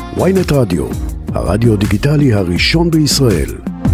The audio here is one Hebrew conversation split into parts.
ynet רדיו, הרדיו דיגיטלי הראשון בישראל.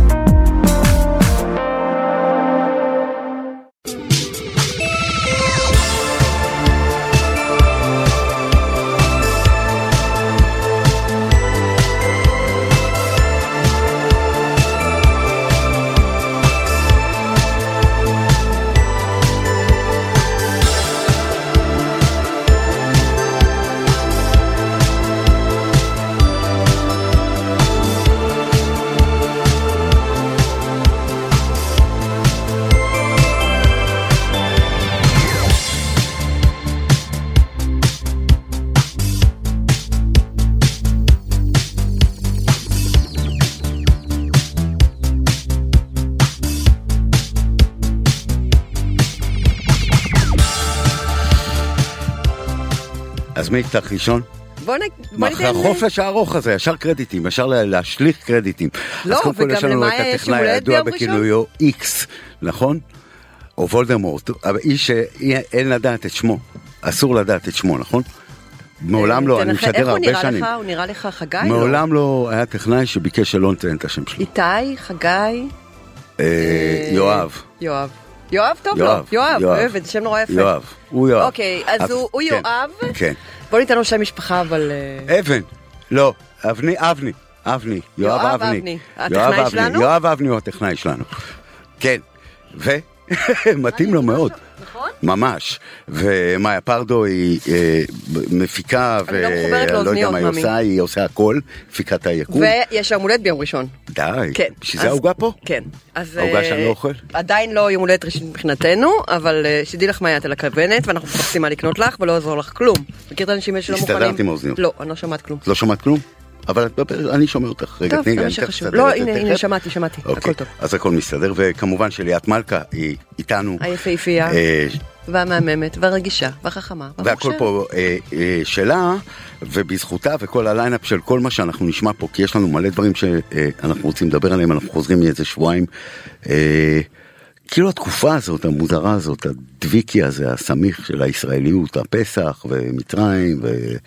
אז מי יפתח ראשון? בוא מאחרי החופש הארוך הזה, ישר קרדיטים, ישר להשליך קרדיטים. לא, וגם למה יש הולד הידוע ביום ראשון? בכינויו איקס, נכון? או וולדמורט, אבל איש שאין לדעת את שמו, אסור לדעת את שמו, נכון? מעולם לא, אני משדר הרבה שנים. איך הוא נראה לך, חגי? מעולם לא היה טכנאי שביקש שלא נציין את השם שלו. איתי, חגי? יואב. יואב טוב לו, יואב, אוהב, זה שם נורא יפה. יואב, הוא יואב. אוקיי, אז הוא יואב. כן. בוא ניתן לו שם משפחה, אבל... אבן, לא, אבני, יואב אבני. הטכנאי שלנו? יואב אבני הוא הטכנאי שלנו. כן, מתאים לו מאוד. נכון? ממש. ומאיה פרדו היא מפיקה, ולא יודע מה היא עושה, היא עושה הכל, מפיקת היקום. ויש יום הולדת ביום ראשון. די, בשביל זה ההוגה פה? כן. ההוגה שאני לא אוכל? עדיין לא יום הולדת ראשון מבחינתנו, אבל שתדעי לך מה את על הכוונת, ואנחנו מחפשים מה לקנות לך, ולא יעזור לך כלום. מכיר את האנשים שלא מוכנים? הסתדרתי עם האוזניות. לא, אני לא שמעת כלום. לא שמעת כלום? אבל אני שומע אותך. רגע, טוב, זה מה שחשוב. לא, הנה, שמעתי, הכל טוב. אז הכל מסתדר, וכמובן שליאת מלכה היא איתנו. היפהפייה, והמהממת, והרגישה, והחכמה, והכל פה שלה, ובזכותה, וכל הליינאפ של כל מה שאנחנו נשמע פה, כי יש לנו מלא דברים שאנחנו רוצים לדבר עליהם, אנחנו חוזרים מאיזה שבועיים. כאילו התקופה הזאת, המוזרה הזאת, הדביקי הזה, הסמיך של הישראליות, הפסח ומצרים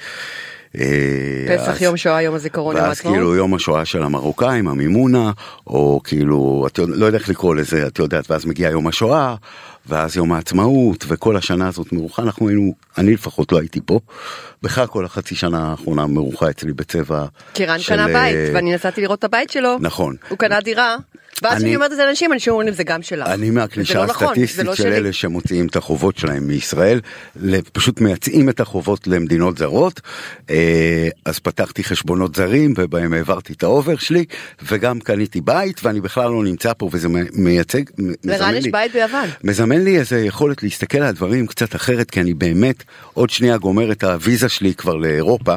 פסח, יום שואה, יום הזיכרון, יום העצמאות. ואז כאילו יום השואה של המרוקאים, המימונה, או כאילו, לא יודע איך לקרוא לזה, את יודעת, ואז מגיע יום השואה, ואז יום העצמאות, וכל השנה הזאת מרוחה, אני לפחות לא הייתי פה, בכלל כל החצי שנה האחרונה מרוחה אצלי בצבע קירן קנה בית, ואני נסעתי לראות את הבית שלו. נכון. הוא קנה דירה, ואז אני אומרת את זה לאנשים, אנשים אומרים, זה גם שלך. אני מהקלישה הסטטיסטית של אלה שמוציאים את החובות שלהם מישראל, פשוט מייצאים את החובות למדינות זרות, אז פתחתי חשבונות זרים, ובהם העברתי את האובר שלי, וגם קניתי בית, ואני בכלל לא נמצא פה, וזה מייצג, לרן יש בית ביוון. מזמן לי איזו יכולת להסתכל על הדברים קצת אחרת, כי אני באמת עוד שנייה גומר את הוויזה שלי כבר לאירופה,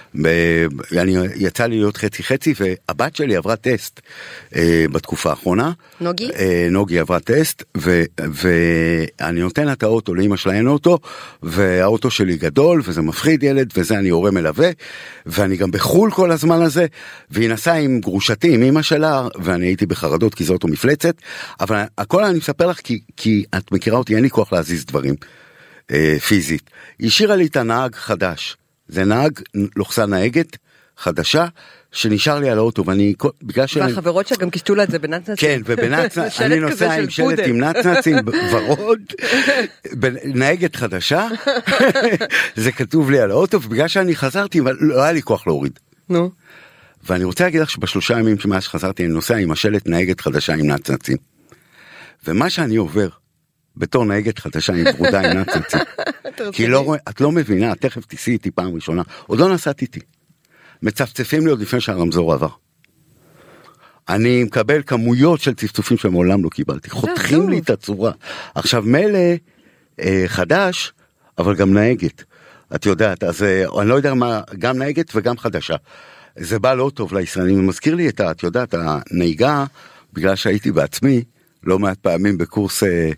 יצא לי להיות חצי, והבת שלי עברה טסט בתקופה האחרונה. נוגי? נוגי עברה טסט, ואני נותן את האוטו, לאמא שלה אין אוטו, והאוטו שלי גדול, וזה מפחיד ילד, וזה אני הורה מלווה, ואני גם בחול כל הזמן הזה, והיא נסעה עם גרושתי, עם אמא שלה, ואני הייתי בחרדות, כי זה אוטו מפלצת, אבל הכל אני מספר לך, כי את מכירה אותי, אין לי כוח להזיז דברים פיזית. היא השאירה לי את הנהג חדש, זה נהג נהגת חדשה, שנשאר לי על האוטו, ואני, בגלל והחברות שגם קישטו לה את זה בנצנצים. כן, ובנצנצים, אני נוסע עם שלט עם נצנצים ורוד, נהגת חדשה, זה כתוב לי על האוטו, ובגלל שאני חזרתי, לא היה לי כוח להוריד. נו. ואני רוצה להגיד לך שבשלושה ימים שמאז שחזרתי, אני נוסע עם השלט נהגת חדשה עם נצנצים. ומה שאני עובר, בתור נהגת חדשה עם ברודה עם נצנצים, כי את לא מבינה, תכף תיסי איתי פעם ראשונה, עוד לא נסעתי איתי. מצפצפים לי עוד לפני שהרמזור עבר. אני מקבל כמויות של צפצופים שמעולם לא קיבלתי. חותכים לי את הצורה. עכשיו מלא חדש, אבל גם נהגת. את יודעת, אז אני לא יודע מה, גם נהגת וגם חדשה. זה בא לא טוב לישראלים. זה מזכיר לי את יודעת, הנהיגה, בגלל שהייתי בעצמי, לא מעט פעמים בקורס,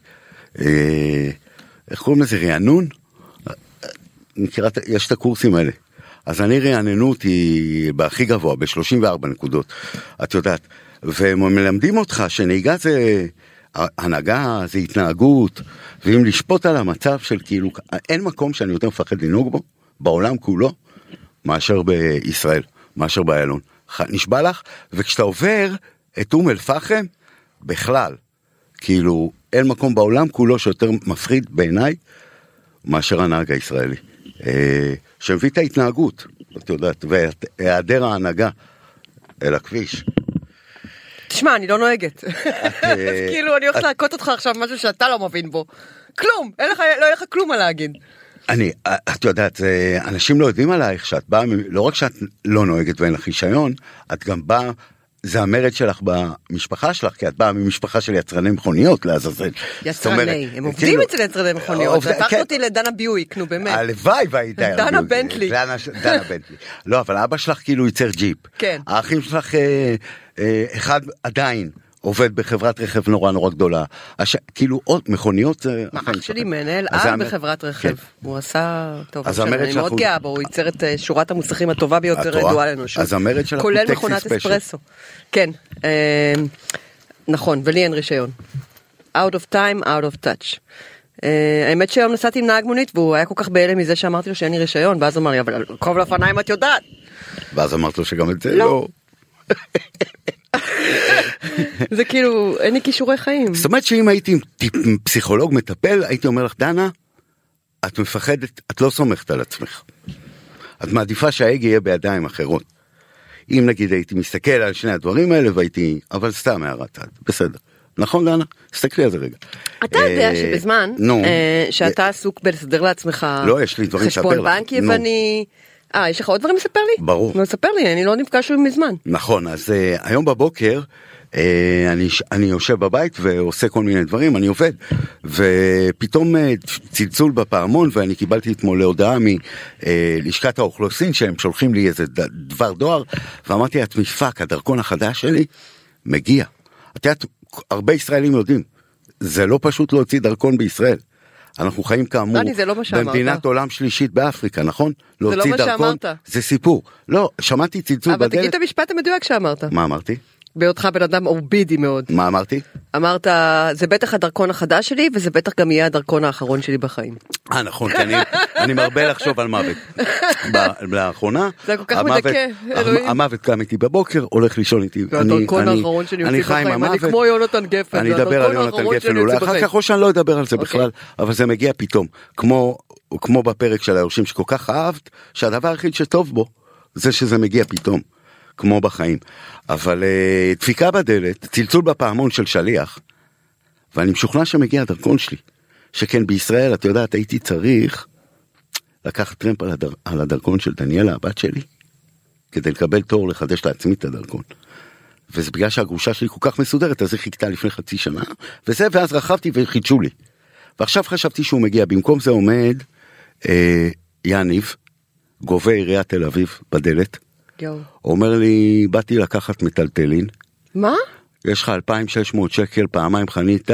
איך קוראים לזה, רענון? יש את הקורסים האלה. אז אני רעננו אותי בהכי גבוה, ב-34 נקודות, את יודעת, ומלמדים אותך שנהיגה זה הנהגה, זה התנהגות, ואם לשפוט על המצב של כאילו, אין מקום שאני יותר מפחד לנהוג בו, בעולם כולו, מאשר בישראל. מאשר באיילון. נשבע לך, וכשאתה עובר את אום אל-פחם, בכלל, כאילו, אין מקום בעולם כולו שיותר מפחיד בעיניי, מאשר הנהג הישראלי. שמביא את ההתנהגות, את יודעת, והיעדר ההנהגה אל הכביש. תשמע, אני לא נוהגת. אז כאילו, אני הולכת להכות אותך עכשיו משהו שאתה לא מבין בו. כלום, לא יהיה לך כלום מה להגיד. את יודעת, אנשים לא יודעים עלייך שאת באה, לא רק שאת לא נוהגת ואין לך רישיון, את גם באה, זה המרד שלך במשפחה שלך, כי את באה ממשפחה של יצרני מכוניות, לעזאזל. יצרני, הם עובדים אצל יצרני מכוניות, לקחת אותי לדנה ביואיק, נו באמת. הלוואי והייתה. דנה בנטלי. דנה בנטלי. לא, אבל אבא שלך כאילו ייצר ג'יפ. כן. האחים שלך, אחד עובד בחברת רכב נורא נורא גדולה. כאילו עוד מכוניות. אח שלי מנהל בחברת רכב. הוא עשה טוב. אני מאוד גאה בו, הוא ייצר את שורת המוסכים הטובה ביותר ידועה לאנושות. אז המרד שלך הוא כולל טקסי מכונת אספרסו. כן. נכון, ולי אין רישיון. Out of time, out of touch. האמת שהיום נסעתי עם נהג מונית, והוא היה כל כך בהלם מזה שאמרתי לו שאין לי רישיון, ואז הוא אמר לי, אבל קרוב לפניים את יודעת. ואז אמרת לו שגם את זה לא. זה כאילו, אין לי כישורי חיים. זאת אומרת שאם הייתי פסיכולוג מטפל, הייתי אומר לך, דנה, את מפחדת, את לא סומכת על עצמך. את מעדיפה שההגה יהיה בידיים אחרות. אם נגיד הייתי מסתכל על שני הדברים האלה, והייתי, אבל סתם הערת, בסדר. נכון, דנה? תסתכלי על זה רגע. אתה יודע שבזמן שאתה עסוק בלסדר לעצמך חשבון בנק יווני, יש לך עוד דברים לספר לי? ברור. לספר לי, אני לא נפגש מזמן. נכון, אז היום בבוקר אני יושב בבית ועושה כל מיני דברים, אני עובד, ופתאום צלצול בפעמון, ואני קיבלתי אתמול להודעה מלשכת האוכלוסין, שהם שולחים לי איזה דבר דואר, ואמרתי, את מפק, הדרכון החדש שלי מגיע. את יודעת, הרבה ישראלים יודעים, זה לא פשוט להוציא דרכון בישראל. אנחנו חיים כאמור במדינת עולם שלישית באפריקה, נכון? זה לא מה שאמרת. זה סיפור. לא, שמעתי צלצול בדלת. אבל תגיד את המשפט המדויק שאמרת. מה אמרתי? בהיותך בן אדם אורבידי מאוד. מה אמרתי? אמרת, זה בטח הדרכון החדש שלי, וזה בטח גם יהיה הדרכון האחרון שלי בחיים. נכון, כי אני מרבה לחשוב על מוות. לאחרונה, זה כל כך מדכא, אלוהים. המוות קם איתי בבוקר, הולך לישון איתי. והדרכון האחרון שלי יוצא בחיים, אני כמו יונתן גפן. אני אדבר על יונתן גפן, אולי אחר כך או שאני לא אדבר על זה בכלל, אבל זה מגיע פתאום, כמו בפרק של היורשים שכל כך אהבת, שהדבר היחיד שטוב בו, זה שזה מגיע פתאום. כמו בחיים, אבל דפיקה בדלת, צלצול בפעמון של שליח, ואני משוכנע שמגיע הדרכון שלי, שכן בישראל, את יודעת, הייתי צריך לקחת טרמפ על הדרכון של דניאלה, הבת שלי, כדי לקבל תור לחדש לעצמי את הדרכון. וזה בגלל שהגרושה שלי כל כך מסודרת, אז היא חיכתה לפני חצי שנה, ואז רכבתי וחידשו לי. ועכשיו חשבתי שהוא מגיע, במקום זה עומד יניב, גובה עיריית תל אביב בדלת, אומר לי, באתי לקחת מטלטלין. מה? יש לך 2,600 שקל, פעמיים חנית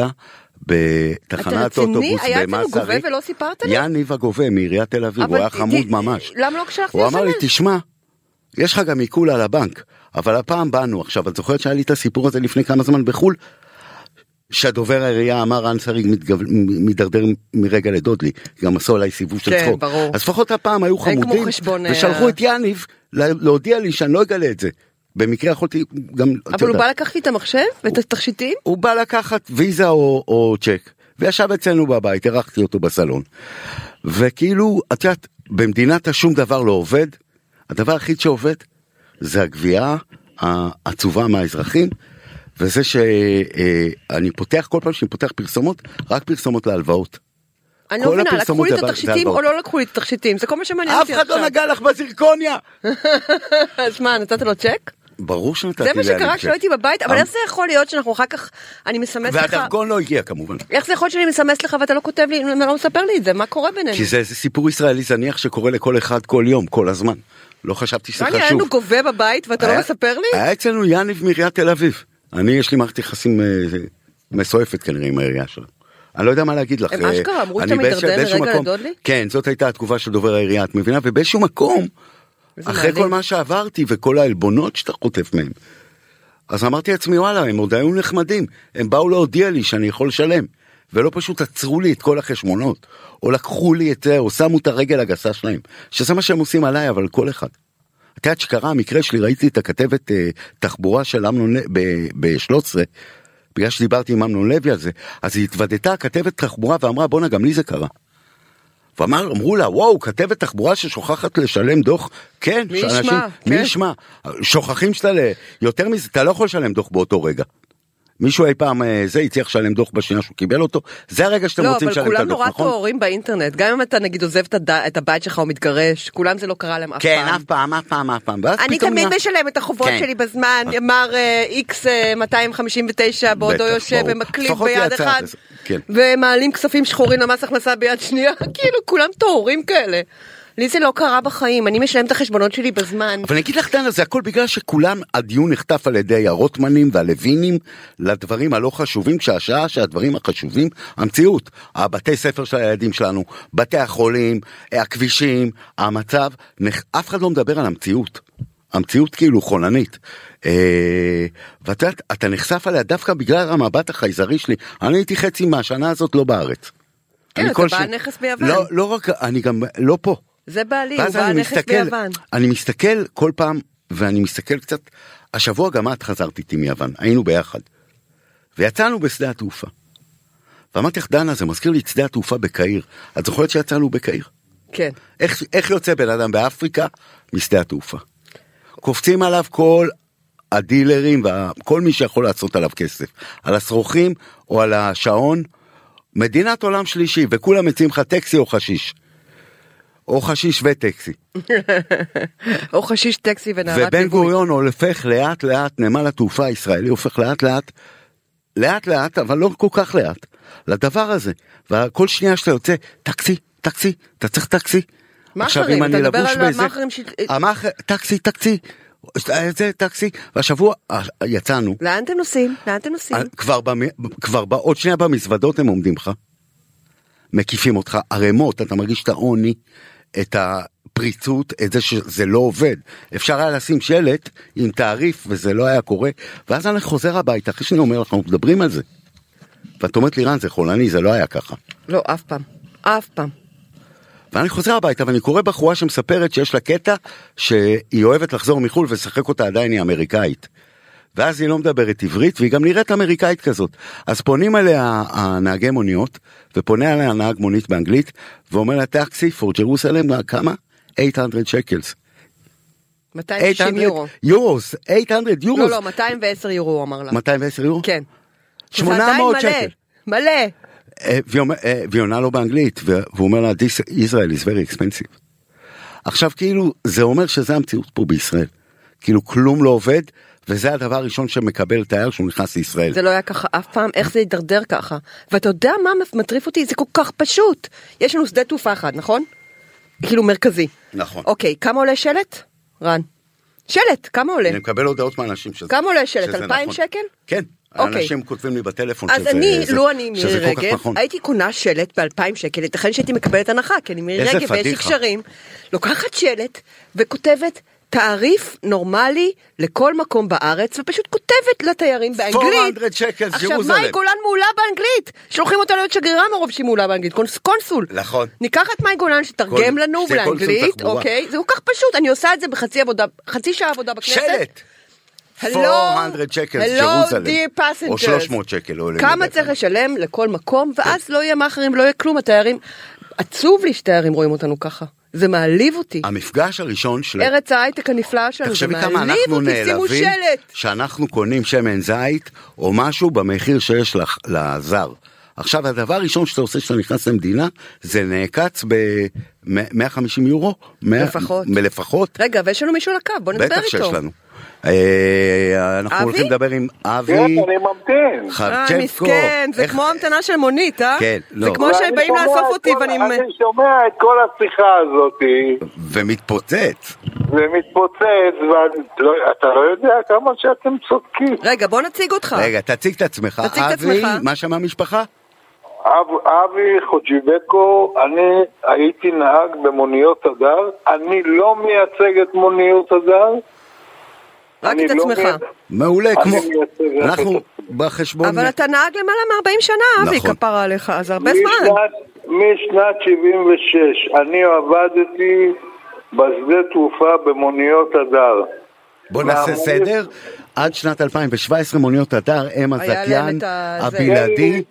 בתחנת אוטובוס היה אצלנו גובה ולא סיפרת לי? יניב הגובה מעיריית תל אביב, הוא היה חמוד ממש. למה לא כשלחתי הוא אמר לי, תשמע, יש לך גם עיקול על הבנק, אבל הפעם באנו עכשיו, את זוכרת שהיה לי את הסיפור הזה לפני כמה זמן בחול? שהדובר העירייה אמר אנסריג מדרדר מרגע לדודלי, גם עשו עליי סיבוב של צחוק. אז לפחות הפעם היו חמודים, ושלחו את יניב להודיע לי שאני לא אגלה את זה. במקרה יכולתי גם... אבל הוא בא לקחת לי את המחשב ואת התכשיטים? הוא בא לקחת ויזה או צ'ק, וישב אצלנו בבית, ערכתי אותו בסלון. וכאילו, את יודעת, במדינת השום דבר לא עובד, הדבר הכי שעובד זה הגבייה העצובה מהאזרחים, וזה שאני פותח, כל פעם שאני פותח פרסומות, רק פרסומות להלוואות. אני לא מבינה, לקחו לי את התכשיטים או לא לקחו לי את התכשיטים? זה כל מה שמעניין אותי עכשיו. אף אחד לא נגע לך בזירקוניה! אז מה, נתת לו צ'ק? ברור שנתתי לי צ'ק. זה מה שקרה כשלא הייתי בבית, אבל איך זה יכול להיות שאנחנו אחר כך, אני מסמס לך... והדרכון לא הגיע כמובן. איך זה יכול להיות שאני מסמס לך ואתה לא כותב לי, לא מספר לי את זה, מה קורה בינינו? כי זה סיפור ישראלי זניח שקורה לכל אחד כל יום, כל הזמן. לא חשבתי שזה חשוב. היה לנו גובה בבית ואתה לא מספר לי? היה אצלנו יניב מעיריית תל אביב. יש לי מערכת יחסים מסועפת כנראה עם העירייה שלנו. אני לא יודע מה להגיד לך. הם אשכרה אמרו שאתה מדרדר לרגע לדודלי? כן, זאת הייתה התגובה של דובר העירייה, את מבינה? ובאיזשהו מקום, אחרי כל מה שעברתי וכל העלבונות שאתה חוטף מהם, אז אמרתי לעצמי, וואלה, הם עוד היו נחמדים, הם באו להודיע לי שאני יכול לשלם, ולא פשוט עצרו לי את כל החשבונות, או לקחו לי את זה, או שמו את הרגל הגסה שלהם, שזה מה שהם עושים עליי, אבל כל אחד. אתה יודעת שקרה המקרה שלי, ראיתי את הכתבת תחבורה של אמנון ב-13, בגלל שדיברתי עם אמנון לוי על זה, אז היא התוודתה כתבת תחבורה ואמרה, בונה, גם לי זה קרה. ואמרו לה, וואו, כתבת תחבורה ששוכחת לשלם דוח, כן, מי ישמע, מי ישמע, שוכחים שאתה יותר מזה, אתה לא יכול לשלם דוח באותו רגע. מישהו אי פעם זה יצליח לשלם דוח בשנייה שהוא קיבל אותו, זה הרגע שאתם רוצים לשלם את הדוח, נכון? לא, אבל כולם נורא תוארים באינטרנט, גם אם אתה נגיד עוזב את הבית שלך או מתגרש, כולם זה לא קרה להם אף פעם. כן, אף פעם. אני תמיד משלם את החובות שלי בזמן, אמר X 259 בעודו יושב ומקליט ביד אחד, ומעלים כספים שחורים למס הכנסה ביד שנייה, כאילו כולם תוארים כאלה. לי זה לא קרה בחיים, אני משלם את החשבונות שלי בזמן. אבל אני אגיד לך, דנה, זה הכל בגלל שכולם, הדיון נחטף על ידי הרוטמנים והלווינים לדברים הלא חשובים, כשהשעה שהדברים החשובים, המציאות, הבתי ספר של הילדים שלנו, בתי החולים, הכבישים, המצב, אף אחד לא מדבר על המציאות. המציאות כאילו חולנית. ואתה יודע, אתה נחשף עליה דווקא בגלל המבט החייזרי שלי. אני הייתי חצי מהשנה הזאת לא בארץ. כן, אתה בעל נכס ביוון. לא רק, אני גם לא פה. זה בעלי, הוא בעל נכס ביוון. אני מסתכל כל פעם, ואני מסתכל קצת, השבוע גם את חזרת איתי מיוון, היינו ביחד, ויצאנו בשדה התעופה. ואמרתי לך, דנה, זה מזכיר לי את שדה התעופה בקהיר. את זוכרת שיצאנו בקהיר? כן. איך יוצא בן אדם באפריקה משדה התעופה? קופצים עליו כל הדילרים, וכל מי שיכול לעשות עליו כסף. על הסרוכים או על השעון, מדינת עולם שלישי, וכולם מציעים לך טקסי או חשיש. או חשיש וטקסי. או חשיש טקסי ונערת ליווי. ובן גוריון הופך לאט לאט, נמל התעופה הישראלי הופך לאט לאט, אבל לא כל כך לאט, לדבר הזה. וכל שנייה שאתה יוצא, טקסי, אתה צריך טקסי. מאחרים, אתה מדבר על מאחרים טקסי. זה טקסי, והשבוע יצאנו. לאן אתם נוסעים? כבר עוד שנייה במזוודות הם עומדים לך. מקיפים אותך, הרמות, אתה מרגיש את העוני, את הפריצות, את זה שזה לא עובד. אפשר היה לשים שלט עם תעריף, וזה לא היה קורה, ואז אני חוזר הביתה, אחרי שאני אומר לך, אנחנו מדברים על זה. ואת אומרת לי, רן, זה חולני, זה לא היה ככה. לא, אף פעם. ואני חוזר הביתה, ואני קורא בחורה שמספרת שיש לה קטע, שהיא אוהבת לחזור מחול, ושחק אותה עדיין היא אמריקאית. ואז היא לא מדברת עברית, והיא גם נראית אמריקאית כזאת. אז פונים עליה הנהגי מוניות, ופונה עליה נהג מונית באנגלית, ואומר לה, טקסי for Jerusalem, כמה? 800 שקלס. 260 יורו. יורוס, 800 יורוס. לא, 210 יורו, אמר לה. 210 יורו? כן. 800 שקל. מלא. והיא עונה לו באנגלית, והוא אומר לה, Israel is very expensive. עכשיו, כאילו, זה אומר שזה המציאות פה בישראל. כאילו, כלום לא עובד, וזה הדבר הראשון שמקבל תייר שהוא נכנס לישראל. זה לא היה ככה אף פעם, איך זה יידרדר ככה? ואתה יודע מה מטריף אותי? זה כל כך פשוט. יש לנו שדה תעופה אחד, נכון? כאילו מרכזי. נכון. אוקיי, כמה עולה שלט? רן. שלט, כמה עולה? אני מקבל הודעות מאנשים שזה. כמה עולה שלט? 2,000 שקל? כן. האנשים כותבים לי בטלפון אז אני מירי רגב, הייתי קונה שלט ב2,000 שקל, ייתכן שהייתי מקבלת הנחה, כי אני מירי רגב ויש לי קשרים, לוקחת שלט וכותבת תעריף נורמלי לכל מקום בארץ, ופשוט כותבת לתיירים באנגלית. 400 שקל, עכשיו, מאי גולן מעולה באנגלית? שולחים אותה להיות שגרירה מרוב שהיא מעולה באנגלית, קונסול. נכון. ניקח את מאי גולן שתרגם לנו באנגלית, אוקיי? זה כל כך פשוט, אני עושה את זה חצי שעה עבודה בכנסת. שלט. 400 שקל, ג'רוזלם. או 300 שקל. כמה צריך לשלם לכל מקום, ואז לא יהיה מאחרים, לא יהיה כלום, התיירים. עצוב לי שתיירים רואים אותנו ככה. זה מעליב אותי. המפגש הראשון של ארץ ההייטק הנפלאה שלנו, זה מעליב אותי, שימו שלט. שאנחנו קונים שמן זית או משהו במחיר שיש לזר. עכשיו הדבר הראשון שאתה עושה שאתה נכנס למדינה, זה נעקץ ב-150 יורו. לפחות. רגע, ויש לנו מישהו לקו, בוא נדבר איתו. בטח שיש לנו. אנחנו הולכים לדבר עם אבי. כן, אני ממתין. חרצ'בקו. מסכן, זה כמו המתנה של מונית, אה? כן, לא. זה כמו שהם באים לאסוף אותי ואני... אני שומע את כל השיחה הזאת. ומתפוצץ. ואתה לא יודע כמה שאתם צודקים. רגע, בוא נציג אותך. רגע, תציג את עצמך. אבי, מה שם המשפחה? אבי חוג'יבקו, אני הייתי נהג במוניות הדר. אני לא מייצג את מוניות הדר. רק את עצמך. מעולה, כמו... אנחנו בחשבון... אבל אתה נהג למעלה מ-40 שנה, אבי, כפרה עליך, אז הרבה זמן. משנת 76 אני עבדתי בשדה תעופה במוניות הדר. בוא נעשה סדר. עד שנת 2017 מוניות הדר הם הזכיין הבלעדי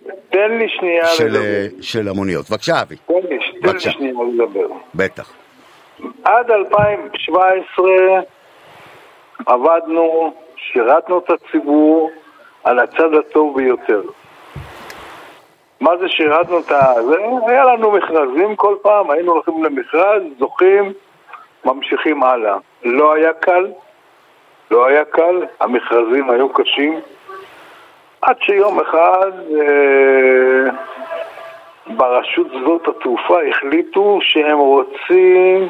של המוניות. בבקשה אבי. תן לי שנייה לדבר. בטח. עד 2017 עבדנו, שירתנו את הציבור על הצד הטוב ביותר. מה זה שירתנו את זה? היה לנו מכרזים כל פעם, היינו הולכים למכרז, זוכים, ממשיכים הלאה. לא היה קל, המכרזים היו קשים, עד שיום אחד ברשות שדות התעופה החליטו שהם רוצים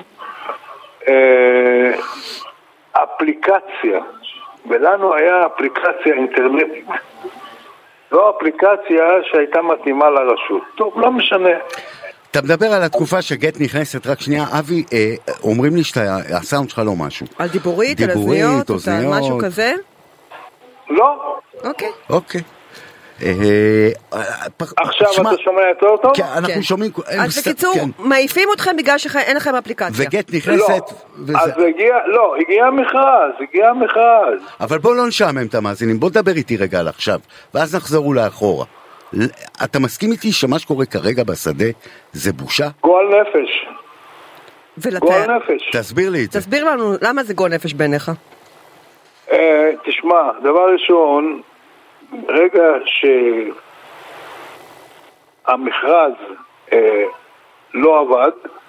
אפליקציה, ולנו היה אפליקציה אינטרנטית, לא אפליקציה שהייתה מתאימה לרשות. טוב, לא משנה. אתה מדבר על התקופה שגט נכנסת, רק שנייה, אבי, אומרים לי שהסאונד שלך לא משהו. על דיבורית, על אוזניות, על משהו כזה? לא. אוקיי. עכשיו אתה שומע יותר טוב? כן, אנחנו שומעים. אז בקיצור, מעיפים אתכם בגלל שאין לכם אפליקציה. וגט נכנסת. אז הגיע מכרז. אבל בוא לא נשעמם את המאזינים, בוא דבר איתי רגע על עכשיו, ואז נחזרו לאחורה. אתה מסכים איתי שמה שקורה כרגע בשדה זה בושה? גועל נפש. גועל נפש. תסביר לי את זה. תסביר לנו, למה זה גועל נפש בעיניך? תשמע, דבר ראשון, רגע שהמכרז לא עבד,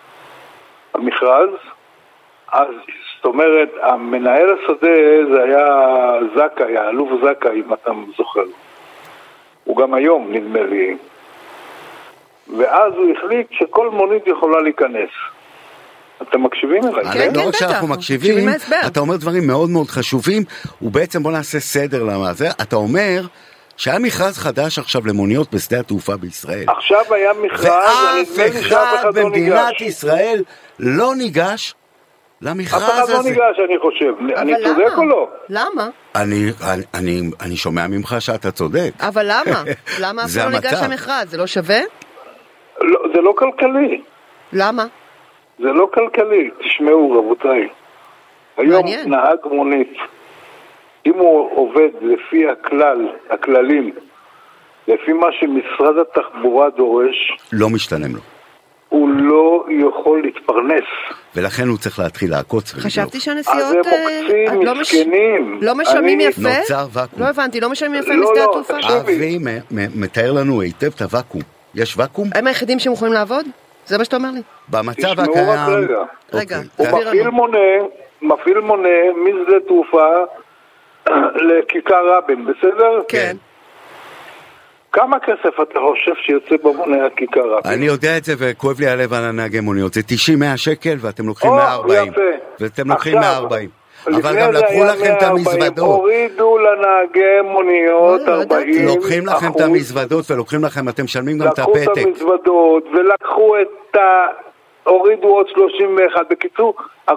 אז זאת אומרת, המנהל השדה זה היה זכאי, האלוף זכאי, אם אתה זוכר. הוא גם היום נדמה לי, ואז הוא החליט שכל מונית יכולה להיכנס. אתם מקשיבים אליי? כן, לא רק שאנחנו מקשיבים, אתה אומר דברים מאוד מאוד חשובים, ובעצם בוא נעשה סדר למה זה, אתה אומר שהיה מכרז חדש עכשיו למוניות בשדה התעופה בישראל. עכשיו היה מכרז, ואף אחד במדינת ישראל לא ניגש למכרז הזה. אף אחד לא ניגש, אני חושב. אני צודק או לא? למה? אני שומע ממך שאתה צודק. אבל למה? למה אף לא ניגש למכרז? זה לא שווה? לא, זה לא כלכלי. למה? זה לא כלכלי. תשמעו רבותיי, היום נהג מונית, אם הוא עובד לפי הכללים, לפי מה שמשרד התחבורה דורש, לא משתלם לו. הוא לא יכול להתפרנס. ולכן הוא צריך להתחיל לעקוץ. חשבתי שהנסיעות... אז הם מוקצים, מסכנים. לא משלמים יפה? נוצר ואקום. לא הבנתי, לא משלמים יפה משדה התעופה? אבי מתאר לנו היטב את הוואקום. יש ואקום? הם היחידים שהם יכולים לעבוד? זה מה שאתה אומר לי? במצב הקיים... רגע, הוא מפעיל מונה משדה תעופה לכיכר רבין, בסדר? כן. כמה כסף אתה חושב שיוצא במונה הכיכר רבין? אני יודע את זה וכואב לי הלב על הנהגי מוניות. זה 90-100 שקל ואתם לוקחים 140. ואתם לוקחים 140. אבל גם לקחו לכם את המזוודות. הורידו לנהגי מוניות 40%. לוקחים לכם את המזוודות ולוקחים לכם, אתם משלמים גם את הפתק. לקחו את המזוודות ולקחו את הורידו עוד 31. בקיצור, 41%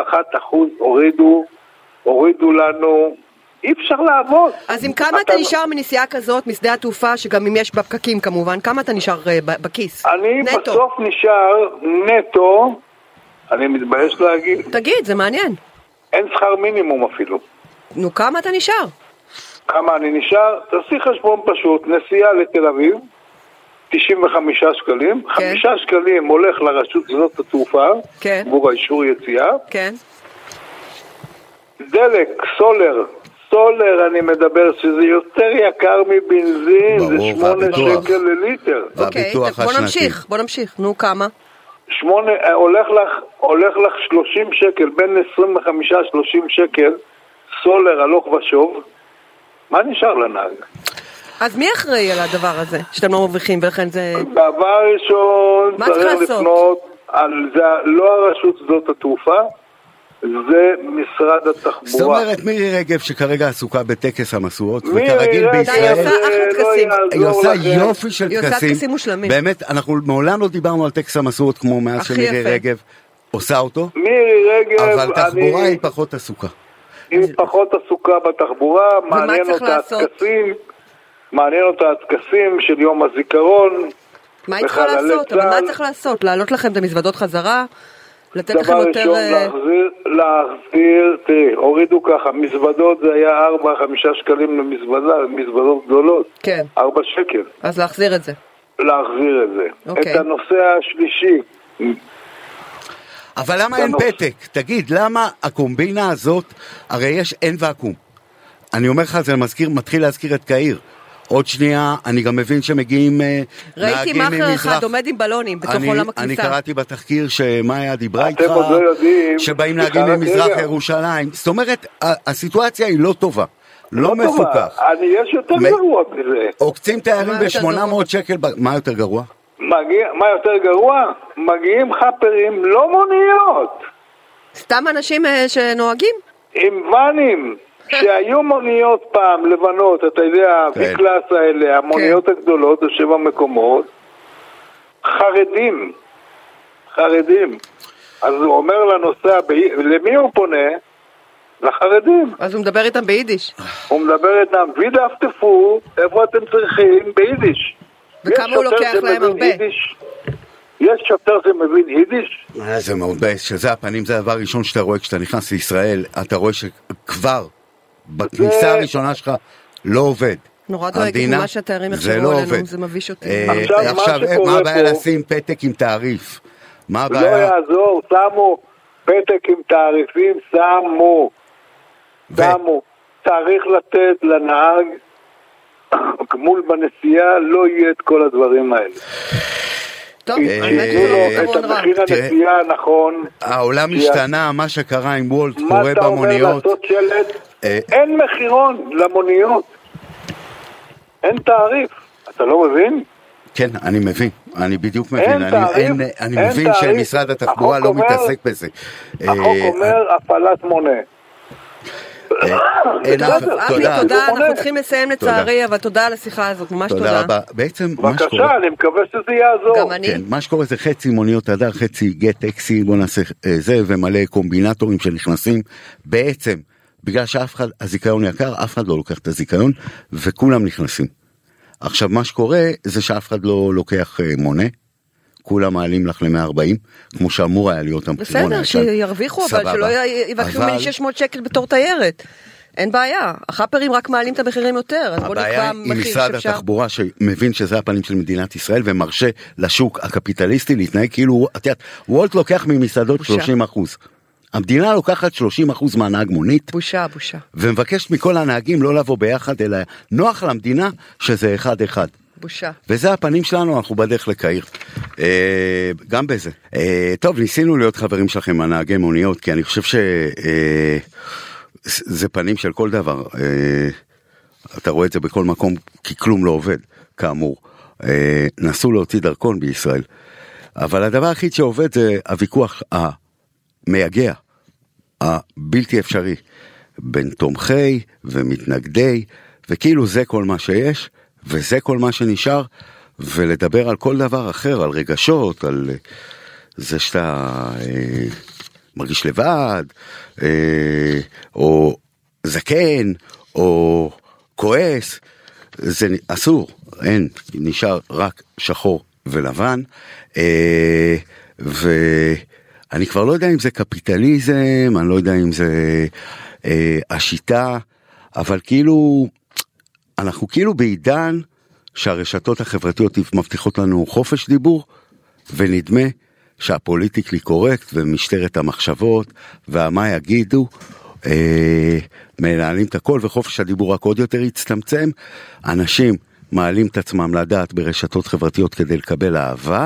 הורידו לנו. אי אפשר לעבוד. אז עם כמה אתה נשאר מנסיעה כזאת, משדה התעופה, שגם אם יש בפקקים כמובן, כמה אתה נשאר בכיס? אני בסוף נשאר נטו, אני מתבייש להגיד. תגיד, זה מעניין. אין שכר מינימום אפילו. נו, כמה אתה נשאר? כמה אני נשאר? תעשי חשבון פשוט, נסיעה לתל אביב, 95 שקלים, 5 שקלים הולך לרשות שדות התעופה, עבור האישור יציאה. כן. דלק, סולר אני מדבר שזה יותר יקר מבנזין, זה 8 שקל לליטר. אוקיי, בוא נמשיך, נו כמה? הולך לך 30 שקל, בין 25-30 שקל, סולר הלוך ושוב, מה נשאר לנהג? אז מי אחראי על הדבר הזה, שאתם לא מרוויחים ולכן זה... דבר ראשון, צריך לפנות, זה לא הרשות שדות התעופה, זה משרד התחבורה. זאת אומרת מירי רגב שכרגע עסוקה בטקס המשואות, וכרגיל בישראל היא עושה יופי של טקסים, באמת אנחנו מעולם לא דיברנו על טקס המשואות כמו מאז שמירי רגב עושה אותו, אבל תחבורה היא פחות עסוקה. היא פחות עסוקה בתחבורה, מעניין אותה הטקסים של יום הזיכרון. מה היא צריכה לעשות? אבל מה צריך לעשות? להעלות לכם את המזוודות חזרה? לתת לכם יותר... דבר ראשון, להחזיר, תראי, הורידו ככה, מזוודות זה היה 4-5 שקלים למזוודה, מזוודות גדולות. כן. 4 שקל. אז להחזיר את זה. להחזיר את זה. אוקיי. את הנושא השלישי. אבל למה אין פתק? תגיד, למה הקומבינה הזאת, הרי אין ואקום. אני אומר לך, זה מתחיל להזכיר את קהיר. עוד שנייה, אני גם מבין שמגיעים נהגים ממזרח. ראיתי מאחר אחד עומד עם בלונים בתוך עולם הכניסה. אני קראתי בתחקיר שמאיה דיברה איתך, שבאים נהגים ממזרח ירושלים. זאת אומרת, הסיטואציה היא לא טובה. לא מפוקח. יש יותר גרוע בזה. עוקצים תיירים ב-800 שקל, מה יותר גרוע? מה יותר גרוע? מגיעים חפרים, לא מוניות. סתם אנשים שנוהגים? עם ואנים. שהיו מוניות פעם לבנות, אתה יודע, בקלאס האלה, המוניות הגדולות, 7 מקומות, חרדים. אז הוא אומר לנוסע, למי הוא פונה? לחרדים. אז הוא מדבר איתם ביידיש. הוא מדבר איתם, וידאפטפו, איפה אתם צריכים? ביידיש. וכמה הוא לוקח להם הרבה? יש שוטר שמבין יידיש? זה מאוד בעץ, שזה הפנים, זה הדבר הראשון שאתה רואה כשאתה נכנס לישראל, אתה רואה שכבר בכניסה הראשונה שלך לא עובד. נורא דואגת ממה שהתארים יחשבו עלינו, זה מביש אותי. עכשיו, מה הבעיה לשים פתק עם תעריף? מה הבעיה? לא יעזור, שמו פתק עם תעריפים, שמו. צריך לתת לנהג גמול בנסיעה, לא יהיה את כל הדברים האלה. טוב, את המחיר הנסיעה הנכון. העולם השתנה, מה שקרה עם וולט מה קורה במוניות. אתה אומר לעשות שלט? אין מחירון למוניות. אין תעריף. אתה לא מבין? כן, אני מבין. אני בדיוק מבין. אני מבין שמשרד התחבורה לא מתעסק בזה. החוק אומר הפעלת מונה. תודה, אנחנו צריכים לסיים לצערי, אבל תודה על השיחה הזאת, ממש תודה. בעצם, בבקשה, אני מקווה שזה יעזור. גם אני. כן, מה שקורה זה חצי מוניות הדר, חצי גט טקסי, בוא נעשה זה, ומלא קומבינטורים שנכנסים, בעצם, בגלל שאף אחד, הזיכיון יקר, אף אחד לא לוקח את הזיכיון, וכולם נכנסים. עכשיו, מה שקורה זה שאף אחד לא לוקח מונה, כולם מעלים לך ל-140, כמו שאמור היה להיות המחירון. בסדר, שירוויחו, אבל שלא יבקשו מ-600 שקל בתור תיירת. אין בעיה, החפרים רק מעלים את המחירים יותר, אז בוא נקבע מחיר שאפשר. הבעיה היא משרד התחבורה שמבין שזה הפנים של מדינת ישראל, ומרשה לשוק הקפיטליסטי להתנהג כאילו, את יודעת, וולט לוקח ממסעדות 30%. המדינה לוקחת 30% מהנהג מונית. בושה. ומבקשת מכל הנהגים לא לבוא ביחד, אלא נוח למדינה שזה אחד. בושה. וזה הפנים שלנו, אנחנו בדרך לקהיר. גם בזה. טוב, ניסינו להיות חברים שלכם הנהגי מוניות, כי אני חושב זה פנים של כל דבר. אתה רואה את זה בכל מקום, כי כלום לא עובד, כאמור. נסו להוציא דרכון בישראל. אבל הדבר הכי שעובד זה הוויכוח המייגע, הבלתי אפשרי, בין תומכי ומתנגדי, וכאילו זה כל מה שיש, וזה כל מה שנשאר, ולדבר על כל דבר אחר, על רגשות, על זה שאתה מרגיש לבד, או זקן, או כועס, זה אסור, אין, נשאר רק שחור ולבן, ואני כבר לא יודע אם זה קפיטליזם, אני לא יודע אם זה השיטה, אבל כאילו, אנחנו כאילו בעידן שהרשתות החברתיות מבטיחות לנו חופש דיבור, ונדמה שהפוליטיקלי קורקט ומשטרת המחשבות והמה יגידו מנהלים את הכל, וחופש הדיבור רק עוד יותר יצטמצם. אנשים מעלים את עצמם לדעת ברשתות חברתיות כדי לקבל אהבה,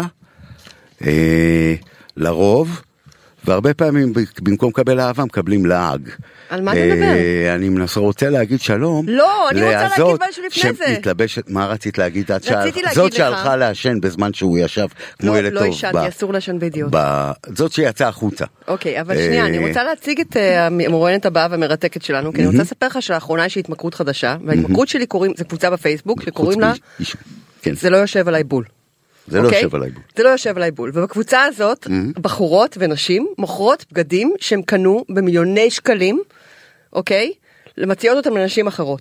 לרוב, והרבה פעמים במקום לקבל אהבה מקבלים לעג. על מה אתה מדבר? אני רוצה להגיד שלום. לא, אני רוצה להגיד משהו לפני זה. שמתלבשת, מה רצית להגיד? זאת שהלכה לעשן בזמן שהוא ישב כמו ילד טוב. לא ישנתי, אסור לעשן בידיעות. זאת שיצאה החוצה. אוקיי, אבל שנייה, אני רוצה להציג את המרואיינת הבאה והמרתקת שלנו, כי אני רוצה לספר לך שלאחרונה יש התמכרות חדשה, וההתמכרות שלי זה קבוצה בפייסבוק, שקוראים לה זה לא יושב עליי בול. זה לא יושב עליי בול. זה לא יושב עליי בול. ובקבוצה הזאת, בחורות ונשים מוכרות בגדים שהם קנו במיליוני שקלים, אוקיי? למציאות אותם לנשים אחרות.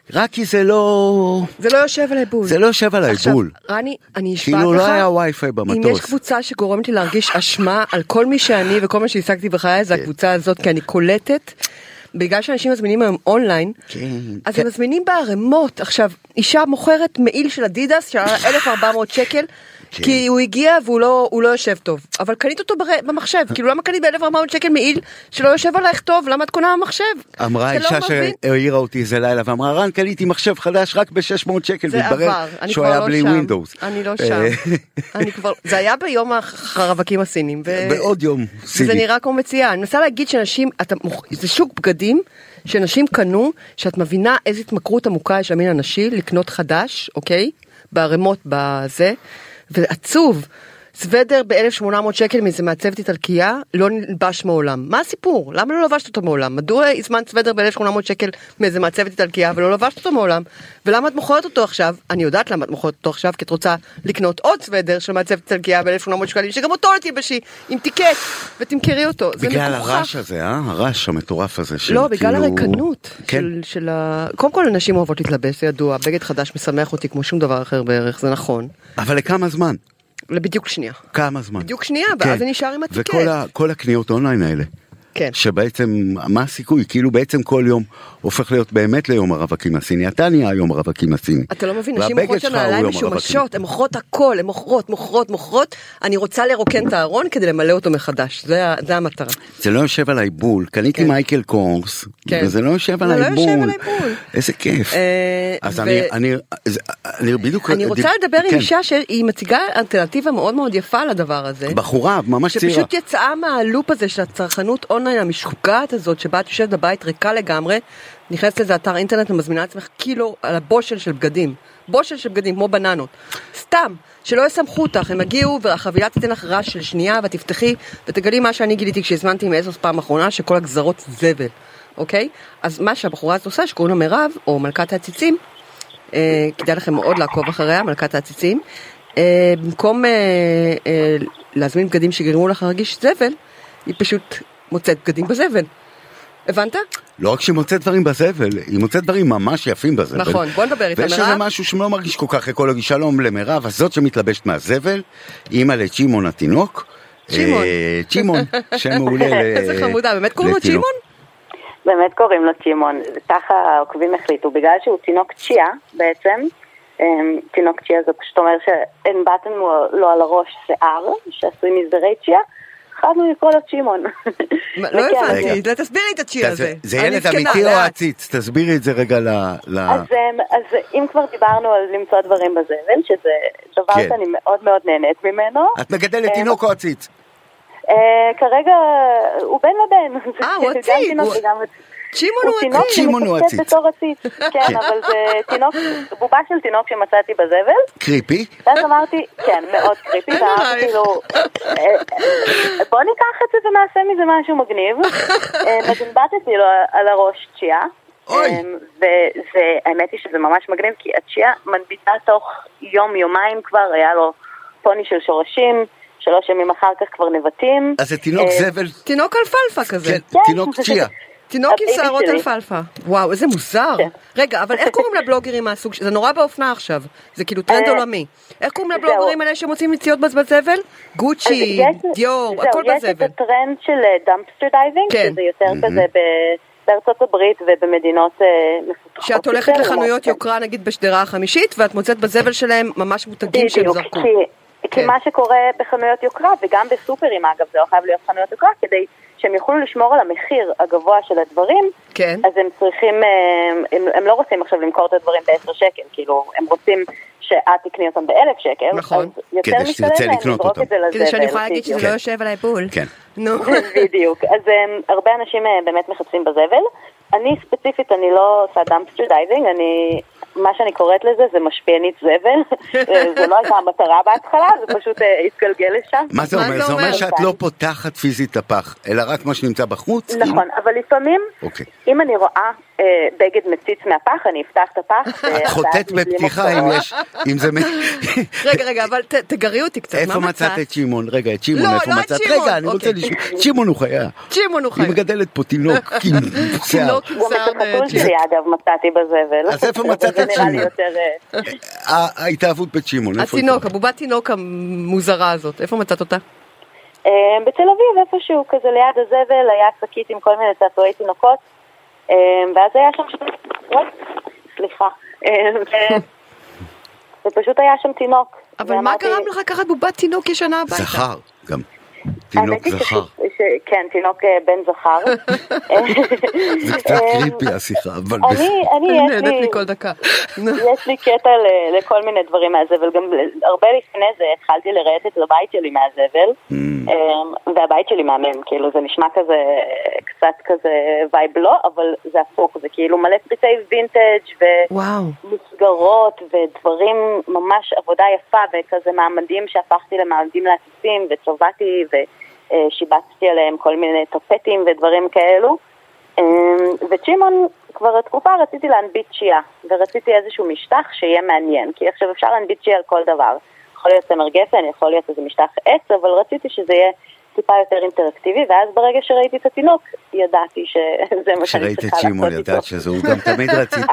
רק כי זה לא יושב על העיבול. זה לא יושב על העיבול. עכשיו, רני, אני אשפט כאילו לך, לא היה וי-פיי במטוס. אם יש קבוצה שגורמת לי להרגיש אשמה על כל מי שאני וכל מה שהשגתי בחיי, זה הקבוצה הזאת, כי אני קולטת, בגלל שאנשים מזמינים היום אונליין, אז הם מזמינים בערימות. עכשיו, אישה מוכרת מעיל של אדידס, שעלה 1,400 שקל, כי הוא הגיע והוא לא יושב טוב. אבל קנית אותו במחשב, כאילו למה קנית ב-1,400 שקל מעיל שלא יושב עלייך טוב, למה את קונה במחשב? אמרה אישה שהעירה אותי איזה לילה, ואמרה, רן, קניתי מחשב חדש רק ב-600 שקל, והתברר שהוא היה בלי ווינדוס. אני לא שם. זה היה ביום החרווקים הסינים. בעוד יום סיני. וזה נראה כמו מציאה. אני מנסה להגיד שאנשים, זה שוק בגדים, שאנשים קנו, שאת מבינה איזו התמכרות עמוקה יש למין אנשי, לקנות חדש, אוקיי? בערימות בזה. ועצוב, סוודר ב-1,800 שקל מאיזה מעצבת איטלקייה, לא נלבש מעולם. מה הסיפור? למה לא לבשת אותו מעולם? מדוע הזמנת סוודר ב-1,800 שקל מאיזה מעצבת איטלקייה ולא לבשת אותו מעולם? ולמה את מוכרת אותו עכשיו? אני יודעת למה את מוכרת אותו עכשיו, כי את רוצה לקנות עוד סוודר של מעצבת איטלקייה ב-1,800 שקלים, שגם אותו לא תלבשי, עם טיקט, ותמכרי אותו. בגלל הרעש הזה, הרעש המטורף הזה. לא, בגלל הריקנות. קודם כל, אנשים אוהבות להתלבש, זה ידוע, בגד חדש משמח אותי כמו שום דבר אחר בערך, זה נכון. אבל לכמה זמן? לבדיוק שנייה. כמה זמן? בדיוק שנייה, ואז אני נשאר עם הטיקט. וכל הקניות אונליין האלה. כן. שבעצם, מה הסיכוי? כאילו בעצם כל יום הופך להיות באמת ליום הרווקים הסיני. אתה נהיה היום הרווקים הסיני. אתה לא מבין, נשים מוכרות שם נעליים משומשות, הן מוכרות הכל, הן מוכרות. אני רוצה לרוקן את הארון כדי למלא אותו מחדש. זה המטרה. זה לא יושב על העיבול. קניתי מייקל קורס, וזה לא יושב על העיבול. איזה כיף. אז אני בדיוק... אני רוצה לדבר עם אישה שהיא מציגה אלטרנטיבה מאוד מאוד יפה לדבר הזה. בחורה, ממש צעירה. שפשוט יצאה מהלופ הזה של הצרכנות אונליין המשוגעת הזאת, שבה את יושבת בבית ריקה לגמרי, נכנסת לזה אתר אינטרנט ומזמינה עצמך קילו על הבושל של בגדים. בושל של בגדים, כמו בננות. סתם, שלא יסמכו אותך, הם הגיעו והחבילה תיתן לך רעש של שנייה, ותפתחי ותגלי מה שאני גיליתי כשהזמנתי מאזוס פעם האחרונה, שכל הגזרות זבל. אוקיי? אז מה שהבחורה הזאת עושה, שקוראים לה מירב, או מלכת העציצים, כדאי לכם מאוד לעקוב אחריה, מלכת העציצים, במקום להזמין בגדים שגרמו לך להרגיש זבל, היא פשוט מוצאת בגדים בזבל. הבנת? לא רק שהיא מוצאת דברים בזבל, היא מוצאת דברים ממש יפים בזבל. נכון, בוא נדבר איתה מירב. ויש איזה משהו שלא מרגיש כל כך אקולוגי. שלום למירב, אז זאת שמתלבשת מהזבל, אימא לצ'ימון התינוק. צ'ימון, שם מעולה. איזה חמודה, באמת קוראים לו צ'ימון? באמת קוראים לו צ'ימון, ככה העוקבים החליטו, בגלל שהוא תינוק צ'יה בעצם, תינוק צ'יה זה פשוט אומר שהנבטנו לו על הראש שיער, שעשוי מסדרי צ'יה, חייבנו לקרוא לו צ'ימון. לא הבנתי, תסבירי את הצ'יה הזה. זה ילד אמיתי או עציץ? תסבירי את זה רגע אז אם כבר דיברנו על למצוא דברים בזבל, שזה דבר שאני מאוד מאוד נהנית ממנו. את מגדלת תינוק או עציץ? כרגע הוא בן לבן. הוא עציץ. צ'ימון הוא עציץ. בתור עציץ. כן, אבל זה תינוק, בובה של תינוק שמצאתי בזבל. קריפי? ואז אמרתי, כן, מאוד קריפי. ואמרתי כאילו, בוא ניקח את זה ונעשה מזה משהו מגניב. אז הנבטתי לו על הראש צ'יה. והאמת היא שזה ממש מגניב, כי הצ'יה מנביטה תוך יום-יומיים כבר, היה לו פוני של שורשים, 3 ימים אחר כך כבר נבטים. אז זה תינוק זבל. תינוק אלפלפה כזה. כן, תינוק צ'יה. תינוק עם שערות אלפלפה. וואו, איזה מוזר. רגע, אבל איך קוראים לבלוגרים מהסוג? זה נורא באופנה עכשיו. זה כאילו טרנד עולמי. איך קוראים לבלוגרים האלה שמוצאים מציאות בזבל? גוצ'י, דיור, הכל בזבל. יש את הטרנד של דאמפסטר דייבינג, שזה יותר כזה בארצות הברית ובמדינות מפותחות. שאת הולכת לחנויות יוקרה, נגיד בשדרה החמישית, ואת מוצאת בזבל שלהם ממש מותגים שהם זרקו. כי מה שקורה בחנויות יוקרה, וגם בסופרים אגב, זה לא חייב להיות חנויות יוקרה, כדי שהם יוכלו לשמור על המחיר הגבוה של הדברים, אז הם צריכים, הם לא רוצים עכשיו למכור את הדברים ב10 שקל, כאילו הם רוצים שאת תקני אותם ב1,000 שקל, נכון, כדי שתרצה לקנות אותם, כדי שאני יכולה להגיד שזה לא יושב על העיבול. בדיוק, אז הרבה אנשים באמת מחפשים בזבל, אני ספציפית, אני לא עושה דאמפסטר דייבינג, מה שאני קוראת לזה זה משפיענית זבל, זה לא הייתה המטרה בהתחלה, זה פשוט התגלגל לשם. מה זה אומר? זה אומר שאת לא פותחת פיזית לפח, אלא רק מה שנמצא בחוץ? נכון, אבל לפעמים, אם אני רואה בגד מציץ מהפח, אני אפתח את הפח. את חוטאת בפתיחה אם זה... רגע, אבל תגרי אותי קצת, איפה מצאת את שימון? רגע, את שימון, איפה מצאת? רגע, אני רוצה לשמוע. שימון הוא חיה. היא מגדלת פה תינוק. תינוק עם שיער. גם את החתול שלי, אגב, מצאתי בזבל. אז איפה מצאת את שימון? ההתאהבות בשימון. התינוק, הבובת תינוק המוזרה הזאת, איפה מצאת אותה? בתל אביב, איפשהו, כזה ליד הזבל, היה שקית עם כל מיני צעצועי תינוקות, ואז היה שם... סליחה. ופשוט היה שם תינוק. אבל מה גרם לך לקחת בובת תינוק ישנה הביתה? זכר, גם. תינוק זכר. כן, תינוק בן זכר. זה קצת קריפי השיחה, אבל... אני נהנית מכל דקה. יש לי קטע לכל מיני דברים מהזבל, גם הרבה לפני זה התחלתי לראות את הבית שלי מהזבל, והבית שלי מהמם, כאילו זה נשמע כזה, קצת כזה וייב לא, אבל זה הפוך, זה כאילו מלא פריטי וינטג' ומסגרות ודברים, ממש עבודה יפה, וכזה מעמדים שהפכתי למעמדים לעציסים, וצובעתי ושיבצתי עליהם כל מיני טפטים ודברים כאלו. וצ'ימון כבר תקופה רציתי להנביט שיעה, ורציתי איזשהו משטח שיהיה מעניין, כי עכשיו אפשר להנביט שיעה על כל דבר. יכול להיות צמר גפן, יכול להיות איזה משטח עץ, אבל רציתי שזה יהיה טיפה יותר אינטראקטיבי, ואז ברגע שראיתי את התינוק, ידעתי שזה מה שאני צריכה לעשות איתו. כשראית את שימון, ידעת שזה הוא גם תמיד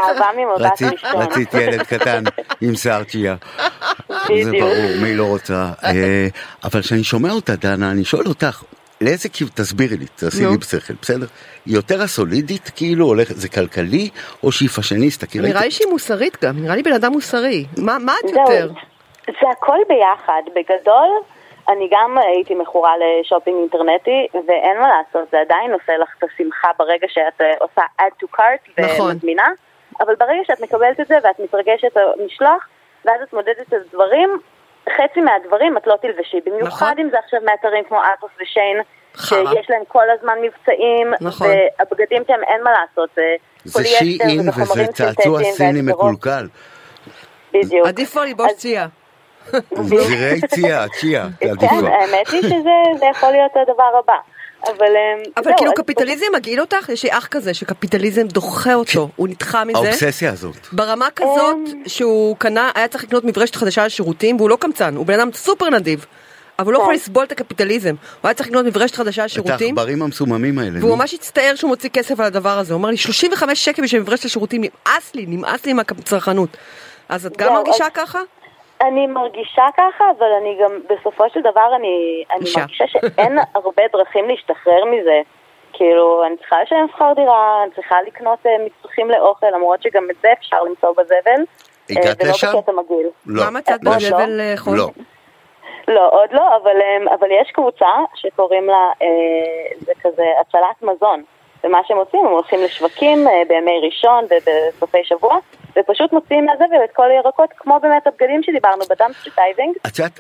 רצית ילד קטן עם שיער צ'יה. זה ברור, מי לא רוצה. אבל כשאני שומע אותה, דנה, אני שואל אותך, לאיזה כיוון, תסבירי לי, תעשי לי בשכל, בסדר? היא יותר הסולידית, כאילו, זה כלכלי, או שהיא פשניסטה? נראה לי שהיא מוסרית גם, נראה לי בן אדם מוסרי. מה את יותר? זה הכל ביחד, בגדול. אני גם הייתי מכורה לשופינג אינטרנטי, ואין מה לעשות, זה עדיין עושה לך את השמחה ברגע שאת עושה add to cart ומזמינה, אבל ברגע שאת מקבלת את זה ואת מתרגשת המשלוח, ואז את מודדת את הדברים, חצי מהדברים את לא תלבשי, במיוחד אם זה עכשיו מאתרים כמו אטוס ושיין, שיש להם כל הזמן מבצעים, והבגדים שהם אין מה לעשות, זה שיעין וזה צעצוע סיני מקולקל. בדיוק. עדיף לו לבוש צייה. זירי צ'יה. כן, האמת היא שזה יכול להיות הדבר הבא. אבל כאילו קפיטליזם מגעיל אותך? יש לי אח כזה שקפיטליזם דוחה אותו, הוא נדחה מזה. האובססיה הזאת. ברמה כזאת שהוא קנה, היה צריך לקנות מברשת חדשה לשירותים, והוא לא קמצן, הוא בן אדם סופר נדיב. אבל הוא לא יכול לסבול את הקפיטליזם. הוא היה צריך לקנות מברשת חדשה לשירותים. את העכברים המסוממים האלה. והוא ממש הצטער שהוא מוציא כסף על הדבר הזה. הוא אמר לי, 35 שקל בשביל מברשת לשירותים, נמאס לי מהצרכנות. אז את גם מרגישה ככה? אני מרגישה ככה, אבל אני גם, בסופו של דבר, אני מרגישה שאין הרבה דרכים להשתחרר מזה. כאילו, אני צריכה לשלם שכר דירה, אני צריכה לקנות מצרכים לאוכל, למרות שגם את זה אפשר למצוא בזבל. הגעת לשם? ולא בקטע מגעיל. מה מצאת בזבל חול? לא, עוד לא, אבל יש קבוצה שקוראים לה, זה כזה הצלת מזון. ומה שהם עושים, הם הולכים לשווקים בימי ראשון ובסופי שבוע, ופשוט מוציאים מהזבל את כל הירקות, כמו באמת הבגדים שדיברנו בדאמפסטרייזינג. את יודעת,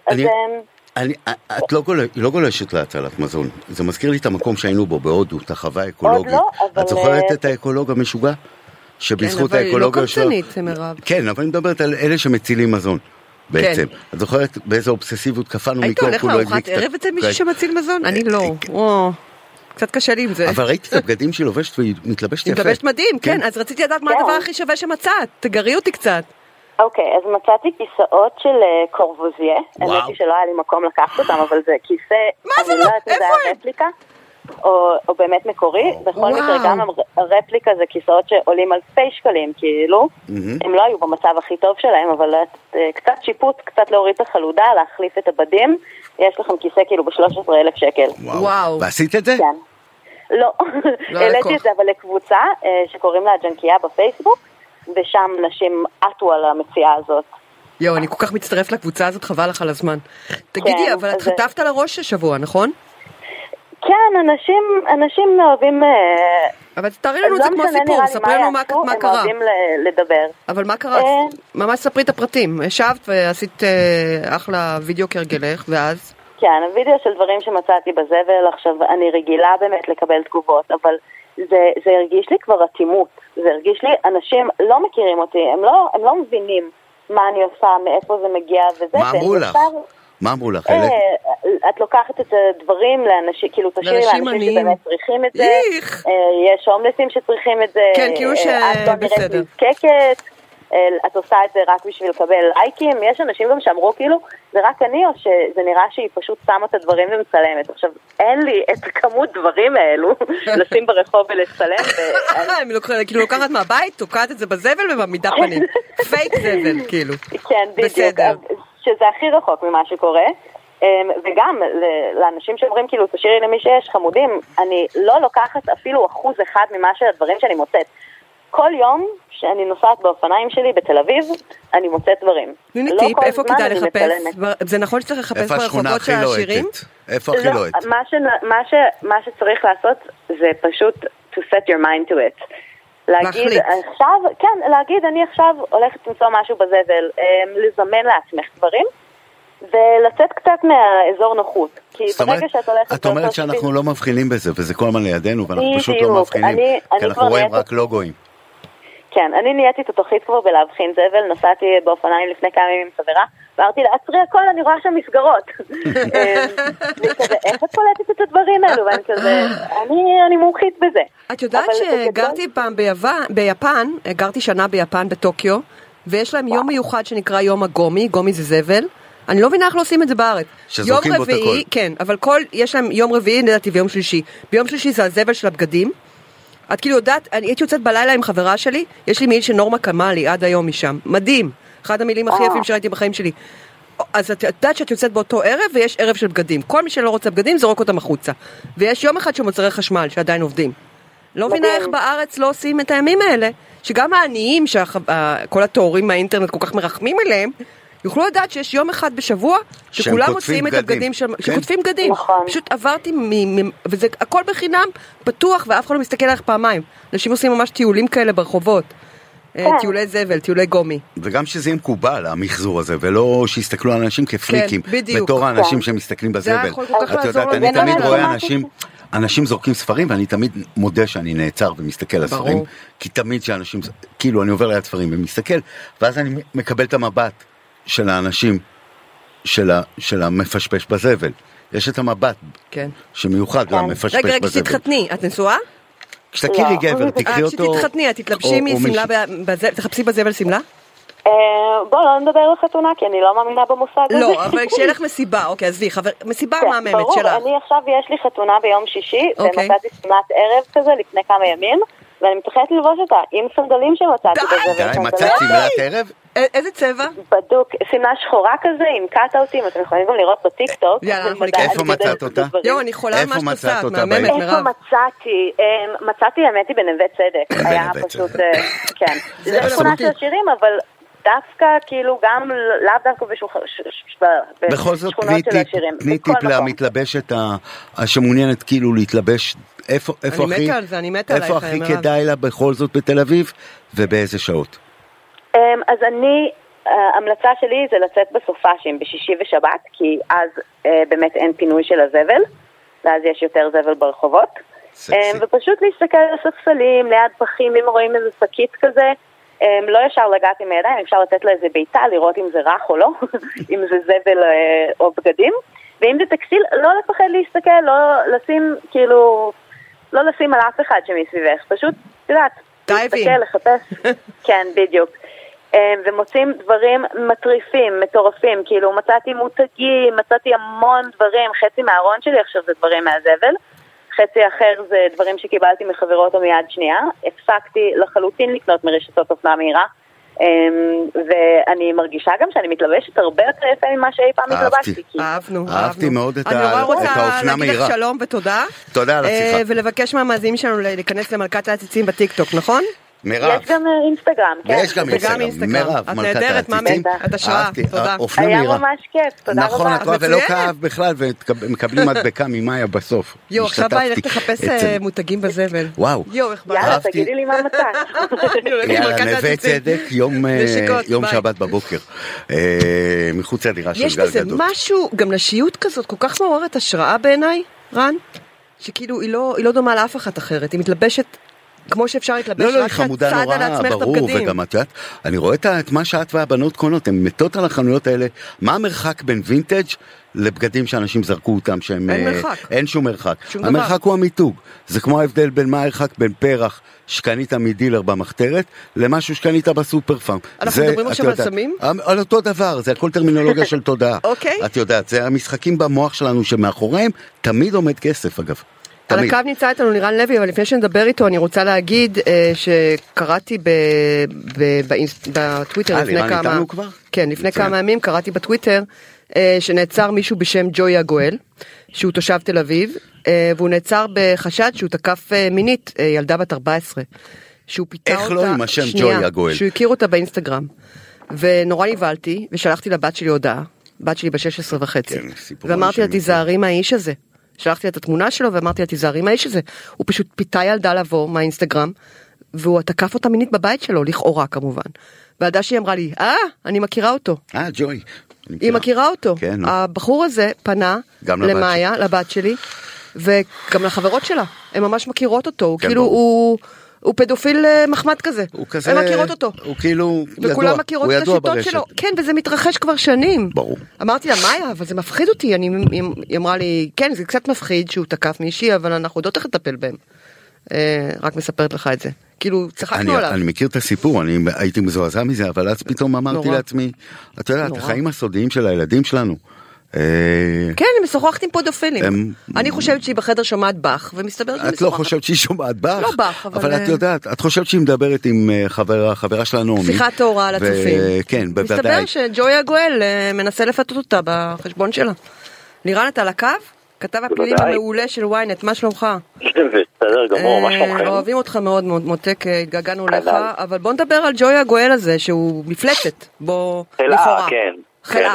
את לא גולשת להצלת מזון. זה מזכיר לי את המקום שהיינו בו בהודו, את החווה האקולוגית. את זוכרת את האקולוג המשוגע? שבזכות האקולוגיה שלו... כן, אבל היא לא קמצנית, מירב. כן, אבל אני מדברת על אלה שמצילים מזון. בעצם. את זוכרת באיזו אובססיביות קפנו מקור היית הולך לארוחת ערב אצל מישהו שמציל מזון? אני לא. קצת קשה לי עם זה. אבל ראיתי את הבגדים שהיא לובשת והיא מתלבשת יפה. מתלבשת מדהים, כן. אז רציתי לדעת מה הדבר הכי שווה שמצאת. תגרי אותי קצת. אוקיי, אז מצאתי כיסאות של קורבוזיה. האמת היא שלא היה לי מקום לקחת אותם, אבל זה כיסא... מה זה לא? איפה הם? רפליקה, או באמת מקורי. בכל מקרה גם הרפליקה זה כיסאות שעולים אלפי שקלים, כאילו. הם לא היו במצב הכי טוב שלהם, אבל קצת שיפוט, קצת להוריד את החלודה, להחליף את הבדים. יש לכם כיסא כאילו ב-13,000 שקל. וואו. ועשית את זה? כן. לא. העליתי את זה אבל לקבוצה שקוראים לה ג'נקייה בפייסבוק, ושם נשים עטו על המציאה הזאת. יו, אני כל כך מצטרף לקבוצה הזאת, חבל לך על הזמן. תגידי, אבל את חטפת על הראש השבוע, נכון? כן, אנשים אוהבים... אבל תראי לנו את זה כמו סיפור, ספרי לנו מה קרה. הם אוהבים לדבר. אבל מה קרה? ממש ספרי את הפרטים. ישבת ועשית אחלה וידאו כרגלך, ואז? כן, הוידאו של דברים שמצאתי בזבל, עכשיו אני רגילה באמת לקבל תגובות, אבל זה הרגיש לי כבר אטימות. זה הרגיש לי, אנשים לא מכירים אותי, הם לא מבינים מה אני עושה, מאיפה זה מגיע וזה. מה אמרו לך? מה אמרו לך? את לוקחת את הדברים לאנשים, כאילו תשאירי לאנשים שבאמת צריכים את זה. יש הומלסים שצריכים את זה. כן, כאילו שבסדר. את עושה את זה רק בשביל לקבל לייקים. יש אנשים גם שאמרו כאילו, זה רק אני, או שזה נראה שהיא פשוט שמה את הדברים ומצלמת. עכשיו, אין לי את כמות דברים האלו לשים ברחוב ולצלם. כאילו לוקחת מהבית, תוקעת את זה בזבל ומעמידה פנים. פייק זבל, כאילו. כן, בדיוק. שזה הכי רחוק ממה שקורה. וגם לאנשים שאומרים כאילו תשאירי למי שיש חמודים, אני לא לוקחת אפילו 1% ממה של הדברים שאני מוצאת. כל יום שאני נוסעת באופניים שלי בתל אביב, אני מוצאת דברים. תני לי טיפ, איפה כדאי לחפש? זה נכון שצריך לחפש ברחובות של העשירים? איפה הכי לוהט? מה שצריך לעשות זה פשוט to set your mind to it. להגיד עכשיו, כן, להגיד אני עכשיו הולכת למצוא משהו בזבל, לזמן לעצמך דברים, ולצאת קצת מהאזור נוחות. כי ברגע שאת הולכת... את אומרת שאנחנו לא מבחינים בזה, וזה כל הזמן לידינו, ואנחנו פשוט לא מבחינים, כי אנחנו רואים רק לוגויים. כן, אני נהייתי את התוכנית כבר בלהבחין זבל, נסעתי באופניים לפני כמה ימים עם חברה, ואמרתי לה, עצרי הכל, אני רואה שם מסגרות. וכזה, איך את קולטת את הדברים האלו? ואני כזה, אני מומחית בזה. את יודעת שגרתי פעם ביפן, גרתי שנה ביפן בטוקיו, ויש להם יום מיוחד שנקרא יום הגומי, גומי זה זבל. אני לא מבינה איך לא עושים את זה בארץ. שזורקים בו את הכל. כן, אבל יש להם יום רביעי, נדעתי, ויום שלישי. ביום שלישי זה הזבל של הבגדים. את כאילו יודעת, אני הייתי יוצאת בלילה עם חברה שלי, יש לי מיל שנורמה קמה לי עד היום משם. מדהים. אחד המילים הכי יפים שראיתי בחיים שלי. אז את יודעת שאת יוצאת באותו ערב, ויש ערב של בגדים. כל מי שלא רוצה בגדים, זורק אותם החוצה. ויש יום אחד שמוצרי חשמל, שעדיין עובדים. לא מבינה איך בארץ לא עושים את הימים האלה, שגם העניים, שכל התיאורים מהאינטרנט כל כך מרחמים אליהם, יוכלו לדעת שיש יום אחד בשבוע שכולם מוציאים את הבגדים שכותבים בגדים. פשוט עברתי, וזה הכל בחינם, פתוח, ואף אחד לא מסתכל עליך פעמיים. אנשים עושים ממש טיולים כאלה ברחובות. טיולי זבל, טיולי גומי. וגם שזה יהיה מקובל, המחזור הזה, ולא שיסתכלו על אנשים כפריקים, בתור האנשים שמסתכלים בזבל. את יודעת, אני תמיד רואה אנשים זורקים ספרים, ואני תמיד מודה שאני נעצר ומסתכל על ספרים, כי תמיד שאנשים, כאילו אני עובר ליד ספרים ומסתכל, ואז אני מקבל את המבט של האנשים, של המפשפש בזבל. יש את המבט שמיוחד למפשפש בזבל. רגע, כשתתחתני, את נשואה? כשתכירי גבר, תקרי אותו... כשתתחתני, את תתלבשי מסמלה, תחפשי בזבל סמלה? בוא, לא נדבר על חתונה, כי אני לא מאמינה במושג הזה. לא, אבל כשיהיה לך מסיבה, אוקיי, עזבי, מסיבה מהממת שלה. ברור, אני עכשיו יש לי חתונה ביום שישי, ומצאתי סמלת ערב כזה לפני כמה ימים, ואני מתחילת ללבוש אותה עם סנדלים שמצאתי בזה. די, מצאת סמלת ערב? איזה צבע? בדוק, סמלה שחורה כזה עם קאט-אוטים, אתם יכולים גם לראות בטיקטוק. איפה מצאת אותה? יו, אני חולה ממש תוסעת, מהממת, מירב. איפה מצאתי, האמת היא בנווה צדק. היה פשוט, כן. זה שכונה של השירים, אבל דווקא כאילו גם לאו דווקא בכל זאת, תני טיפ למתלבשת שמעוניינת כאילו להתלבש, איפה הכי כדאי לה בכל זאת בתל אביב ובאיזה שעות? אז ההמלצה שלי זה לצאת בסופשים בשישי ושבת, כי אז באמת אין פינוי של הזבל, ואז יש יותר זבל ברחובות, ופשוט להסתכל על הספסלים, ליד פחים, אם רואים איזה שקית כזה, לא ישר לגעת עם הידיים, אפשר לתת לה איזה ביתה, לראות אם זה רך או לא, אם זה זבל או בגדים, ואם זה טקסטיל, לא לפחד להסתכל, לא לשים, כאילו, לא לשים על אף אחד שמסביבך, פשוט, תדעת, להסתכל, לחפש, כן, בדיוק. ומוצאים דברים מטריפים, מטורפים, כאילו מצאתי מותגים, מצאתי המון דברים, חצי מהארון שלי עכשיו זה דברים מהזבל, חצי אחר זה דברים שקיבלתי מחברות או מיד שנייה, הפסקתי לחלוטין לקנות מרשתות אופנה מהירה, ואני מרגישה גם שאני מתלבשת הרבה יותר יפה ממה שאי פעם התלבשתי. אהבתי מאוד את האופנה מהירה. אני רוצה להגיד לך שלום ותודה. תודה על השיחה. ולבקש מהמאזינים שלנו להיכנס למלכת העציצים בטיקטוק, נכון? מירב. יש גם אינסטגרם, כן. יש גם אינסטגרם. מירב, מלכת העציצים. את השראה, תודה. היה ממש כיף, תודה רבה. נכון, ולא כאב בכלל, ומקבלים מדבקה ממאיה בסוף. יו, עכשיו בואי לך תחפש מותגים בזבל. וואו. יאללה, תגידי לי מה מצאת. יאללה, נווה צדק, יום שבת בבוקר. מחוץ לדירה של גל גדות. יש בזה משהו, גם נשיות כזאת, כל כך מעוררת השראה בעיניי, רן, שכאילו היא לא דומה לאף אחת אחרת. היא מתלבשת כמו שאפשר להתלבש, רק שהצד על עצמך בבגדים. וגם את יודעת, אני רואה את מה שאת והבנות קונות, הן מתות על החנויות האלה. מה המרחק בין וינטג' לבגדים שאנשים זרקו אותם שהם... אין מרחק. אין שום מרחק. המרחק הוא המיתוג. זה כמו ההבדל בין מה המרחק בין פרח שקנית מדילר במחתרת, למשהו שקנית בסופר פארם. אנחנו מדברים עכשיו על סמים? על אותו דבר, זה הכל טרמינולוגיה של תודעה. אוקיי. את יודעת, זה המשחקים במוח שלנו שמאחוריהם תמיד עומד כסף אגב. על הקו נמצא איתנו לירן לוי, אבל לפני שנדבר איתו אני רוצה להגיד שקראתי בטוויטר לפני כמה ימים, קראתי בטוויטר שנעצר מישהו בשם ג'וי הגואל, שהוא תושב תל אביב, והוא נעצר בחשד שהוא תקף מינית ילדה בת 14, שהוא פיתה אותה, איך לא עם השם ג'וי הגואל? שהוא הכיר אותה באינסטגרם, ונורא נבהלתי, ושלחתי לבת שלי הודעה, בת שלי ב-16.5, ואמרתי לה תיזהרי מהאיש הזה, שלחתי את התמונה שלו ואמרתי לה תיזהרי מהאיש הזה, הוא פשוט פיתה ילדה לבוא מהאינסטגרם, והוא תקף אותה מינית בבית שלו, לכאורה כמובן, והילדה שהיא אמרה לי, אני מכירה אותו. ג'וי. היא מכירה אותו. הבחור הזה פנה למאיה, לבת שלי, וגם לחברות שלה. הן ממש מכירות אותו. הוא כאילו, הוא פדופיל מחמד כזה. הן מכירות אותו. הוא כאילו ידוע. וכולם מכירות את השיטות שלו. כן, וזה מתרחש כבר שנים. ברור. אמרתי לה, מאיה, אבל זה מפחיד אותי. היא אמרה לי, כן, זה קצת מפחיד שהוא תקף מישהי, אבל אנחנו יודעות איך לטפל בהם. רק מספרת לך את זה. כאילו, צחקנו עליו. אני מכיר את הסיפור, אני הייתי מזועזע מזה, אבל אז פתאום אמרתי לעצמי, את יודעת, החיים הסודיים של הילדים שלנו. כן, הם משוחחת עם פודופילים. אני חושבת שהיא בחדר שומעת בך, ומסתברת את לא חושבת שהיא שומעת בך? לא בך, אבל את יודעת, את חושבת שהיא מדברת עם חברה שלה נעמי. שיחת תאורה על הצופים. כן, בוודאי. מסתבר שג'וי הגואל מנסה לפתות אותה בחשבון שלה. לירן, אתה על הקו? כתב הפלילים המעולה של וויינט, מה שלומך? בסדר גמור, מה שלומכם? אוהבים אותך מאוד מאוד, מותק, התגעגענו לך, אבל בוא נדבר על ג'וי הגואל הזה, שהוא מפלצת, בוא לכאורה. כן,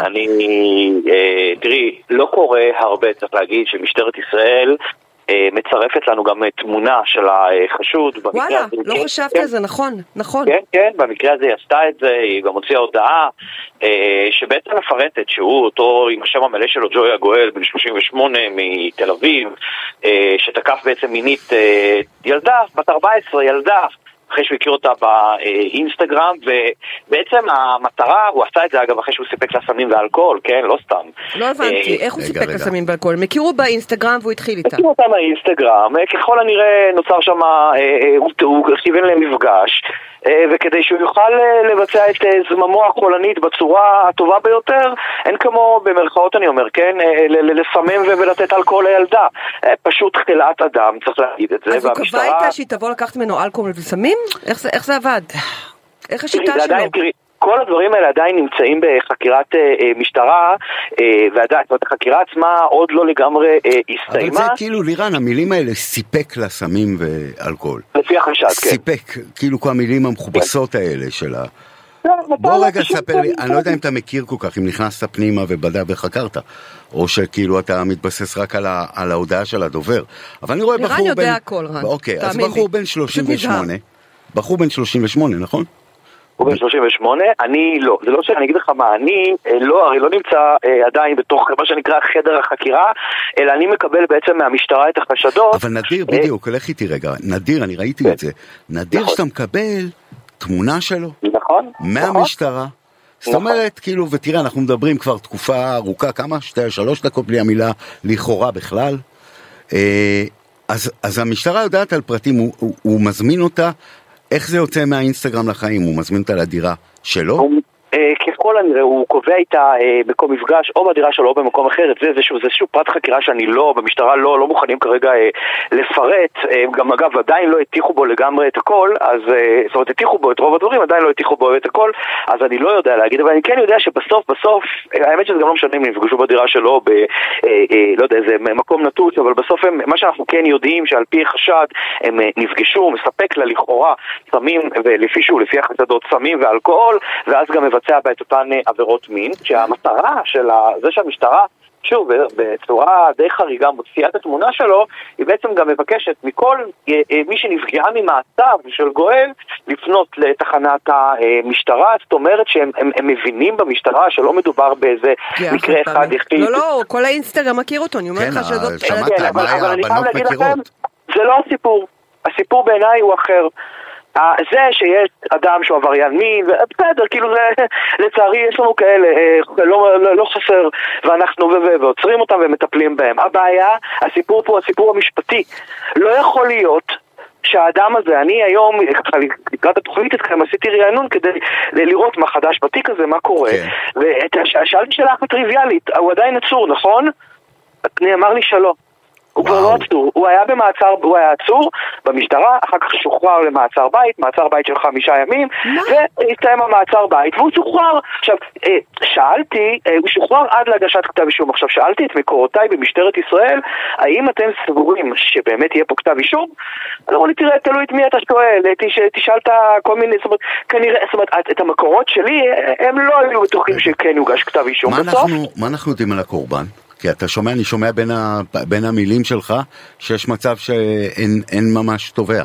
תראי, לא קורה הרבה, צריך להגיד, שמשטרת ישראל מצרפת לנו גם תמונה של החשוד. וואלה, לא חשבתי על זה, נכון. כן, במקרה הזה היא עשתה את זה, היא גם הוציאה הודעה שבעצם מפרטת שהוא אותו עם השם המלא שלו, ג'וי הגואל, בן 38 מתל אביב, שתקף בעצם מינית ילדה, בת 14, ילדה, אחרי שהוא הכיר אותה באינסטגרם, ובעצם המטרה, הוא עשה את זה אגב אחרי שהוא סיפק לה סמים ואלכוהל, כן, לא סתם. לא הבנתי, איך הוא סיפק לה סמים ואלכוהול? הם הכירו באינסטגרם והוא התחיל איתה. הכירו אותה באינסטגרם, ככל הנראה נוצר שם, הוא כיוון למפגש, וכדי שהוא יוכל לבצע את זממו החולנית בצורה הטובה ביותר, אין כמו במרכאות אני אומר, כן, לסמם ולתת אלכוהול לילדה. פשוט חלאת אדם, צריך להגיד את זה. אז הוא קבע איתה שהיא תבוא לקחת ממנו אלכוהול וסמים? איך זה עבד? איך השיטה שלו? כל הדברים האלה עדיין נמצאים בחקירת משטרה, ועדיין, זאת אומרת, החקירה עצמה עוד לא לגמרי הסתיימה. אבל זה כאילו, לירן, המילים האלה סיפק לסמים ואלכוהול. לפי החשד, כן. סיפק, כאילו כל המילים המכובסות האלה של ה... בוא רגע ספר לי, אני לא יודע אם אתה מכיר כל כך, אם נכנסת פנימה ובדק וחקרת, או שכאילו אתה מתבסס רק על ההודעה של הדובר. אבל אני רואה בחור בן... לירן יודע הכל, רן. אוקיי, אז בחור בן 38, בחור בן 38, נכון? הוא בן 38, אני לא, זה לא שאני אגיד לך מה, אני הרי לא נמצא עדיין בתוך מה שנקרא חדר החקירה, אלא אני מקבל בעצם מהמשטרה את החשדות. אבל נדיר, בדיוק, הולך איתי רגע, נדיר, אני ראיתי את זה, נדיר שאתה מקבל תמונה שלו, מהמשטרה, זאת אומרת, כאילו, ותראה, אנחנו מדברים כבר תקופה ארוכה, כמה? 3 דקות בלי המילה לכאורה בכלל, אז המשטרה יודעת על פרטים, הוא מזמין אותה, איך זה יוצא מהאינסטגרם לחיים? הוא מזמין אותה לדירה שלו? ככל הנראה הוא קובע איתה מקום מפגש או בדירה שלו או במקום אחר. זה איזשהו פרט חקירה שאני במשטרה לא מוכנים כרגע לפרט. גם אגב עדיין לא הטיחו בו לגמרי את הכל, אז זאת אומרת הטיחו בו את רוב הדברים, עדיין לא הטיחו בו את הכל, אז אני לא יודע להגיד, אבל אני כן יודע שבסוף האמת שזה גם לא משנה אם נפגשו בדירה שלו לא יודע איזה מקום נטוש, אבל בסוף מה שאנחנו כן יודעים שעל פי חשד הם נפגשו, מספק לה לכאורה סמים, ולפי החשדות סמים ואלכוהול, ואז גם מבצע בה את אותן עבירות מין, שהמטרה של זה שהמשטרה, שוב, בצורה די חריגה מוציאה את התמונה שלו, היא בעצם גם מבקשת מכל מי שנפגעה ממעשיו של גואל, לפנות לתחנת המשטרה. זאת אומרת שהם מבינים במשטרה שלא מדובר באיזה מקרה אחד יחיד. לא, כל האינסטגרם מכיר אותו, אני אומר לך שזאת... אבל אני חייב להגיד לכם, זה לא הסיפור. הסיפור בעיניי הוא אחר. זה שיש אדם שהוא עבריין מין, בסדר, כאילו זה, לצערי יש לנו כאלה, לא חסר, ואנחנו ועוצרים אותם ומטפלים בהם. הבעיה, הסיפור פה, הסיפור המשפטי, לא יכול להיות שהאדם הזה, אני היום, ככה לקראת התוכנית אתכם, עשיתי רענון כדי לראות מה חדש בתיק הזה, מה קורה, ושאלתי שאלה אחת טריוויאלית, הוא עדיין עצור, נכון? נאמר לי שלא. הוא כבר לא עצור, הוא היה במעצר, הוא היה עצור במשטרה, אחר כך שוחרר למעצר בית, מעצר בית של 5 ימים, והסתיים המעצר בית, והוא שוחרר. עכשיו, שאלתי, הוא שוחרר עד להגשת כתב אישום. עכשיו, שאלתי את מקורותיי במשטרת ישראל, האם אתם סבורים שבאמת יהיה פה כתב אישום? אני אומר לי, תראה, תלוי את מי אתה שואל, תשאלת כל מיני, זאת אומרת, כנראה, זאת אומרת, את המקורות שלי, הם לא היו בטוחים שכן יוגש כתב אישום. מה אנחנו יודעים על הקורבן? כי אתה שומע, אני שומע בין המילים שלך שיש מצב שאין ממש תובע.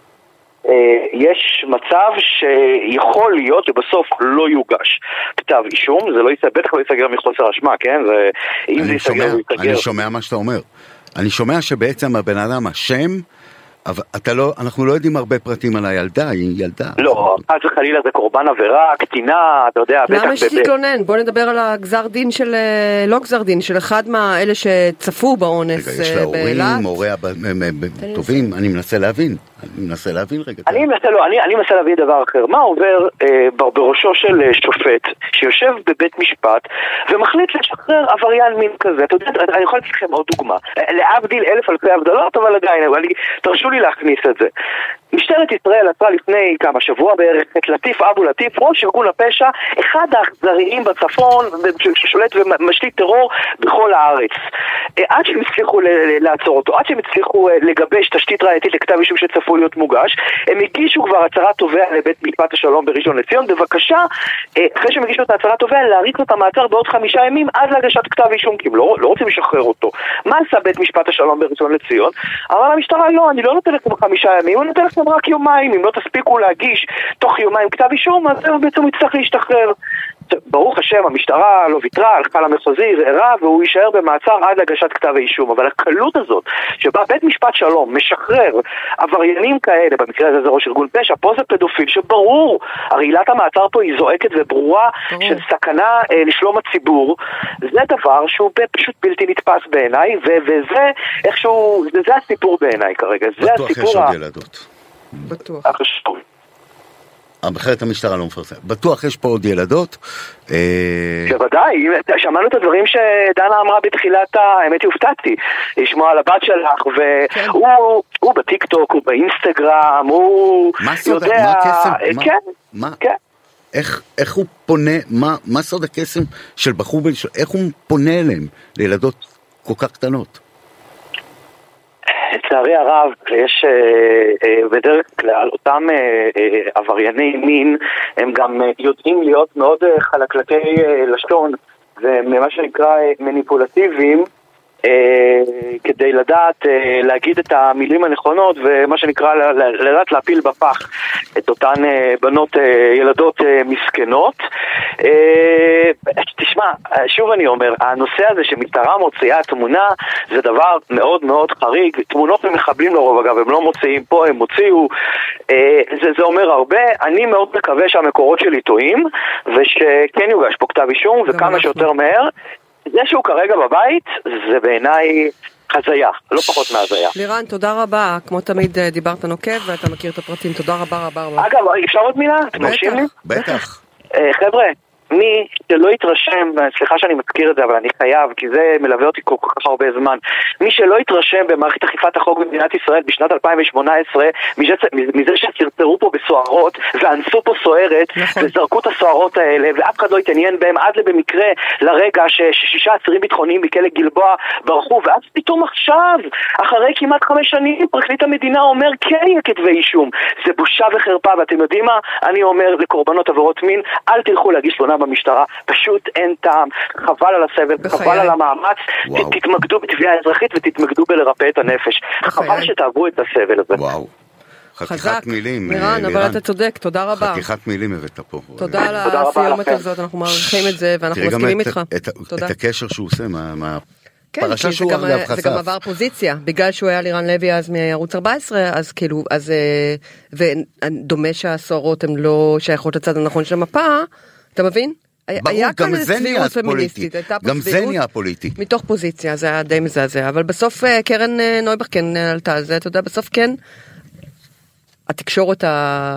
יש מצב שיכול להיות שבסוף לא יוגש כתב אישום, זה לא בטח לא ייסגר מחוסר אשמה, כן? אני שומע מה שאתה אומר. אני שומע שבעצם הבן אדם השם, אבל אנחנו לא יודעים הרבה פרטים על הילדה, היא ילדה. לא, אז חלילה זה קורבן עבירה, קטינה, אתה יודע. למה שתתלונן? בוא נדבר על הגזר דין של, לא גזר דין, של אחד מהאלה שצפו באונס באילת. יש לה הורים, הוריה טובים, אני מנסה להבין. רגע. אני מנסה להבין דבר אחר. מה עובר בראשו של שופט שיושב בבית משפט ומחליט לשחרר עבריין מין כזה? אתה יודע, אני יכול לתת לכם עוד דוגמה. להבדיל 1000 אלפי הבדלות, אבל עדיין, תרשו לי להכניס את זה. משטרת ישראל עצרה לפני כמה שבוע בערך את לטיף אבו לטיף, ראש ארגון הפשע, אחד האכזריים בצפון ששולט ומשליט טרור בכל הארץ. עד שהם הצליחו לעצור אותו, עד שהם הצליחו לגבש תשתית ראייתית לכתב אישום שצפו להיות מוגש, הם הגישו כבר הצהרת תובע לבית משפט השלום בראשון לציון, בבקשה, אחרי שהם הגישו את הצהרת תובע, להאריך את המעצר בעוד 5 ימים עד להגשת כתב אישום, כי הם לא רוצים לשחרר אותו. מה עשה בית משפט השלום בראשון לציון? אבל המשטרה לא, אני לא נותן לכם 5 ימים, אני נותן לכם רק יומיים, אם לא תספיקו להגיש תוך יומיים כתב אישום, אז הוא בעצם יצטרך להשתחרר. ברוך השם, המשטרה לא ויתרה, הלכה למחוזי, ראה, והוא יישאר במעצר עד להגשת כתב האישום. אבל הקלות הזאת, שבה בית משפט שלום משחרר עבריינים כאלה, במקרה הזה זה ראש ארגון פשע, פה זה פדופיל, שברור, עילת המעצר פה היא זועקת וברורה של סכנה לשלום הציבור, זה דבר שהוא פשוט בלתי נתפס בעיניי, וזה איכשהו, זה הסיפור בעיניי כרגע. בטוח יש עוד ילדות. בטוח. אחרת המשטרה לא מפרסם. בטוח יש פה עוד ילדות. בוודאי, שמענו את הדברים שדנה אמרה בתחילת, האמת הופתעתי, לשמוע על הבת שלך, והוא בטיקטוק, הוא באינסטגרם, הוא יודע... מה הקסם? כן. איך הוא פונה, מה סוד הקסם של בחור בן איך הוא פונה אליהם, לילדות כל כך קטנות? לצערי הרב, יש בדרך כלל אותם עברייני מין, הם גם יודעים להיות מאוד חלקלקי לשון, ומה שנקרא מניפולטיביים, כדי לדעת להגיד את המילים הנכונות, ומה שנקרא לדעת להפיל בפח את אותן בנות, ילדות מסכנות. תשמע, שוב אני אומר, הנושא הזה שמשטרה מוציאה תמונה זה דבר מאוד מאוד חריג. תמונות ממחבלים לרוב, אגב, הם לא מוציאים פה, הם מוציאו, זה אומר הרבה. אני מאוד מקווה שהמקורות שלי טועים, ושכן יוגש פה כתב אישום, וכמה שיותר מהר. זה שהוא כרגע בבית, זה בעיניי חזיה, לא פחות מהזיה. לירן, תודה רבה. כמו תמיד דיברת נוקב, ואתה מכיר את הפרטים. תודה רבה רבה. אגב, אפשר עוד מילה? אתם מרשים לי? בטח. חבר'ה, מי שלא יתרשם, סליחה שאני מזכיר את זה, אבל אני חייב, כי זה מלווה אותי כל כך הרבה זמן, מי שלא יתרשם במערכת אכיפת החוק במדינת ישראל בשנת 2018, מזה שצרצרו פה בסוערות, ואנסו פה סוערת, וזרקו את הסוערות האלה, ואף אחד לא התעניין בהם, עד במקרה לרגע ש6 אסירים ביטחוניים בכלא גלבוע ברחו, ואז פתאום עכשיו, אחרי כמעט 5 שנים, פרקליט המדינה אומר, כן יהיה כתבי אישום. זה בושה וחרפה, ואתם יודעים מה? אני אומר לקורבנות עבירות מין, אל תלכו להגיש תלונה במשטרה, פשוט אין טעם, חבל על הסבל, חבל על המאמץ, תתמקדו בתביעה אזרחית ותתמקדו בלרפא את הנפש. חבל שתעברו את הסבל הזה. וואו. חתיכת מילים. לירן, אבל אתה צודק, תודה רבה. חתיכת מילים הבאת פה. תודה על הסיומת הזאת, אנחנו מעריכים את זה ואנחנו מסכימים איתך. את הקשר שהוא עושה פרשה שהוא אגב חשף. זה גם עבר פוזיציה, בגלל שהוא היה לירן לוי אז מערוץ 14, אז כאילו, ודומה שהסוהרות הן לא שייכות לצד הנכון של המפה, אתה מבין? ברור, גם זה נהיה פוליטי. גם זה נהיה פוליטי. מתוך פוזיציה, זה היה די מזעזע, אבל בסוף קרן נויבך כן עלתה על זה, אתה יודע, בסוף כן, התקשורת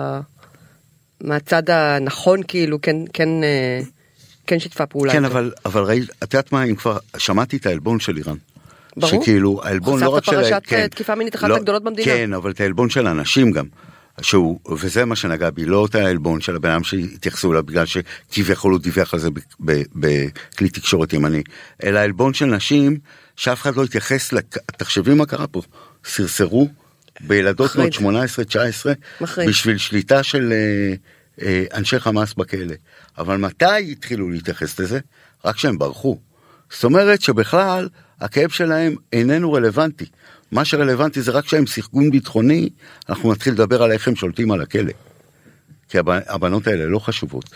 מהצד הנכון כאילו, כן שיתפה פעולה. כן, אבל ראית, את יודעת מה, אם כבר שמעתי את האלבון של איראן. ברור. שכאילו, האלבון לא רק של... חשפת פרשת תקיפה מינית אחת הגדולות במדינה. כן, אבל את האלבון של האנשים גם. וזה מה שנגע בי, לא את האלבון של הבן אדם שהתייחסו אליו בגלל שכביכול הוא דיווח על זה בכלי תקשורת ימני, אלא האלבון של נשים שאף אחד לא התייחס, תחשבי מה קרה פה, סרסרו בילדות בנות 18-19 בשביל שליטה של אנשי חמאס בכלא. אבל מתי התחילו להתייחס לזה? רק שהם ברחו. זאת אומרת שבכלל הכאב שלהם איננו רלוונטי. מה שרלוונטי זה רק שהם שיחקון ביטחוני, אנחנו נתחיל לדבר על איך הם שולטים על הכלא. כי הבנות האלה לא חשובות.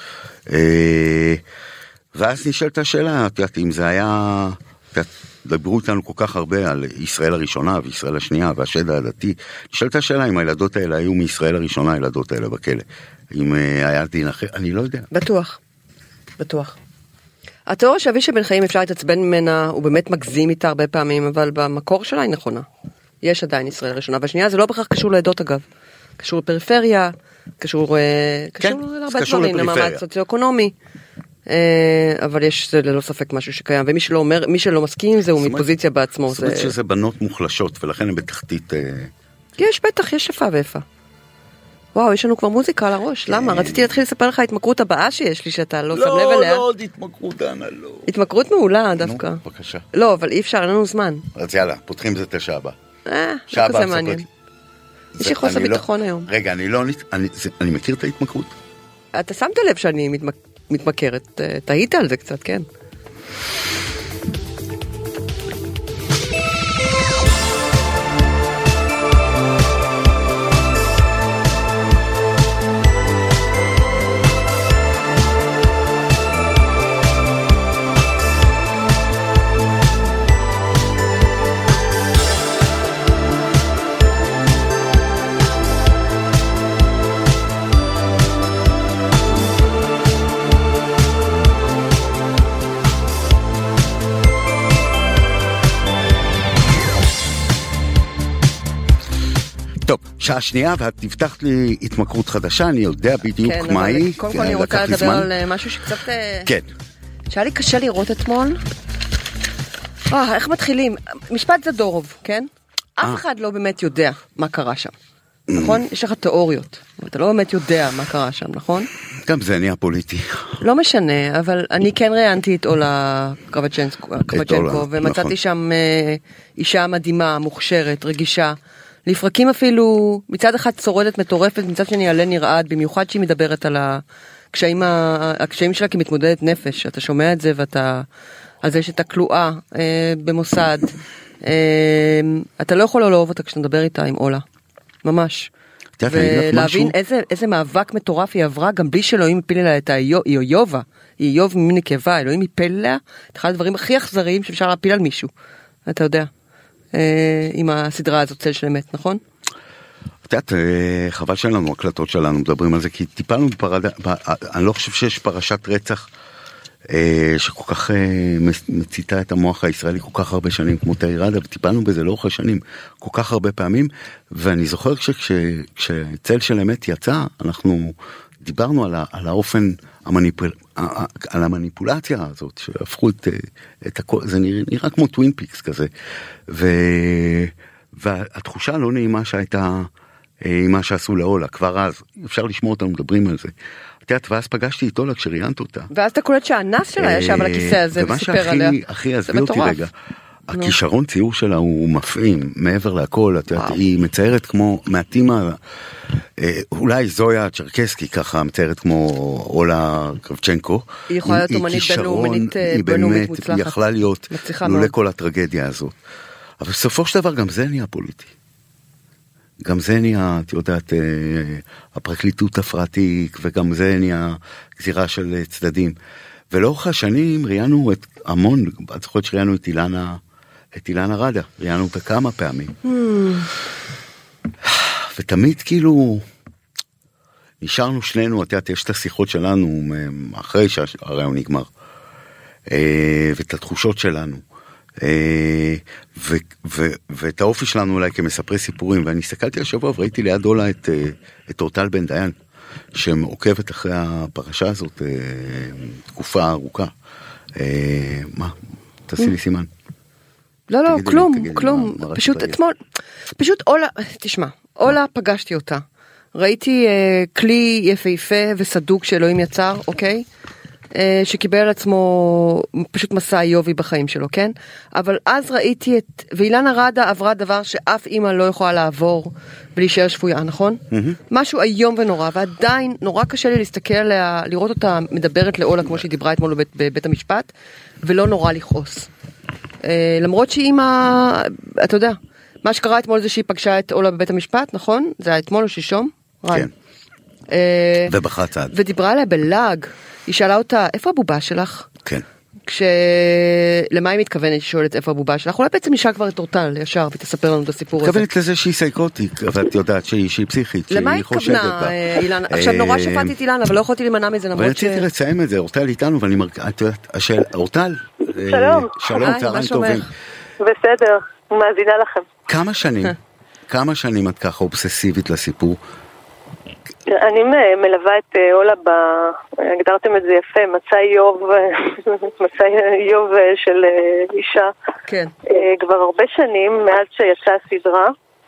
ואז נשאלת השאלה, אם זה היה... דברו איתנו כל כך הרבה על ישראל הראשונה וישראל השנייה והשד העדתי. נשאלת השאלה אם הילדות האלה היו מישראל הראשונה, הילדות האלה בכלא. אם היה דין אחר, אני לא יודע. בטוח. התיאוריה שאבישי בן חיים אפשר להתעצבן ממנה, הוא באמת מגזים איתה הרבה פעמים, אבל במקור שלה היא נכונה. יש עדיין ישראל ראשונה, והשנייה זה לא בכך קשור לעדות אגב. קשור לפריפריה, קשור להרבה דברים, למעמד סוציו-אקונומי. אבל יש זה ללא ספק משהו שקיים, ומי שלא מסכים עם זה הוא מפוזיציה בעצמו. זאת אומרת שזה בנות מוחלשות, ולכן הן בתחתית... יש בטח, יש שפה ואיפה. וואו, יש לנו כבר מוזיקה על הראש, למה? רציתי להתחיל לספר לך ההתמכרות הבאה שיש לי, שאתה לא שם לב אליה. לא, עוד התמכרות, אנה, לא. התמכרות מעולה דווקא. נו, בבקשה. לא, אבל אי אפשר, אין לנו זמן. אז יאללה, פותחים זה את השעה הבאה. לא כזה מעניין. יש לי חוסר ביטחון היום. רגע, אני מכיר את ההתמכרות. אתה שמת לב שאני מתמכרת, תהית על זה קצת, כן? שעה שנייה, ואת תפתחת לי התמכרות חדשה, אני יודע בדיוק מה היא. קודם כל אני רוצה לדבר על משהו שקצת... כן. שהיה לי קשה לראות אתמול. איך מתחילים? משפט זדורוב, כן? אף אחד לא באמת יודע מה קרה שם. נכון? יש לך תיאוריות. אתה לא באמת יודע מה קרה שם, נכון? גם זה נהיה פוליטי. לא משנה, אבל אני כן ראיינתי את אולה קרבצ'נקו, ומצאתי שם אישה מדהימה, מוכשרת, רגישה. לפרקים אפילו, מצד אחד צורדת מטורפת, מצד שני עלה נרעד, במיוחד שהיא מדברת על הקשיים שלה כמתמודדת נפש. אתה שומע את זה ואתה, על זה שאתה כלואה במוסד. אתה לא יכול לא לאהוב אותה כשאתה מדבר איתה עם אולה. ממש. ולהבין איזה מאבק מטורף היא עברה, גם בלי שאלוהים יפיל אליה את האיובה. היא איוב ממין נקבה, אלוהים יפיל אליה את אחד הדברים הכי אכזריים שאפשר להפיל על מישהו. אתה יודע. עם הסדרה הזאת צל של אמת, נכון? את יודעת, חבל שאין לנו הקלטות שלנו מדברים על זה, כי טיפלנו אני לא חושב שיש פרשת רצח שכל כך מציתה את המוח הישראלי כל כך הרבה שנים כמו תאירדה, וטיפלנו בזה לאורך השנים כל כך הרבה פעמים, ואני זוכר כשצל של אמת יצא, אנחנו דיברנו על האופן על המניפולציה הזאת, שהפכו את הכל, זה נראה כמו טווין פיקס כזה, והתחושה לא נעימה שהייתה עם מה שעשו לאולה, כבר אז, אפשר לשמוע אותנו מדברים על זה. ואז פגשתי איתו לה כשראיינת אותה. ואז אתה קולט שהאנס שלה ישב על הכיסא הזה וסיפר עליה. ומה שהכי עזבי אותי רגע, הכישרון ציור שלה הוא מפעים, מעבר להכל, היא מציירת כמו מעטים, אולי זויה צ'רקסקי ככה מציירת כמו אולה קרבצ'נקו. היא יכולה להיות אומנית בינלאומית מוצלחת. היא יכלה להיות לולא כל הטרגדיה הזאת. אבל בסופו של דבר גם זה נהיה פוליטי. גם זה נהיה, את יודעת, הפרקליטות הפרעתיק, וגם זה נהיה גזירה של צדדים. ולאורך השנים ראיינו את המון, את זוכרת שראיינו את אילנה את אילנה רדה, ראיינו אותה כמה פעמים. ותמיד כאילו, נשארנו שנינו, יש את השיחות שלנו, אחרי שהרעיון נגמר, ואת התחושות שלנו, ואת האופי שלנו אולי כמספרי סיפורים, ואני הסתכלתי השבוע וראיתי ליד אולה את אורטל בן דיין, שעוקבת אחרי הפרשה הזאת תקופה ארוכה. מה? תעשי לי סימן. לא, כלום. פשוט אתמול, אולה, תשמע, אולה פגשתי אותה. ראיתי כלי יפהפה וסדוק שאלוהים יצר, אוקיי? שקיבל על עצמו פשוט מסע יובי בחיים שלו, כן? אבל אז ראיתי ואילנה רדה עברה דבר שאף אימא לא יכולה לעבור ולהישאר שפויה, נכון? משהו היום ונורא, ועדיין נורא קשה לי להסתכל עליה, לראות אותה מדברת לאולה כמו שהיא דיברה אתמול בבית המשפט, ולא נורא לכעוס. למרות שאימא, אתה יודע, מה שקרה אתמול זה שהיא פגשה את אולה בבית המשפט, נכון? זה היה אתמול או שישום? כן. ובחרה צעד. ודיברה עליה בלאג. היא שאלה אותה, איפה הבובה שלך? כן. למה היא מתכוונת? היא שואלת איפה הבובה שלך? אולי בעצם נשאר כבר את אורטל ישר ותספר לנו את הסיפור הזה. מתכוונת לזה שהיא סייקוטית, אבל את יודעת שהיא פסיכית. למה היא התכוונה, אילנה? עכשיו נורא שפעתי את אילנה, אבל לא יכולתי להימנע מזה. אבל רציתי לציין את זה, אורטל איתנו, ואני את יודעת, אורטל, שלום, צהריים טובים. בסדר, מאזינה לכם. כמה שנים את ככה אובססיבית לסיפור? אני מלווה את אולה, הגדרתם את זה יפה, מצא איוב של אישה. כן. כבר הרבה שנים, מאז שיצאה הסדרה,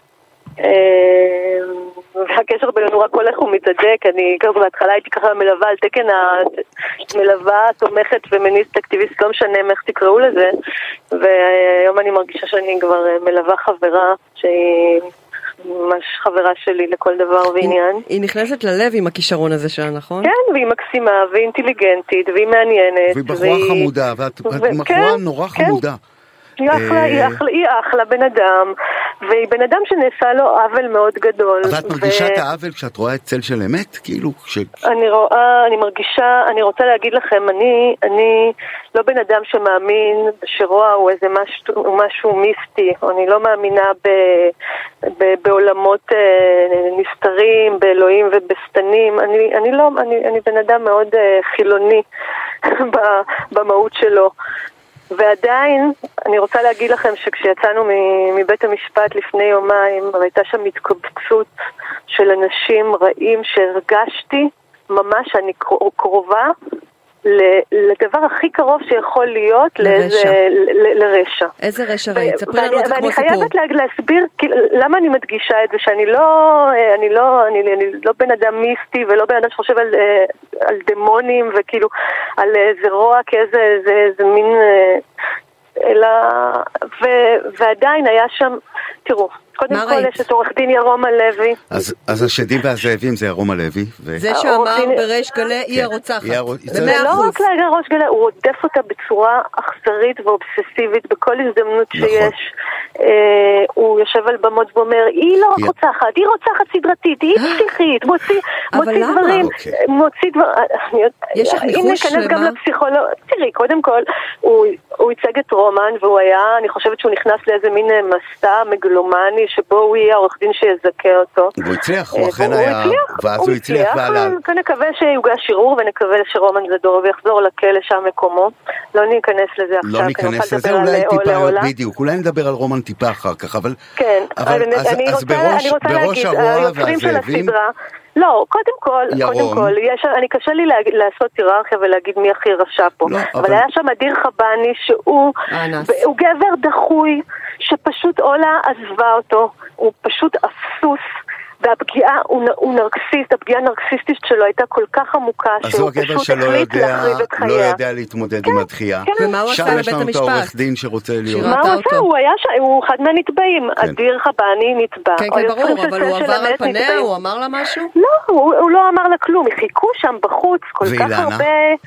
והקשר בינינו רק הולך ומתהדק. אני ככה בהתחלה הייתי ככה מלווה על תקן המלווה, תומכת, פמיניסט, אקטיביסט, לא משנה איך תקראו לזה, והיום אני מרגישה שאני כבר מלווה חברה שהיא ממש חברה שלי לכל דבר ועניין. היא נכנסת ללב עם הכישרון הזה שלה, נכון? כן, והיא מקסימה, והיא אינטליגנטית, והיא מעניינת. והיא בחורה חמודה, ואת בחורה נורא חמודה. היא אחלה בן אדם, והיא בן אדם שנעשה לו עוול מאוד גדול. אבל את מרגישה את העוול כשאת רואה את צל של אמת? כאילו, אני מרגישה, אני רוצה להגיד לכם, אני לא בן אדם שמאמין שרוע הוא איזה משהו מיסטי, אני לא מאמינה בעולמות נסתרים, באלוהים ובסתנים, אני בן אדם מאוד חילוני במהות שלו. ועדיין, אני רוצה להגיד לכם שכשיצאנו מבית המשפט לפני יומיים, הייתה שם התקבצות של אנשים רעים שהרגשתי ממש שאני קרובה לדבר הכי קרוב שיכול להיות לרשא. איזה רשע ראית? ספרי לנו את זה כמו סיפור. ואני חייבת להסביר למה אני מדגישה את זה, שאני לא בן אדם מיסטי ולא בן אדם שחושב על דמונים וכאילו על איזה רוע כאיזה מין, אלא ועדיין היה שם, תראו, קודם כל יש את עורך דין ירום הלוי. אז השדים והזאבים זה ירום הלוי. זה שאמר בריש גלי היא הרוצחת. זה לא רק לראש גלי, הוא רודף אותה בצורה אכזרית ואובססיבית בכל הזדמנות שיש. הוא יושב על במות ואומר, היא לא רק רוצחת, היא רוצחת סדרתית, היא פסיכית, מוציא דברים, יש לך ניחוש אם ניכנס גם לפסיכולוג, תראי, קודם כל, הוא ייצג את רומן, והוא היה, אני חושבת שהוא נכנס לאיזה מין מסע מגלומני, שבו הוא יהיה העורך דין שיזכה אותו. והוא הצליח, הוא אכן היה, ואז הוא הצליח, נקווה שיוגש ערעור, ונקווה שרומן זדורוב יחזור לכלא שם מקומו. לא ניכנס לזה עכשיו. לא ניכנס לזה, אולי טיפה, בדיוק, אולי נדבר על רומן טיפה אחר כך, אבל... כן, אז בראש הרוע והזאבים... לא, קודם כל, אני קשה לי לעשות היררכיה ולהגיד מי הכי רשע פה, אבל היה שם אדיר חבני שהוא גבר דחוי, שפשוט אולה עזבה אותו, הוא פשוט אפסוס, והפגיעה הוא נרקסיסט, הפגיעה הנרקסיסטית שלו הייתה כל כך עמוקה, שהוא פשוט החליט להחריב את חייה. לא יודע להתמודד עם התחייה. ומה הוא עשה לבית המשפט? שם יש לנו את העורך דין שרוצה להיות. מה הוא עשה? הוא אחד מהנתבעים. אדיר חבני נתבע. כן, ברור, אבל הוא עבר על פניה, הוא אמר לה משהו? לא, הוא לא אמר לה כלום, היא חיכו שם בחוץ כל כך הרבה.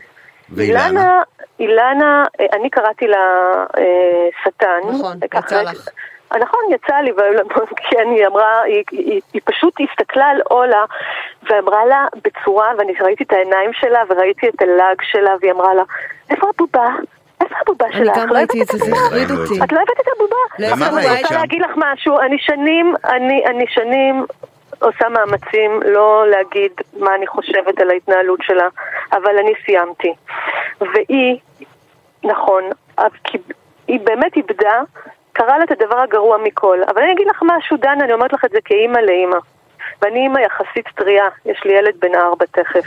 אילנה, אני קראתי לה שטן. נכון, יצא לך. נכון, יצא לי, כי אני אמרה, היא פשוט הסתכלה על אולה, ואמרה לה בצורה, ואני ראיתי את העיניים שלה, וראיתי את הלג שלה, והיא אמרה לה, איפה הבובה? איפה הבובה שלך? אני גם ראיתי את זה, זה החריד אותי. את לא הבאת את הבובה? אני רוצה להגיד לך משהו, אני שנים עושה מאמצים לא להגיד מה אני חושבת על ההתנהלות שלה, אבל אני סיימתי. והיא, נכון, היא באמת איבדה, קרא לה את הדבר הגרוע מכל. אבל אני אגיד לך משהו, דנה, אני אומרת לך את זה כאימא לאימא. ואני אימא יחסית טריה, יש לי ילד בן 4 תכף.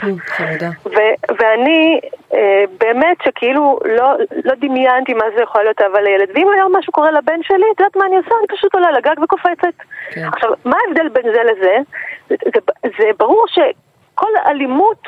ואני באמת שכאילו לא דמיינתי מה זה יכול להיות אהבה לילד. ואם היום משהו קורה לבן שלי, את יודעת מה אני עושה? אני פשוט עולה לגג וקופצת. עכשיו, מה ההבדל בין זה לזה? זה ברור שכל אלימות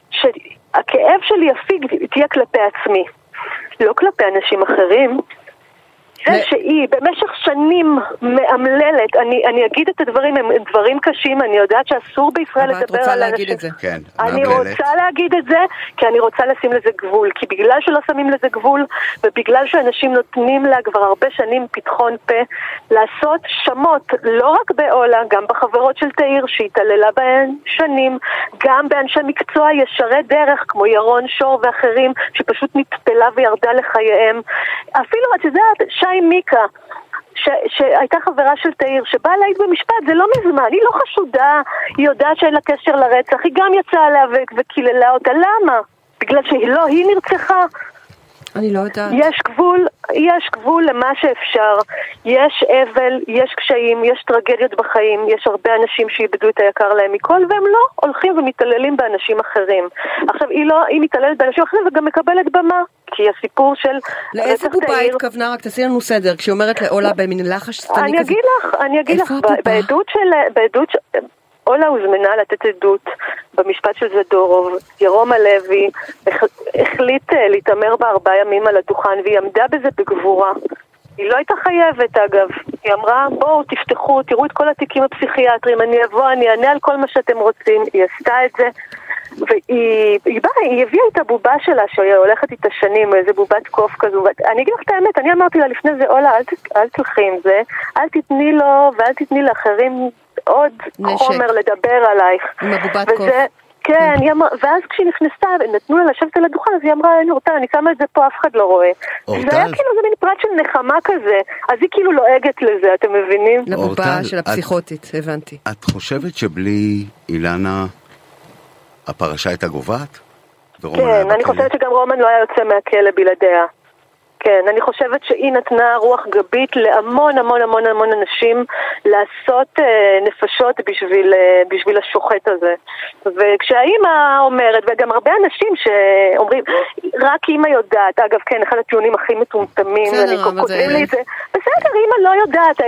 שהכאב שלי יפיג תהיה כלפי עצמי. לא כלפי אנשים אחרים. זה שהיא במשך שנים מאמללת, אני אגיד את הדברים, הם דברים קשים, אני יודעת שאסור בישראל לדבר על אנשים. אני רוצה להגיד את זה, כי אני רוצה לשים לזה גבול, כי בגלל שלא שמים לזה גבול, ובגלל שאנשים נותנים לה כבר הרבה שנים פתחון פה, לעשות שמות, לא רק באולה, גם בחברות של תאיר, שהתעללה בהן שנים, גם באנשי מקצוע ישרי דרך, כמו ירון שור ואחרים, שפשוט נטפלה וירדה לחייהם. אפילו, את יודעת, שי מיקה, שהייתה חברה של תאיר, שבאה להעיד במשפט, זה לא מזמן, היא לא חשודה, היא יודעת שאין לה קשר לרצח, היא גם יצאה להיאבק וקיללה אותה, למה? בגלל היא נרצחה. אני לא יודעת. יש גבול למה שאפשר, יש אבל, יש קשיים, יש טרגדיות בחיים, יש הרבה אנשים שאיבדו את היקר להם מכל, והם לא הולכים ומתעללים באנשים אחרים. עכשיו, היא מתעללת באנשים אחרים וגם מקבלת במה, כי הסיפור של... לאיזה בובה התכוונה? רק תעשי לנו סדר, כשהיא אומרת לאולה במין לחש שטני כזה. אני אגיד לך, בעדות אולה הוזמנה לתת עדות במשפט של זדורוב. ירום הלוי החליט להתאמר ב4 ימים על הדוכן, והיא עמדה בזה בגבורה. היא לא הייתה חייבת, אגב. היא אמרה, בואו תפתחו, תראו את כל התיקים הפסיכיאטריים, אני אבוא, אני אענה על כל מה שאתם רוצים. היא עשתה את זה, והיא הביאה את הבובה שלה, שהיא הולכת איתה שנים, איזה בובת קוף כזו. אני אגיד לך את האמת, אני אמרתי לה לפני זה, אולה, אל תלכי עם זה, אל תתני לו ואל תתני לאחרים עוד חומר לדבר עלייך. עם הבובת קוף. כן, ואז כשהיא נכנסה, נתנו לה לשבת על הדוכן, אז היא אמרה, אני שמה את זה פה, אף אחד לא רואה. זה היה כאילו זה מין פרט של נחמה כזה, אז היא כאילו לועגת לזה, אתם מבינים? לבובה של הפסיכוטית, הבנתי. את חושבת שבלי אילנה הפרשה הייתה גובעת? כן, אני חושבת שגם רומן לא היה יוצא מהכלא בלעדיה. כן, אני חושבת שהיא נתנה רוח גבית להמון המון המון המון אנשים לעשות נפשות בשביל השוחט הזה. וכשהאימא אומרת, וגם הרבה אנשים שאומרים, רק אימא יודעת, אגב כן, אחד הטיעונים הכי מטומטמים, כותבים לי את זה, בסדר, אימא לא יודעת,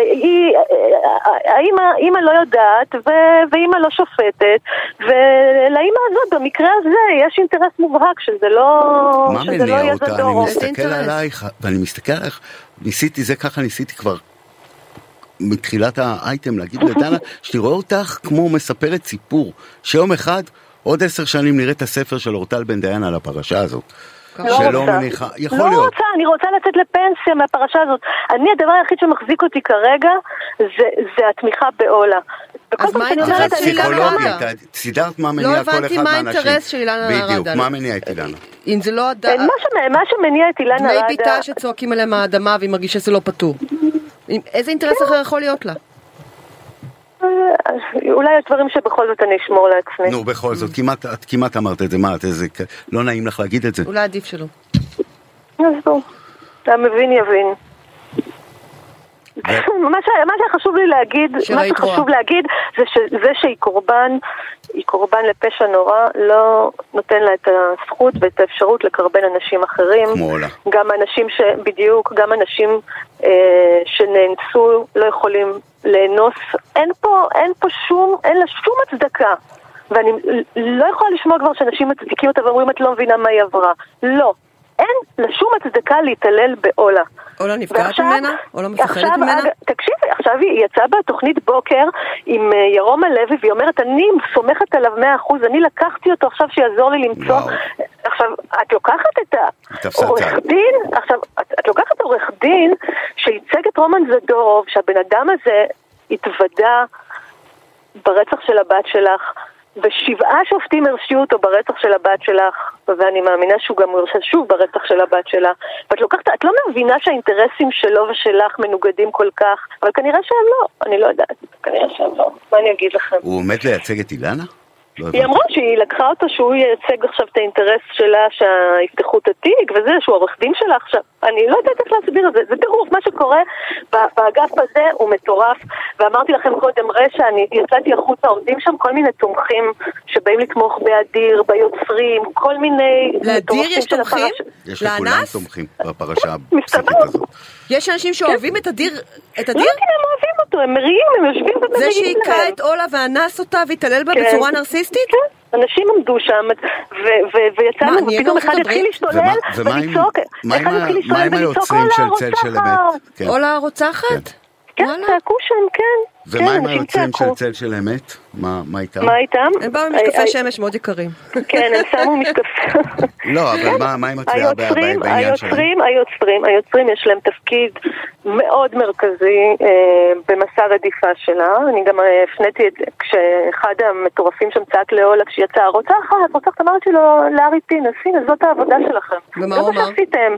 אימא לא יודעת, ואימא לא שופטת, ולאימא הזאת, במקרה הזה, יש אינטרס מובהק שזה לא יהיה זדורוב. אני מסתכל עלייך, ואני מסתכל עליך, ניסיתי כבר מתחילת האייטם להגיד לדנה, שתראה אותך כמו מספרת סיפור, שיום אחד, עוד 10 שנים נראה את הספר של אורטל בן דיין על הפרשה הזאת. שלא מניחה, יכול להיות. לא רוצה, אני רוצה לצאת לפנסיה מהפרשה הזאת. הדבר היחיד שמחזיק אותי כרגע, זה התמיכה באולה. אז מה האינטרס של אילנה רדה? סידרת מה מניע כל אחד מהאנשים. לא הבנתי מה האינטרס של אילנה רדה. בדיוק, מה מניע את אילנה? אם זה לא... מה שמניע את אילנה רדה... בני ביתה שצועקים עליהם האדמה והיא מרגישה שזה לא פתור. איזה אינטרס אחר יכול להיות לה? אולי יש דברים שבכל זאת אני אשמור לעצמי. נו, בכל זאת, את כמעט אמרת את זה, מה, לא נעים לך להגיד את זה? אולי עדיף שלא. אז בוא, המבין יבין. מה שחשוב לי להגיד, זה שהיא קורבן לפשע נורא, לא נותן לה את הזכות ואת האפשרות לקרבן אנשים אחרים. כמו עולה. גם אנשים גם אנשים שנאנסו לא יכולים לאנוס. אין לה שום הצדקה. ואני לא יכולה לשמוע כבר שאנשים מצדיקים אותה ואומרים את לא מבינה מה היא עברה. לא. אין לשום הצדקה להתעלל באולה. אולה נפגעת ממנה? אולה מפחדת ממנה? תקשיבי, עכשיו היא יצאה בתוכנית בוקר עם ירום הלוי, והיא אומרת, אני סומכת עליו 100%, אני לקחתי אותו עכשיו שיעזור לי למצוא. עכשיו, את לוקחת את העורך דין, את לוקחת עורך דין שייצג את רומן זדורוב, שהבן אדם הזה התוודע ברצח של הבת שלך, ו7 שופטים הרשיעו אותו ברצח של הבת שלך, ואני מאמינה שהוא גם הרשע שוב ברצח של הבת שלה. את לא מבינה שהאינטרסים שלו ושלך מנוגדים כל כך, אבל כנראה שהם לא, אני לא יודעת, כנראה שהם לא. מה אני אגיד לכם? הוא עומד לייצג את אילנה? היא אמרה שהיא לקחה אותו שהוא ייצג עכשיו את האינטרס שלה שיפתחו את התיק וזה שהוא עורך דין שלה עכשיו. אני לא יודעת איך להסביר את זה. זה טירוף, מה שקורה באגף הזה הוא מטורף. ואמרתי לכם קודם רשע, אני יצאתי החוצה, עומדים שם כל מיני תומכים שבאים לתמוך באדיר, ביוצרים, כל מיני... לאדיר יש תומכים? יש לכולם תומכים בפרשה הפסיכית הזאת. יש אנשים שאוהבים את אדיר? לא, כי הם אוהבים אותו, הם מריעים, הם יושבים ומריעים להם. זה שהיכה את אולה ואנס אותה והתעלל בה בצורה נרסיסטית? כן, אנשים עמדו שם ויצאנו, ופתאום אחד התחיל להשתולל ולצעוק, מה עם היוצרים של צל של אמת? אולה הרוצחת? כן, צעקו שם, כן. ומה עם היוצרים של צל של אמת? מה איתם? מה איתם? הם באו משקפי שמש מאוד יקרים. כן, הם שמו משקפי... לא, אבל מה עם התביעה בעניין שלהם? היוצרים יש להם תפקיד מאוד מרכזי במסע רדיפה שלה. אני גם הפניתי את זה כשאחד המטורפים שם צעק לאולה כשיצא רוצחת, אמרתי לו לארי פינס, הנה זאת העבודה שלכם. ומה הוא אמר?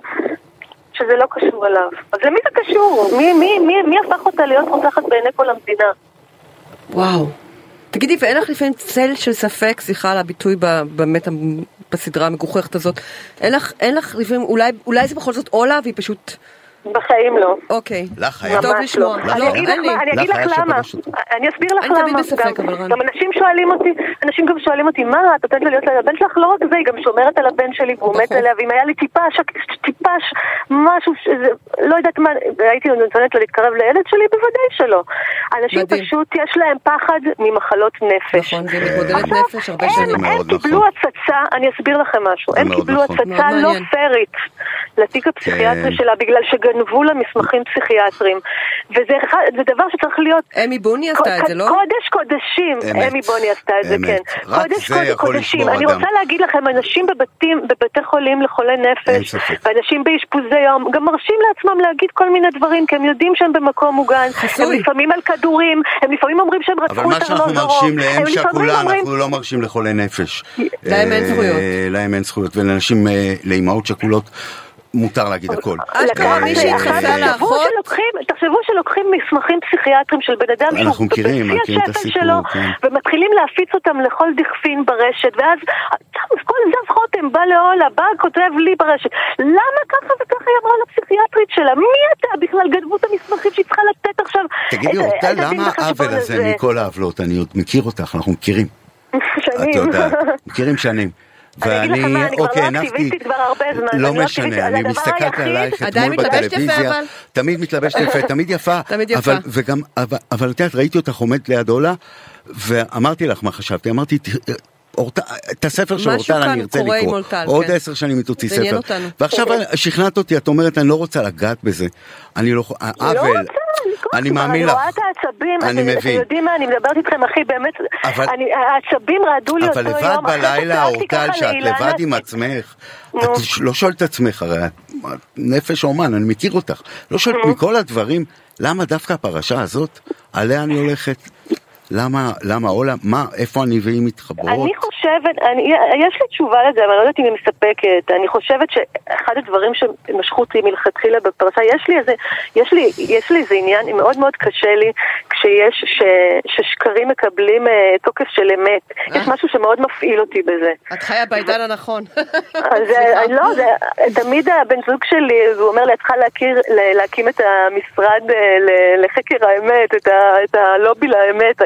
שזה לא קשור אליו. אז למי זה קשור? מי הפך אותה להיות רוצחת בעיני כל המדינה? וואו. תגידי, ואין לך לפעמים צל של ספק, סליחה על הביטוי באמת בסדרה המגוחכת הזאת, אין לך לפעמים, אולי זה בכל זאת אולה והיא פשוט... בחיים לא. אוקיי. לך היה. טוב לשמוע. אני אגיד לך למה. אני אסביר לך למה. אני תמיד בספק, אבל רן. גם אנשים גם שואלים אותי, מה, את נותנת להיות לבן שלך? לא רק זה, היא גם שומרת על הבן שלי, והוא מת עליה, ואם היה לי טיפש, משהו, לא יודעת מה, הייתי נותנת לה להתקרב לילד שלי, בוודאי שלא. אנשים פשוט, יש להם פחד ממחלות נפש. נכון, זה מתמודדת נפש הרבה שנים. הם קיבלו הצצה, אני אסביר לכם משהו, הם קיבלו הצצה לא פרית לתיק הפסיכיאטרי שלה, בגלל שגנבו לה מסמכים פסיכיאטריים, וזה דבר שצריך להיות... אמי בוני עשתה את זה, לא? קודש קודשים, אמי בוני עשתה את זה, כן. קודש קודשים. אני רוצה להגיד לכם, אנשים בבתי חולים לחולי נפש, ואנשים באשפוזי יום, גם מרשים לעצמם להגיד כל מיני דברים, כי הם יודעים שהם במקום מוגן, הם לפעמים על כדורים, הם לפעמים אומרים שהם רצחו את אבל מה שאנחנו מרשים להם שכולה, אנחנו לא מרשים לחולי נפש. להם אין זכויות. להם אין זכויות, ולאנשים, לאימהות שכולות, מותר להגיד הכל. תחשבו שלוקחים מסמכים פסיכיאטרים של בן אדם שהוא בשיא השפל שלו, ומתחילים להפיץ אותם לכל דכפין ברשת, ואז כל זב חותם בא לאולה, בא כותב לי ברשת, למה ככה וככה היא אמרה לפסיכיאטרית שלה? מי אתה בכלל? גנבו את המסמכים שהיא צריכה לתת עכשיו? תגידי אותה, למה העוול הזה מכל העוולות? אני עוד מכיר אותך, אנחנו מכירים. שנים. מכירים שנים. אני אגיד לך מה, אני כבר לא אקטיביסטית כבר הרבה זמן. לא משנה, אני מסתכלת עלייך אתמול בטלוויזיה, תמיד מתלבשת יפה, תמיד יפה, אבל ראיתי אותך עומדת ליד אולה, ואמרתי לך מה חשבתי, אמרתי, את הספר של אורטל אני ארצה לקרוא, עוד 10 שנים היא תוציא ספר, ועכשיו שכנעת אותי, את אומרת, אני לא רוצה לגעת בזה, אני לא עוול, אני מאמין לך, אני מבין. אתם יודעים מה, אני מדברת איתכם אחי, באמת, העצבים רעדו לי אותו יום. אבל לבד בלילה, אורטל, שאת לבד עם עצמך, את לא שואלת את עצמך, הרי נפש אומן, אני מכיר אותך, לא שואלת מכל הדברים, למה דווקא הפרשה הזאת, עליה אני הולכת, למה אולה, איפה אני והיא מתחברות? אני חושבת, יש לי תשובה לזה, אבל אני לא יודעת אם היא מספקת. אני חושבת שאחד הדברים שמשכו אותי מלכתחילה בפרשה, יש לי איזה עניין, מאוד מאוד קשה לי, ששקרים מקבלים תוקף של אמת. יש משהו שמאוד מפעיל אותי בזה. את חיה בעידן הנכון. לא, תמיד הבן זוג שלי, הוא אומר לי, את צריכה להקים את המשרד לחקר האמת, את הלובי לאמת.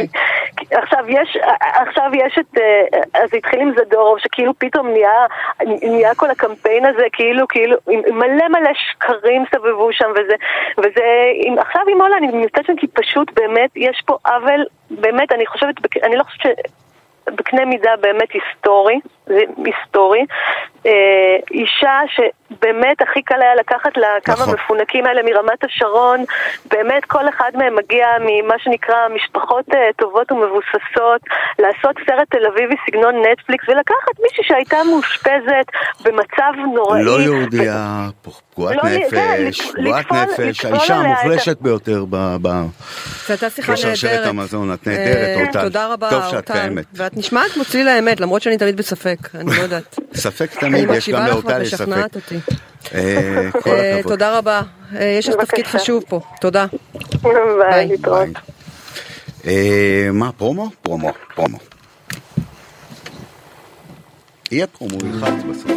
עכשיו יש את, אז התחיל עם זדורוב, שכאילו פתאום נהיה כל הקמפיין הזה, כאילו, מלא שקרים סבבו שם, וזה, עכשיו עם אולה, אני נמצאת שם כי פשוט באמת, יש פה עוול, באמת, אני לא חושבת בקנה מידה באמת היסטורי, זה היסטורי, אישה באמת הכי קל היה לקחת לכמה מפונקים האלה מרמת השרון, באמת כל אחד מהם מגיע ממה שנקרא משפחות טובות ומבוססות, לעשות סרט תל אביבי סגנון נטפליקס, ולקחת מישהי שהייתה מאושפזת במצב נוראי. לא יהודיה, פגועת נפש, האישה המוחלשת ביותר בשרשרת המזון, את נהדרת, תודה רבה, טוב שאת קיימת. ואת נשמעת מוציא לאמת, למרות שאני תמיד בספק, אני לא יודעת. ספק תמיד, יש גם לאותה לספק. תודה רבה, יש לך תפקיד חשוב פה, תודה. ביי, להתראות. מה, פרומו? פרומו. יהיה פרומו, ילחץ בסוף.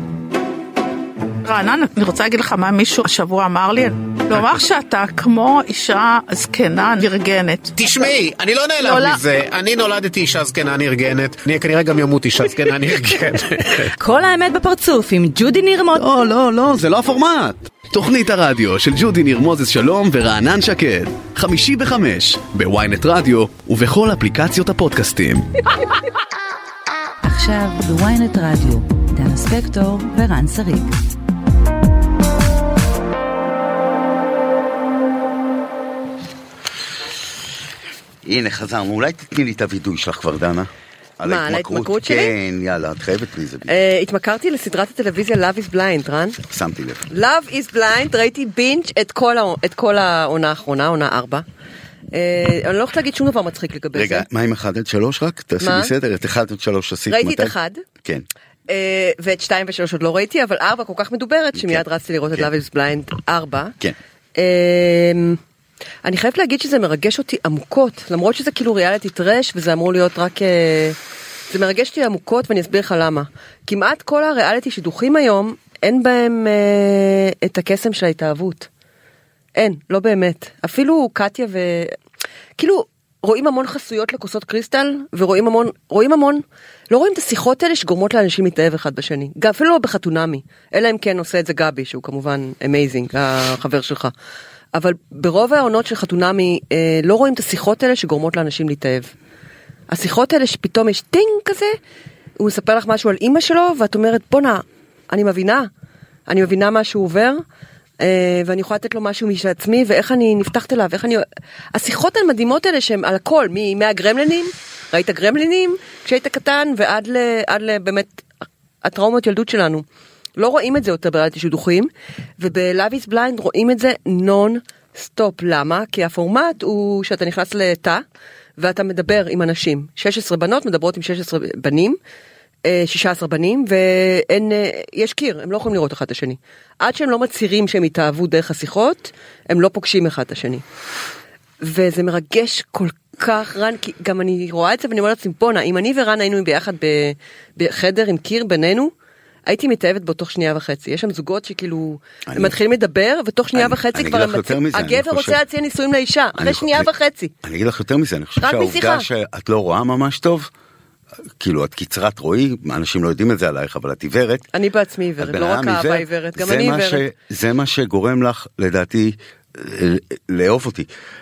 רענן, אני רוצה להגיד לך מה מישהו השבוע אמר לי. הוא אמר שאתה כמו אישה זקנה נרגנת. תשמעי, אני לא נעלב מזה. אני נולדתי אישה זקנה נרגנת. אני כנראה גם ימות אישה זקנה נרגנת. כל האמת בפרצוף עם ג'ודי ניר מוזס. לא, זה לא הפורמט. תוכנית הרדיו של ג'ודי ניר מוזס שלום ורענן שקד. 5:05 בוויינט רדיו ובכל אפליקציות הפודקאסטים. עכשיו בוויינט רדיו, דנה ספקטור ורן שריג. הנה חזרנו, אולי תתני לי את הוידוי שלך כבר דנה. מה, על ההתמכרות שלי? כן, יאללה, את חייבת לי זה. התמכרתי לסדרת הטלוויזיה Love is Blind, רן. שמתי לב. Love is Blind, ראיתי בינג' את כל העונה האחרונה, עונה 4. אני לא יכולה להגיד שום דבר מצחיק לגבי זה. רגע, מה עם 1-3 רק? תעשי בסדר, את 1-3 עשית. ראיתי את 1. כן. ואת 2 ו3 עוד לא ראיתי, אבל 4 כל כך מדוברת, שמיד רצתי לראות את Love is Blind 4. כן. אני חייבת להגיד שזה מרגש אותי עמוקות, למרות שזה כאילו ריאליטי טרש, וזה אמור להיות רק... זה מרגש אותי עמוקות, ואני אסביר לך למה. כמעט כל הריאליטי שידוכים היום, אין בהם את הקסם של ההתאהבות. אין, לא באמת. אפילו קטיה כאילו, רואים המון חסויות לכוסות קריסטל, ורואים המון, לא רואים את השיחות האלה שגורמות לאנשים להתאהב אחד בשני. אפילו לא בחתונמי. אלא אם כן עושה את זה גבי, שהוא כמובן אמייזינג, החבר שלך. אבל ברוב העונות של חתונמי לא רואים את השיחות האלה שגורמות לאנשים להתאהב. השיחות האלה שפתאום יש טינג כזה, הוא מספר לך משהו על אמא שלו, ואת אומרת, בונה, אני מבינה מה שהוא עובר, ואני יכולה לתת לו משהו משל עצמי, ואיך אני נפתחת אליו, השיחות המדהימות האלה שהן על הכל, מהגרמלינים, ראית גרמלינים כשהיית קטן, ועד באמת הטראומות ילדות שלנו. לא רואים את זה יותר בריאליטי שידוכים, וב-Love is Blind רואים את זה נון-סטופ. למה? כי הפורמט הוא שאתה נכנס לתא, ואתה מדבר עם אנשים. 16 בנות מדברות עם 16 בנים, 16 בנים, ויש קיר, הם לא יכולים לראות אחד את השני. עד שהם לא מצהירים שהם התאהבו דרך השיחות, הם לא פוגשים אחד את השני. וזה מרגש כל כך, רן, כי גם אני רואה את זה, ואני אומרת סימפונה, אם אני ורן היינו ביחד בחדר עם קיר בינינו, הייתי מתאהבת בו תוך 2.5. יש שם זוגות שכאילו, הם מתחילים לדבר, ותוך 2.5 כבר הגבר רוצה להציע נישואים לאישה, אחרי 2.5. אני אגיד לך יותר מזה, אני חושב שהעובדה שאת לא רואה ממש טוב, כאילו את קצרת רואי, אנשים לא יודעים את זה עלייך, אבל את עיוורת. אני בעצמי עיוורת, לא רק אהבה עיוורת, גם אני עיוורת. זה מה שגורם לך, לדעתי, לאהוב אותי.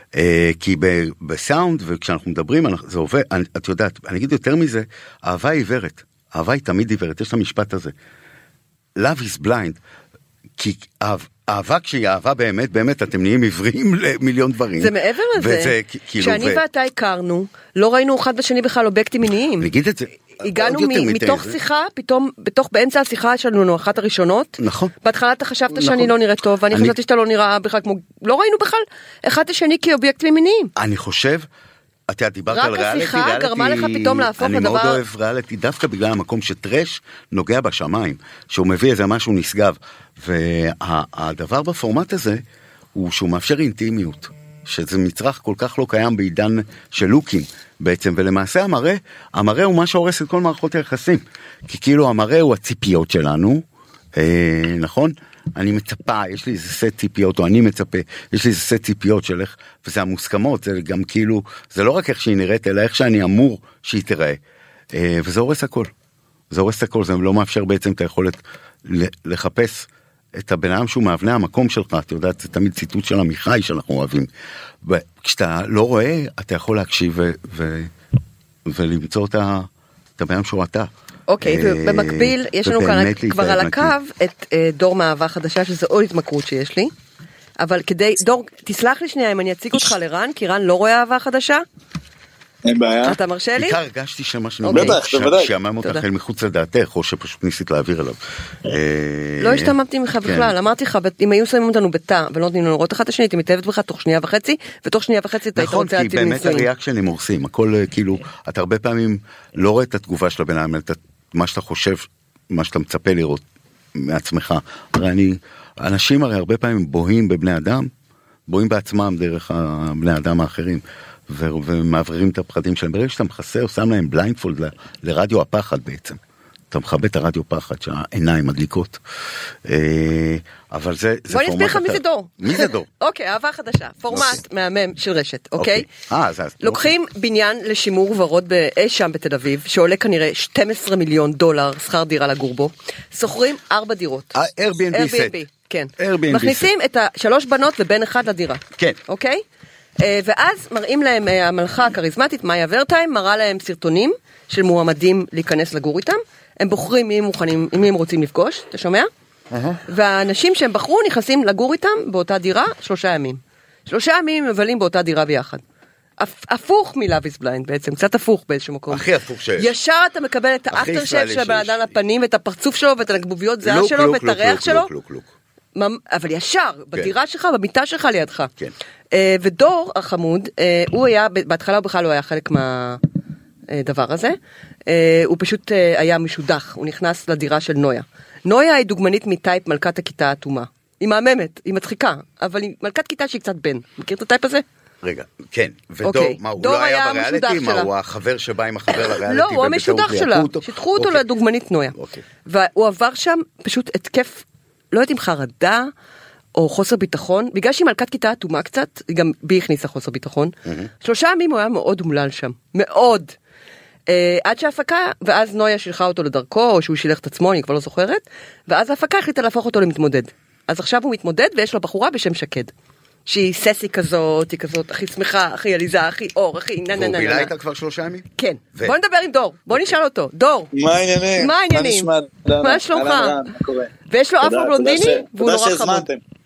כי בסאונד, וכשאנחנו מדברים, זה עובד, את יודעת, אני אגיד יותר מזה, אהבה עיוורת. אהבה היא תמיד עיוורת, יש את המשפט הזה. Love is blind, כי אהבה כשהיא אהבה באמת, באמת, אתם נהיים עיוורים למיליון דברים. זה מעבר לזה, כשאני ואתה הכרנו, לא ראינו אחד בשני בכלל אובייקטים מיניים. נגיד את זה. הגענו מתוך שיחה, פתאום, באמצע השיחה שלנו, אחת הראשונות. נכון. בהתחלה אתה חשבת שאני לא נראית טוב, ואני חשבתי שאתה לא נראה בכלל כמו, לא ראינו בכלל אחד השני כאובייקטים מיניים. אני חושב, אתה דיברת על ריאליטי, רק השיחה גרמה לך פתאום להפוך לדבר... אני מאוד אוהב ריאליטי, דווקא בגלל המקום שטרש נוגע בשמיים, שהוא מביא איזה משהו נשגב, והדבר בפורמט הזה, הוא שהוא מאפשר אינטימיות, שזה מצרך כל כך לא קיים בעידן של לוקים, בעצם, ולמעשה המראה הוא מה שהורס את כל מערכות היחסים, כי כאילו המראה הוא הציפיות שלנו, נכון? אני מצפה, יש לי איזה סט ציפיות, או אני מצפה, יש לי איזה סט ציפיות של איך, וזה המוסכמות, זה גם כאילו, זה לא רק איך שהיא נראית, אלא איך שאני אמור שהיא תראה, וזה הורס הכל. זה הורס הכל, זה לא מאפשר בעצם את היכולת לחפש את הבן אדם שהוא מאבני המקום שלך, אתה יודעת, זה תמיד ציטוט של עמיחי שאנחנו אוהבים. כשאתה לא רואה, אתה יכול להקשיב ולמצוא את הבן אדם שהוא אתה. אוקיי, ובמקביל יש לנו כאן כבר על הקו את דור מאהבה חדשה, שזה עוד התמכרות שיש לי, אבל כדי, דור, תסלח לי שנייה אם אני אציג אותך לרן, כי רן לא רואה אהבה חדשה. אין בעיה. אתה מרשה לי? בעיקר הרגשתי שמשהו שיאמם אותך אל מחוץ לדעתך, או שפשוט ניסית להעביר אליו. לא השתממתי ממך בכלל, אמרתי לך, אם היו שמים אותנו בתא, ולא נותנים לנו לראות אחת השני, הייתי מתאהבת בך תוך 2.5, ותוך 2.5 אתה היית רוצה להציג ניסויים. נכון, כי באמת הריאקשנים הורסים, הכל כאילו, אתה הרבה פעמים לא רואה את התגובה של הבן אדם, מה שאתה חושב, מה שאתה מצפה לראות מעצמך. הרי אנשים הרי הרבה פעמים בוהים בבני אדם, בוהים בעצמם דרך הבני אדם האחרים. ומעברים את הפחדים שלהם. ברגע שאתה מכסה או שם להם בליינדפולד לרדיו הפחד בעצם. אתה מכבה את הרדיו פחד שהעיניים מדליקות. אבל זה פורמט... בוא נסביר לך מי זה דור. מי זה דור? אוקיי, אהבה חדשה. פורמט מהמם של רשת, אוקיי? לוקחים בניין לשימור ורוד באי שם בתל אביב, שעולה כנראה $12 מיליון שכר דירה לגור בו. שוכרים 4 דירות. Airbnb סט. כן. מכניסים את 3 בנות ובן אחד לדירה. כן. אוקיי? ואז מראים להם המלכה הקריזמטית, מאיה ורטיים, מראה להם סרטונים של מועמדים להיכנס לגור איתם. הם בוחרים מי הם רוצים לפגוש, אתה שומע? והאנשים שהם בחרו נכנסים לגור איתם באותה דירה 3 ימים. 3 ימים מבלים באותה דירה ביחד. הפוך מ-Love is Blind בעצם, קצת הפוך באיזשהו מקום. הכי הפוך שיש. ישר אתה מקבל את האפטר שף של הבן אדם לפנים, ואת הפרצוף שלו, ואת הגבוביות זהה שלו, ואת הריח שלו. אבל ישר, בדירה שלך, במיטה שלך לידך. כן. ודור החמוד, הוא היה, בהתחלה הוא בכלל לא היה חלק מהדבר הזה, הוא פשוט היה משודח, הוא נכנס לדירה של נויה. נויה היא דוגמנית מטייפ מלכת הכיתה האטומה. היא מהממת, היא מצחיקה, אבל היא מלכת כיתה שהיא קצת בן. מכיר את הטייפ הזה? רגע, כן. ודור, מה, הוא לא היה בריאליטי? מה, הוא החבר שבא עם החבר לריאליטי? לא, הוא המשודח שלה. שטחו אותו לדוגמנית נויה. והוא עבר שם פשוט התקף, לא יודעת אם חרדה, או חוסר ביטחון, בגלל שהיא מלכת כיתה אטומה קצת, גם בי הכניסה חוסר ביטחון. 3 ימים הוא היה מאוד אומלל שם. מאוד. עד שההפקה, ואז נויה שילחה אותו לדרכו, או שהוא שילח את עצמו, אני כבר לא זוכרת, ואז ההפקה החליטה להפוך אותו למתמודד. אז עכשיו הוא מתמודד, ויש לו בחורה בשם שקד. שהיא ססי כזאת, היא כזאת, הכי שמחה, הכי עליזה, הכי אור, הכי נננננ. והוא בילה איתה כבר 3 ימים? כן. בוא נדבר עם דור, בוא נשאל אותו. דור. מה העניינים? מה העניינים? מה שלומך? ויש לו אפרו בלונדיני, והוא נורא חמוד.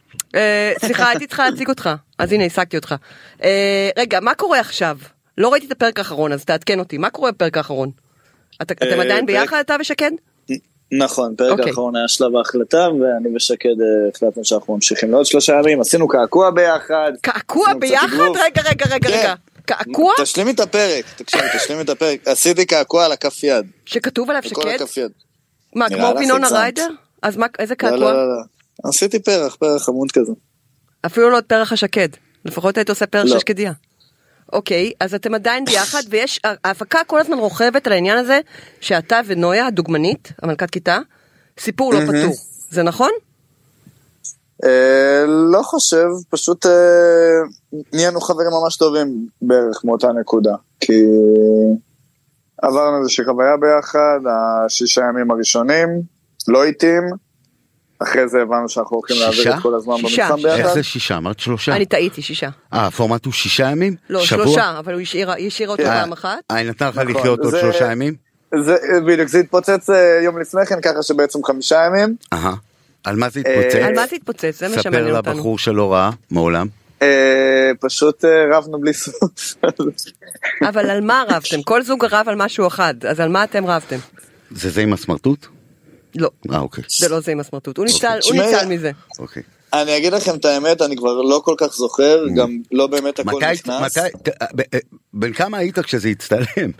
סליחה, הייתי צריכה להציג אותך. אז הנה, השגתי אותך. רגע, מה קורה עכשיו? לא ראיתי את הפרק האחרון, אז תעדכן אותי. מה קורה בפרק האחרון? אתם עדיין ביחד, אתה ושקד? נכון, פרק האחרון היה שלב ההחלטה, ואני ושקד החלטנו שאנחנו ממשיכים לעוד 3 ימים, עשינו קעקוע ביחד. קעקוע ביחד? רגע. קעקוע? תשלימי את הפרק, תשלימי את הפרק. עשיתי קעקוע על הכף יד. שכתוב עליו שקד? מה, כמו וינונה ריידר? אז מה, איזה קעקוע? לא. עשיתי פרח חמוד כזה. אפילו לא את פרח השקד, לפחות היית עושה פרח של שקדיה. אוקיי, אז אתם עדיין ביחד, ויש, ההפקה כל הזמן רוכבת על העניין הזה, שאתה ונויה, הדוגמנית, המלכת כיתה, סיפור לא פתור. זה נכון? לא חושב, פשוט נהיינו חברים ממש טובים בערך מאותה נקודה, כי עברנו איזושהי חוויה ביחד, 6 ימים הראשונים, לא איתים, אחרי זה הבנו שאנחנו הולכים להעביר את כל הזמן במתחם ביחד. איך זה 6? אמרת 3? אני טעיתי 6. הפורמט הוא 6 ימים? לא, 3, אבל הוא השאיר אותו פעם אחת. נתן לך לחיות עוד 3 ימים? בדיוק, זה התפוצץ יום לפני כן, ככה שבעצם 5 ימים. על מה זה התפוצץ? על מה זה התפוצץ? זה מה שמעניין אותנו. ספר לבחור שלא ראה מעולם. פשוט רבנו בלי סוף. אבל על מה רבתם? כל זוג רב על משהו אחד, אז על מה אתם רבתם? זה עם הסמרטוט? לא. אוקיי. זה לא זה עם הסמרטוט, הוא ניצל מזה. אוקיי. אני אגיד לכם את האמת, אני כבר לא כל כך זוכר, גם לא באמת הכל נכנס. בין כמה היית כשזה הצטלם?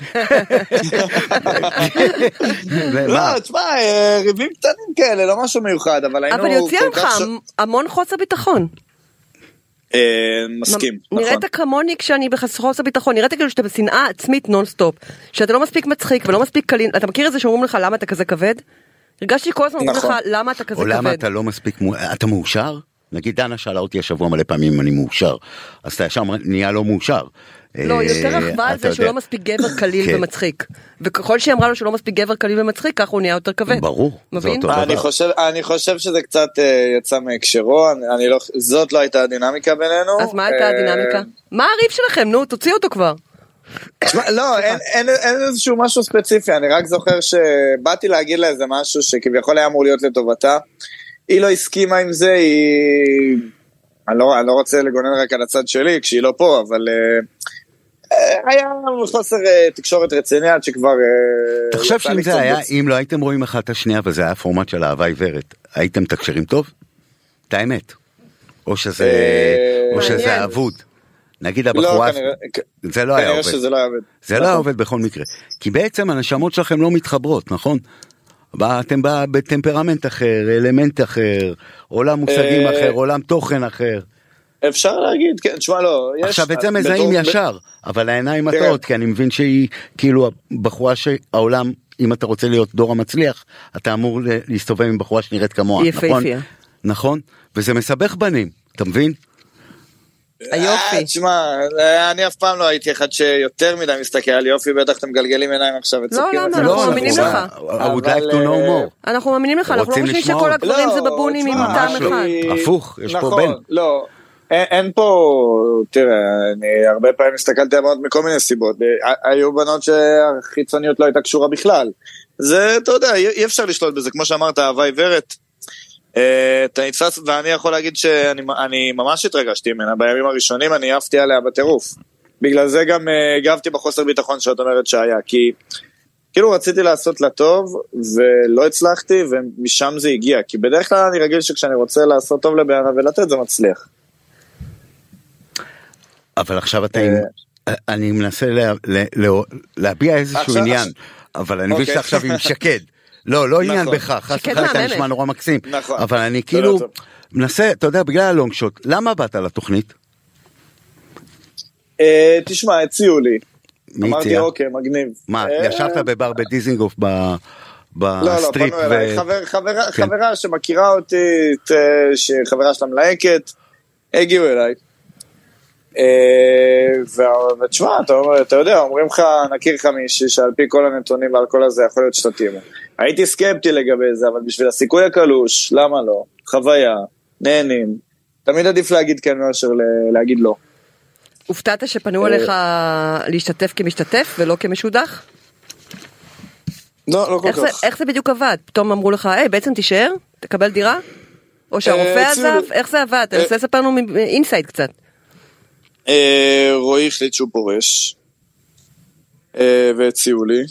לא, תשמע, ריבים קטנים כאלה, לא משהו מיוחד, אבל היינו... אבל יוציא ממך המון חוסר ביטחון. מסכים, נכון. נראית כמוני כשאני בחוסר ביטחון, נראית כאילו שאתה בשנאה עצמית נונסטופ, שאתה לא מספיק מצחיק ולא מספיק קלין, אתה מכיר את זה שאומרים לך למה אתה כזה כבד? הרגשתי כל הזמן אומרים לך למה אתה כזה כבד. או למה אתה לא מספיק, אתה מאושר? נגיד דנה שאלה אותי השבוע מלא פעמים אם אני מאושר, אז אתה ישר נהיה לא מאושר. לא, יותר רחבה על זה שהוא לא מספיק גבר קליל ומצחיק. וככל שהיא אמרה לו שהוא לא מספיק גבר קליל ומצחיק, ככה הוא נהיה יותר כבד. ברור. מבין? אני חושב שזה קצת יצא מהקשרו, זאת לא הייתה הדינמיקה בינינו. אז מה הייתה הדינמיקה? מה הריב שלכם? נו, תוציא אותו כבר. לא, אין איזשהו משהו ספציפי, אני רק זוכר שבאתי להגיד לה איזה משהו שכביכול היה אמור להיות לטובתה, היא לא הסכימה עם זה, אני לא רוצה לגונן רק על הצד שלי, כשהיא לא פה, אבל היה חוסר תקשורת רציני עד שכבר... תחשב שאם זה היה, אם לא הייתם רואים אחת את השנייה, וזה היה פורמט של אהבה עיוורת, הייתם תקשרים טוב? את האמת. או שזה אבוד. נגיד הבחורה, זה לא היה עובד. זה לא היה עובד בכל מקרה. כי בעצם הנשמות שלכם לא מתחברות, נכון? אתם בטמפרמנט אחר, אלמנט אחר, עולם מושגים אחר, עולם תוכן אחר. אפשר להגיד, כן, תשמע לא. עכשיו את זה מזהים ישר, אבל העיניים מטעות, כי אני מבין שהיא כאילו בחורה שהעולם, אם אתה רוצה להיות דור המצליח, אתה אמור להסתובב עם בחורה שנראית כמוה, נכון? נכון? וזה מסבך בנים, אתה מבין? היופי. תשמע, אני אף פעם לא הייתי אחד שיותר מדי מסתכל על יופי, בטח אתם גלגלים עיניים עכשיו וצוחקים. לא, אנחנו מאמינים לך. אנחנו מאמינים לך, אנחנו לא חושבים שכל הגברים זה בבונים עם טעם אחד. הפוך, יש פה בן. לא, אין פה, תראה, אני הרבה פעמים הסתכלתי על בנות מכל מיני סיבות. היו בנות שהחיצוניות לא הייתה קשורה בכלל. זה, אתה יודע, אי אפשר לשלוט בזה, כמו שאמרת, אהבה עיוורת. ואני יכול להגיד שאני ממש התרגשתי ממנה בימים הראשונים, אני אהבתי עליה בטירוף, בגלל זה גם הגבתי בחוסר ביטחון שאת אומרת שהיה, כי כאילו רציתי לעשות לה טוב ולא הצלחתי, ומשם זה הגיע, כי בדרך כלל אני רגיל שכשאני רוצה לעשות טוב לבענה ולתת זה מצליח. אבל עכשיו אני מנסה להביע איזשהו עניין, אבל אני מבין שעכשיו עם שקד, לא עניין בך, חס וחלילה נשמע נורא מקסים, אבל אני כאילו מנסה, אתה יודע, בגלל הלונג שוט, למה באת לתוכנית? תשמע, הציעו לי, אמרתי אוקיי, מגניב. מה, ישבת בבר בדיזינגוף בסטריפ? לא, פנו אליי, חברה שמכירה אותי, שחברה שלה מלהקת, הגיעו אליי, ותשמע, אתה יודע, אומרים לך, נכיר לך מישהי שעל פי כל הנתונים ועל כל הזה יכול להיות שתתאימו. הייתי סקפטי לגבי זה, אבל בשביל הסיכוי הקלוש, למה לא? חוויה, נהנים, תמיד עדיף להגיד כן מאשר להגיד לא. הופתעת שפנו עליך להשתתף כמשתתף ולא כמשודח? לא כל כך. איך זה בדיוק עבד? פתאום אמרו לך, בעצם תישאר, תקבל דירה? או שהרופא עזב? איך זה עבד? אני רוצה לספר לנו אינסייד קצת. רועי החליט שהוא פורש, והציעו לי,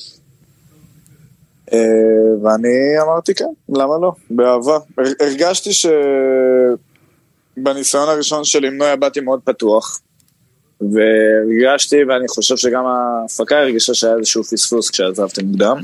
ואני אמרתי כן, למה לא? באהבה. הרגשתי שבניסיון הראשון שלי עם נויה באתי מאוד פתוח, והרגשתי, ואני חושב שגם ההפקה הרגישה שהיה איזשהו פספוס כשעזבתי מוקדם.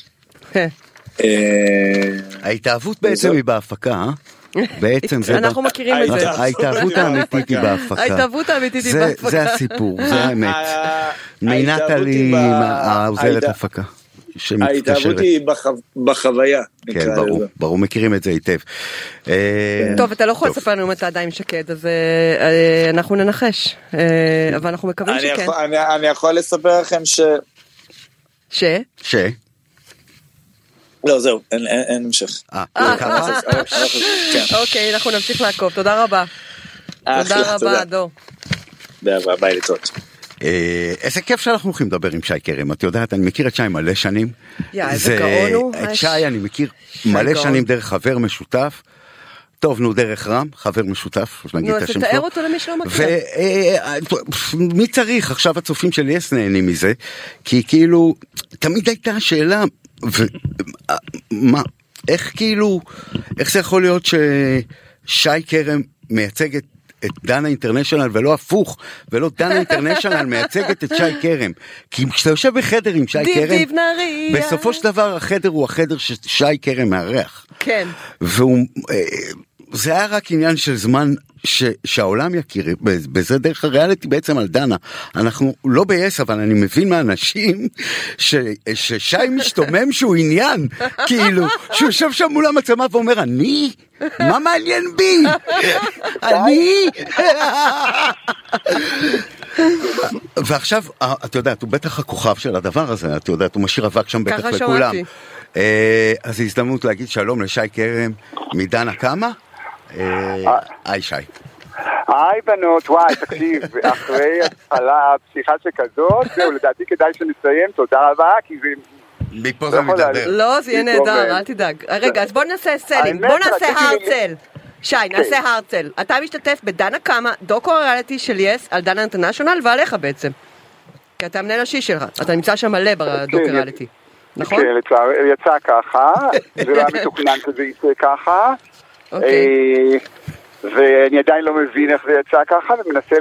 ההתאהבות בעצם היא בהפקה, בעצם זה אנחנו מכירים את זה. ההתאהבות האמיתית היא בהפקה. ההתאהבות האמיתית היא בהפקה. זה הסיפור, זה האמת. מינת לי העוזרת הפקה. ההתאהבות היא בחוויה. כן, ברור, מכירים את זה היטב. טוב, אתה לא יכול לספר לנו אם אתה עדיין שקד, אז אנחנו ננחש. אבל אנחנו מקווים שכן. אני יכול לספר לכם לא, זהו, אין המשך. אוקיי, אנחנו נמשיך לעקוב, תודה רבה. תודה רבה, דור. ביי, לצעות. איזה כיף שאנחנו הולכים לדבר עם שי קרם, את יודעת, אני מכיר את שי מלא שנים. איזה גאון הוא. את שי אני מכיר מלא שנים דרך חבר משותף. טוב, נו, דרך רם, חבר משותף, נגיד את השם שלו. תתאר אותו למי שלא מכיר. ומי צריך, עכשיו הצופים של יס נהנים מזה, כי כאילו, תמיד הייתה השאלה, איך כאילו, איך זה יכול להיות ששי קרם מייצג את דנה אינטרנשיונל ולא הפוך, ולא דנה אינטרנשיונל מייצגת את שי קרם, כי כשאתה יושב בחדר עם שי קרם, בסופו של דבר החדר הוא החדר ששי קרם מארח. כן. זה היה רק עניין של זמן שהעולם יכיר, בזה דרך הריאליטי בעצם על דנה. אנחנו לא בייס, אבל אני מבין מהאנשים ששי משתומם שהוא עניין, כאילו, שהוא יושב שם מול המצלמה ואומר, אני? מה מעניין בי? אני? ועכשיו, את יודעת, הוא בטח הכוכב של הדבר הזה, את יודעת, הוא משאיר אבק שם בטח לכולם. אז זו הזדמנות להגיד שלום לשי קרם מדנה כמה? היי שי. היי בנות, וואי, תקשיב, אחרי התחלה פשיחה שכזאת, זהו, לדעתי כדאי שנסיים, תודה רבה, כי זה... מפה זה מדבר. לא, זה יהיה נהדר, אל תדאג. רגע, אז בוא נעשה סלינג, בוא נעשה הרצל. שי, נעשה הרצל. אתה משתתף בדנה קמה, דוקו ריאליטי של יס על דנה אינטרנשיונל ועליך בעצם. כי אתה המנהל השישי שלך, אתה נמצא שם מלא בדוקו ריאליטי. נכון? כן, יצא ככה, זה לא היה מתוכנן שזה יצא ככה. ואני עדיין לא מבין איך זה יצא ככה, ומנסה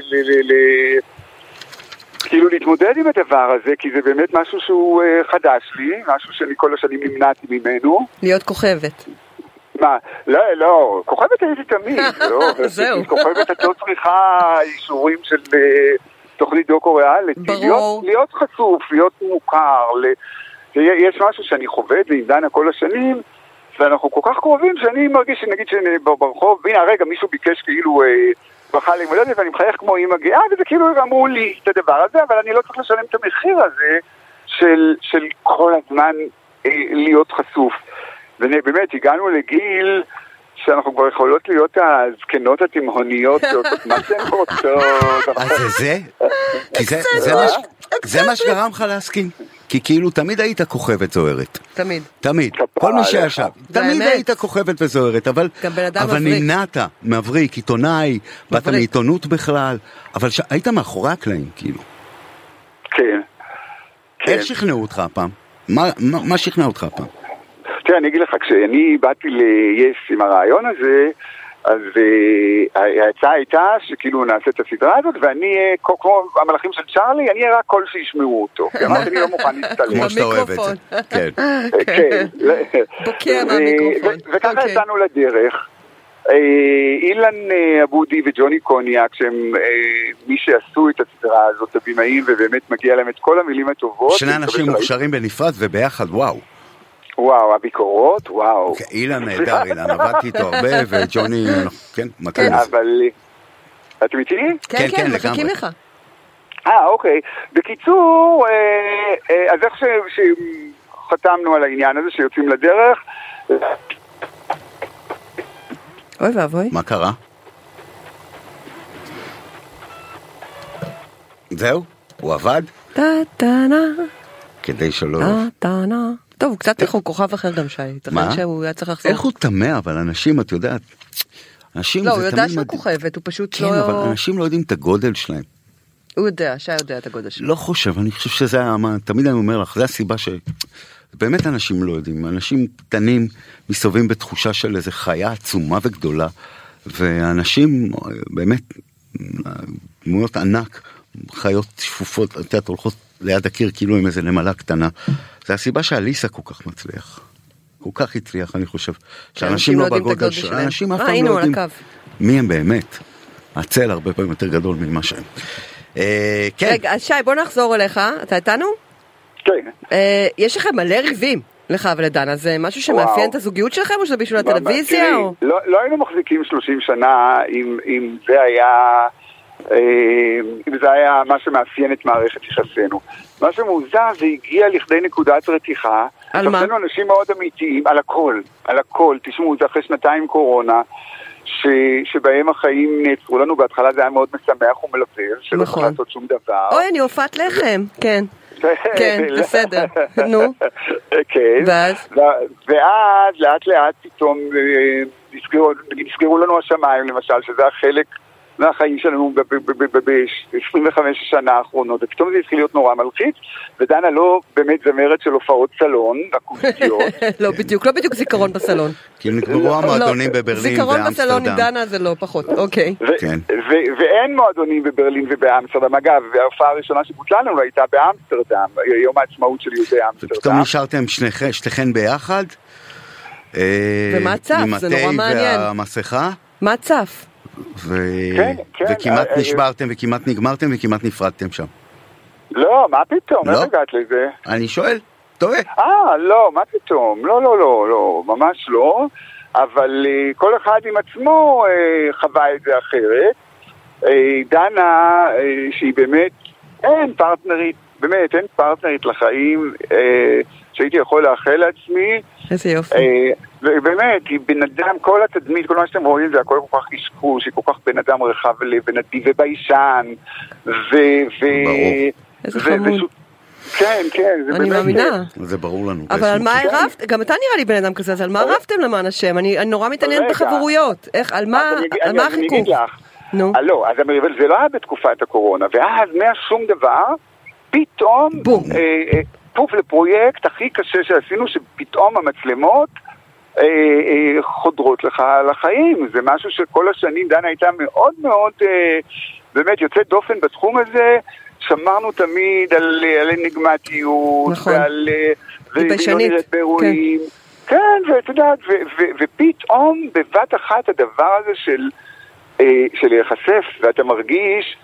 כאילו להתמודד עם הדבר הזה, כי זה באמת משהו שהוא חדש לי, משהו שאני כל השנים נמנעתי ממנו. להיות כוכבת. מה? לא, כוכבת הייתי תמיד, זהו. כוכבת את לא צריכה אישורים של תוכנית דוקו ריאליטי. ברור. להיות חשוף, להיות מוכר, יש משהו שאני חווה ועם דנה כל השנים, ואנחנו כל כך קרובים שאני מרגיש שנגיד ברחוב, והנה הרגע מישהו ביקש כאילו ברכה לימולדת ואני מחייך כמו אמא גאה, וזה כאילו אמרו לי את הדבר הזה, אבל אני לא צריך לשלם את המחיר הזה של כל הזמן להיות חשוף. ובאמת הגענו לגיל שאנחנו כבר יכולות להיות הזקנות התימהוניות שעושות מה שהן רוצות. אז זה? כי זה מה שגרם לך להסכים. כי כאילו תמיד היית כוכבת זוהרת. תמיד. כל מי שישב. תמיד היית כוכבת וזוהרת, אבל נמנעת, מבריק, עיתונאי, באת מעיתונות בכלל, אבל היית מאחורי הקלעים, כאילו. כן. איך שכנעו אותך הפעם? מה שכנע אותך הפעם? תראה, אני אגיד לך, כשאני באתי ליס עם הרעיון הזה, אז ההצעה הייתה שכאילו נעשה את הסדרה הזאת, ואני, כמו המלאכים של צ'ארלי, אני אראה כל שישמעו אותו. כי אמרתי, אני לא מוכן להצטלם. כמו שאתה אוהב את זה. כן. כן. בוקר מהמיקרופון. וככה יצאנו לדרך. אילן אבודי וג'וני קוניאק, שהם מי שעשו את הסדרה הזאת, הבימאים, ובאמת מגיע להם את כל המילים הטובות. שני אנשים מוכשרים בנפרד וביחד, וואו. וואו, הביקורות, וואו. אילן נהדר, אילן, עבדתי איתו הרבה, וג'וני, כן, מכיר. אבל... אתם איתי? כן, כן, מחכים לך. אוקיי. בקיצור, אז איך שחתמנו על העניין הזה, שיוצאים לדרך... אוי ואבוי. מה קרה? זהו? הוא עבד? כדי שלא... טוב, הוא קצת איך הוא כוכב אחר גם שי. מה? שהוא היה צריך לחזור. איך הוא תמה, אבל אנשים, את יודעת, אנשים לא, הוא יודע שהוא כוכבת, הוא פשוט לא... כן, אבל אנשים לא יודעים את הגודל שלהם. הוא יודע, שי יודע את הגודל שלהם. לא חושב, אני חושב שזה היה, תמיד אני אומר לך, זה הסיבה באמת אנשים לא יודעים, אנשים קטנים מסתובבים בתחושה של איזו חיה עצומה וגדולה, ואנשים באמת, דמויות ענק, חיות שפופות, את הולכות ליד הקיר כאילו עם איזה נמלה קטנה. זה הסיבה שאליסה כל כך מצליח. כל כך הצליח, אני חושב. שאנשים לא בגודל שלהם. אנשים אף פעם לא יודעים מי הם באמת. הצל הרבה פעמים יותר גדול ממה שהם. כן. רגע, אז שי, בוא נחזור אליך. אתה איתנו? כן. יש לכם מלא ריבים לך ולדנה. זה משהו שמאפיין את הזוגיות שלכם או שזה בשביל הטלוויזיה? לא היינו מחזיקים 30 שנה אם זה היה... אם זה היה מה שמאפיין את מערכת יחסינו. מה שמוזר זה הגיע לכדי נקודת רתיחה. על מה? אנחנו אנשים מאוד אמיתיים, על הכל. תשמעו, זה אחרי שנתיים קורונה, שבהם החיים נעצרו לנו, בהתחלה זה היה מאוד משמח ומלבב, שלא צריך לעשות שום דבר. אוי, אני הופעת לחם, כן. כן, בסדר, נו. כן, ואז לאט לאט פתאום נסגרו לנו השמיים, למשל, שזה החלק מהחיים שלנו ב-25 השנה האחרונות, ופתאום זה התחיל להיות נורא מלחיץ, ודנה לא באמת זמרת של הופעות סלון, אקוסטיות. לא בדיוק זיכרון בסלון. כי נגמרו המועדונים בברלין זיכרון בסלון עם דנה זה לא פחות, אוקיי. ואין מועדונים בברלין ובאמסטרדם, אגב, ההופעה הראשונה שבוטלה לנו הייתה באמסטרדם, יום העצמאות של יהודי אמסטרדם. ופתאום נשארתם שתיכן ביחד? ומה צף? זה נורא מעניין. והמסכה? מה צף? וכמעט נשברתם וכמעט נגמרתם וכמעט נפרדתם שם. לא, מה פתאום? איך הגעת לזה? אני שואל, טועה. לא, מה פתאום? לא, ממש לא. אבל כל אחד עם עצמו חווה את זה אחרת. דנה, שהיא באמת אין פרטנרית לחיים, שהייתי יכול לאחל לעצמי. איזה יופי. ובאמת, היא בן אדם, כל התדמית, כל מה שאתם רואים זה הכל כל כך קשקוש, היא כל כך בן אדם רחב ונדיב וביישן, איזה חמוד. כן, זה אני מאמינה. זה ברור לנו. אבל על מה הרבת? גם אתה נראה לי בן אדם כזה, אז על מה הרבתם למען השם? אני נורא מתעניינת בחברויות. על מה החיכוך? לא, אז זה לא היה בתקופת הקורונה, ואז מהשום דבר, פתאום, פוף לפרויקט הכי קשה שעשינו, שפתאום המצלמות חודרות לך לחיים. זה משהו שכל השנים דנה הייתה מאוד מאוד באמת יוצאת דופן בתחום הזה. שמרנו תמיד על אנגמטיות ועל ובשנית כן, ואת יודעת, ופתאום בבת אחת הדבר הזה של להיחשף, ואתה מרגיש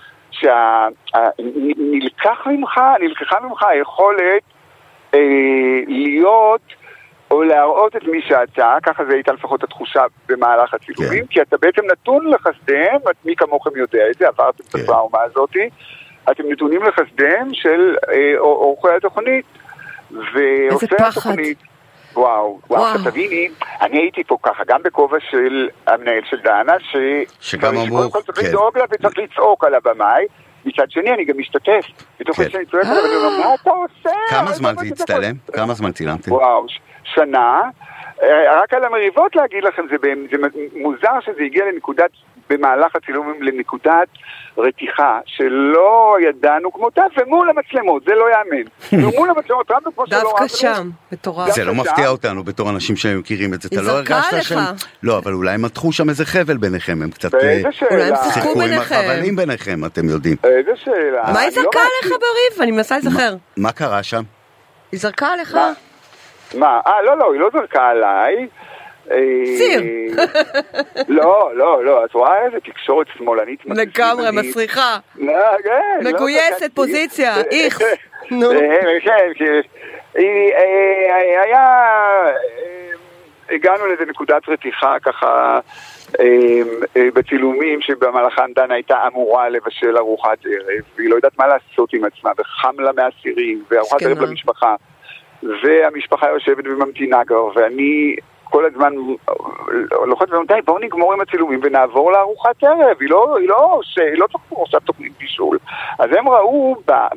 שנלקחה ממך היכולת להיות או להראות את מי שאתה, ככה זה הייתה לפחות התחושה במהלך הצילומים, כי אתה בעצם נתון לחסדיהם, מי כמוכם יודע את זה, עברתם את הטראומה הזאת, אתם נתונים לחסדיהם של אורחי התוכנית, ועושה התוכנית. וואו, תביני, אני הייתי פה ככה, גם בכובע של המנהל של דנה, שגם אמור, צריך לדאוג לה וצריך לצעוק על הבמאי, מצד שני אני גם משתתף, בתוך שאני צועק עליו, ואני אומר, מה אתה עושה? כמה זמן זה הצטלם? כמה זמן צילמתם? וואו, שנה, רק על המריבות להגיד לכם, זה מוזר שזה הגיע לנקודת, במהלך הצילומים לנקודת רתיחה שלא ידענו כמותה, ומול המצלמות, זה לא יאמן. ומול המצלמות, רמנו כמו שלא דווקא שם, מטורף. זה לא מפתיע אותנו בתור אנשים שמכירים את זה. היא זרקה עליך. לא, אבל אולי הם מתחו שם איזה חבל ביניכם, הם קצת אולי הם שיחקו ביניכם. עם החבלים ביניכם, אתם יודעים. איזה שאלה. מה היא זרקה עליך בריב? אני מנסה לזכר. מה קרה שם? היא זרקה עליך? מה? לא, היא לא זרקה עליי. סיר. לא, את רואה איזה תקשורת שמאלנית לגמרי, מסריחה מגויסת פוזיציה, איך הגענו לאיזה נקודת רתיחה ככה בצילומים שבמהלכן דנה הייתה אמורה לבשל ארוחת ערב והיא לא יודעת מה לעשות עם עצמה וחם לה מהסירים וארוחת ערב למשפחה והמשפחה יושבת וממתינה כבר ואני כל הזמן לוחץ ואומרים, די, בואו נגמור עם הצילומים ונעבור לארוחת ערב, היא לא תקפו עכשיו תוכנית בישול. אז הם ראו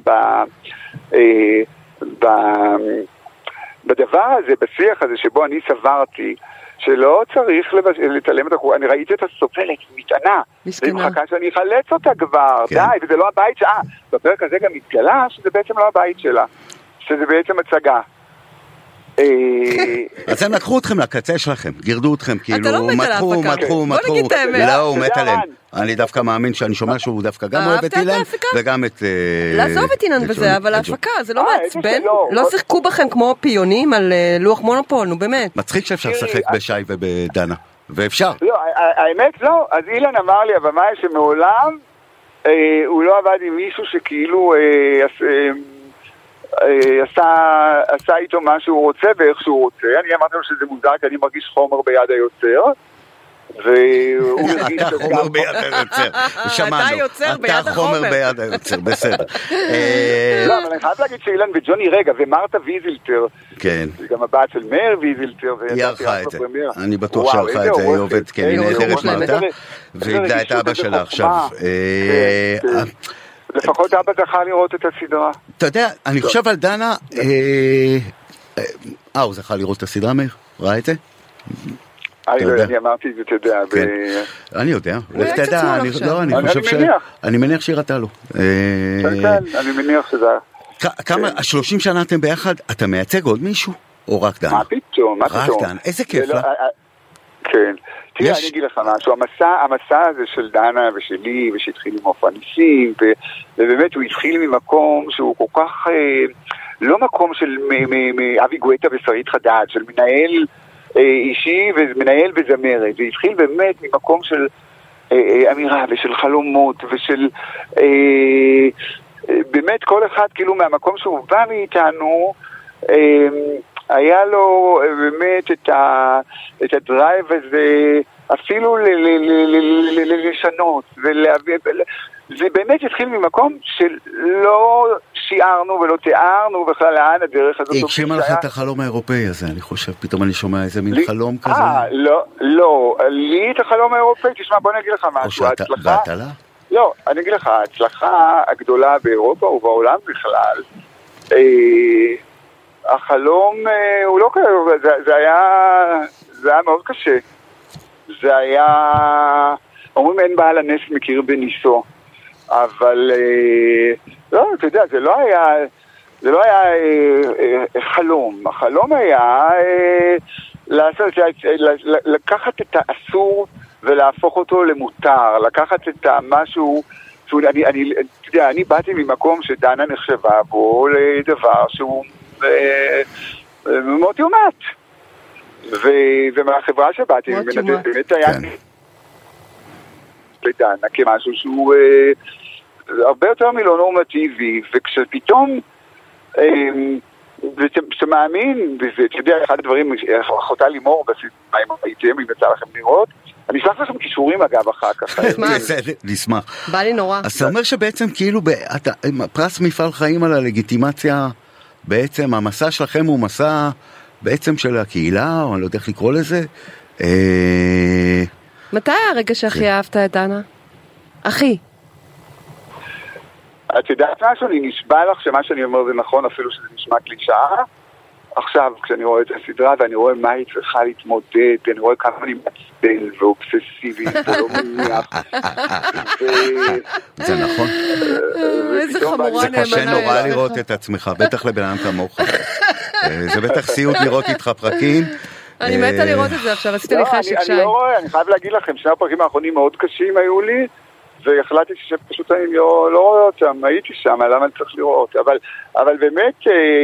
בדבר הזה, בשיח הזה שבו אני סברתי, שלא צריך לתעלם את החורה, אני ראיתי את הסובלת, מתענה, והיא מחכה שאני אחלץ אותה כבר, די, וזה לא הבית שלה. בפרק הזה גם התגלה שזה בעצם לא הבית שלה, שזה בעצם הצגה. אז הם לקחו אתכם לקצה שלכם, גירדו אתכם, כאילו מתחו. בוא נגיד את האמת. לא, הוא מת עליהם. אני דווקא מאמין שאני שומע שהוא דווקא גם אוהב את אילן וגם את... לעזוב את אילן בזה, אבל ההפקה, זה לא מעצבן? לא שיחקו בכם כמו פיונים על לוח מונופול, נו באמת. מצחיק שאפשר לשחק בשי ובדנה, ואפשר. לא, האמת לא, אז אילן אמר לי, הבמאי שמעולם הוא לא עבד עם מישהו שכאילו... עשה איתו מה שהוא רוצה ואיך שהוא רוצה. אני אמרתי לו שזה מוזר כי אני מרגיש חומר ביד היוצר והוא מרגיש אתה חומר ביד היוצר, שמענו, אתה חומר ביד היוצר, בסדר. לא, אבל אני חייב להגיד שאילן וג'וני רגע ומרתה ויזילטר, גם הבת של מאיר ויזילטר, היא ערכה את זה, אני בטוח שערכה את זה, היא עובדת, כן, היא נהדרת מרתה והגדה את אבא שלה עכשיו. לפחות אבא זכה לראות את הסדרה. אתה יודע, אני חושב על דנה, הוא זכה לראות את הסדרה, מאיר? ראה את זה? אני אמרתי את זה, אתה יודע. אני יודע, לך תדע, אני מניח שהיא ראתה לו. כן, אני מניח שזה... כמה, 30 שנה אתם ביחד, אתה מייצג עוד מישהו? או רק דנה? מה פתאום? רק דנה, איזה כיף לה. כן. תראה, אני אגיד לך משהו, המסע הזה של דנה ושלי, ושהתחיל עם אופניסים, ובאמת הוא התחיל ממקום שהוא כל כך, לא מקום של אבי גואטה ושרית חדד, של מנהל אישי ומנהל וזמרת, זה התחיל באמת ממקום של אמירה ושל חלומות ושל באמת כל אחד כאילו מהמקום שהוא בא מאיתנו, היה לו באמת את הדרייב הזה אפילו לשנות ולהביא, זה באמת התחיל ממקום שיערנו ולא תיארנו בכלל לאן הדרך הזאת. הגשימה לך את החלום האירופאי הזה, אני חושב, פתאום אני שומע איזה מין חלום כזה. לא, לי את החלום האירופאי, תשמע, בוא נגיד לך משהו, ההצלחה... לא, אני אגיד לך, ההצלחה הגדולה באירופה ובעולם בכלל, החלום הוא לא כזה, זה היה מאוד קשה. זה היה, אומרים אין בעל הנס מכיר בניסו, אבל לא, אתה יודע, זה לא היה חלום. החלום היה לקחת את האסור ולהפוך אותו למותר, לקחת את המשהו, אני באתי ממקום שדנה נחשבה בו לדבר שהוא מאוד יומת. ומהחברה שבאתי, באמת היה לדנה כמשהו שהוא הרבה יותר מלא נורמטיבי, וכשפתאום שאתה מאמין, וזה, אתה יודע, אחד הדברים, אחותה לימור בסדמה, אם הייתם, אם יצא לכם לראות, אני אשלח לכם קישורים אגב אחר כך. נשמח. בא לי נורא. אז אתה אומר שבעצם כאילו, פרס מפעל חיים על הלגיטימציה, בעצם המסע שלכם הוא מסע בעצם של הקהילה, או אני לא יודע איך לקרוא לזה. מתי הרגע שהכי אהבת את דנה? אחי. את יודעת משהו, אני נשבע לך שמה שאני אומר זה נכון, אפילו שזה נשמע קלישאה. עכשיו, כשאני רואה את הסדרה ואני רואה מה היא צריכה להתמודד, אני רואה כמה אני מצבל ואובססיבי ולא מניח. זה נכון. איזה חמורה נאמנה. זה קשה נורא לראות את עצמך, בטח לבן אדם כמוך. זה בטח סיוט לראות איתך פרקים. אני מתה לראות את זה עכשיו, עשיתי לך שקשיים. אני לא רואה, אני חייב להגיד לכם, שני הפרקים האחרונים מאוד קשים היו לי, והחלטתי שפשוט אני לא רואה אותם, הייתי שם, למה אני צריך לראות? אבל באמת,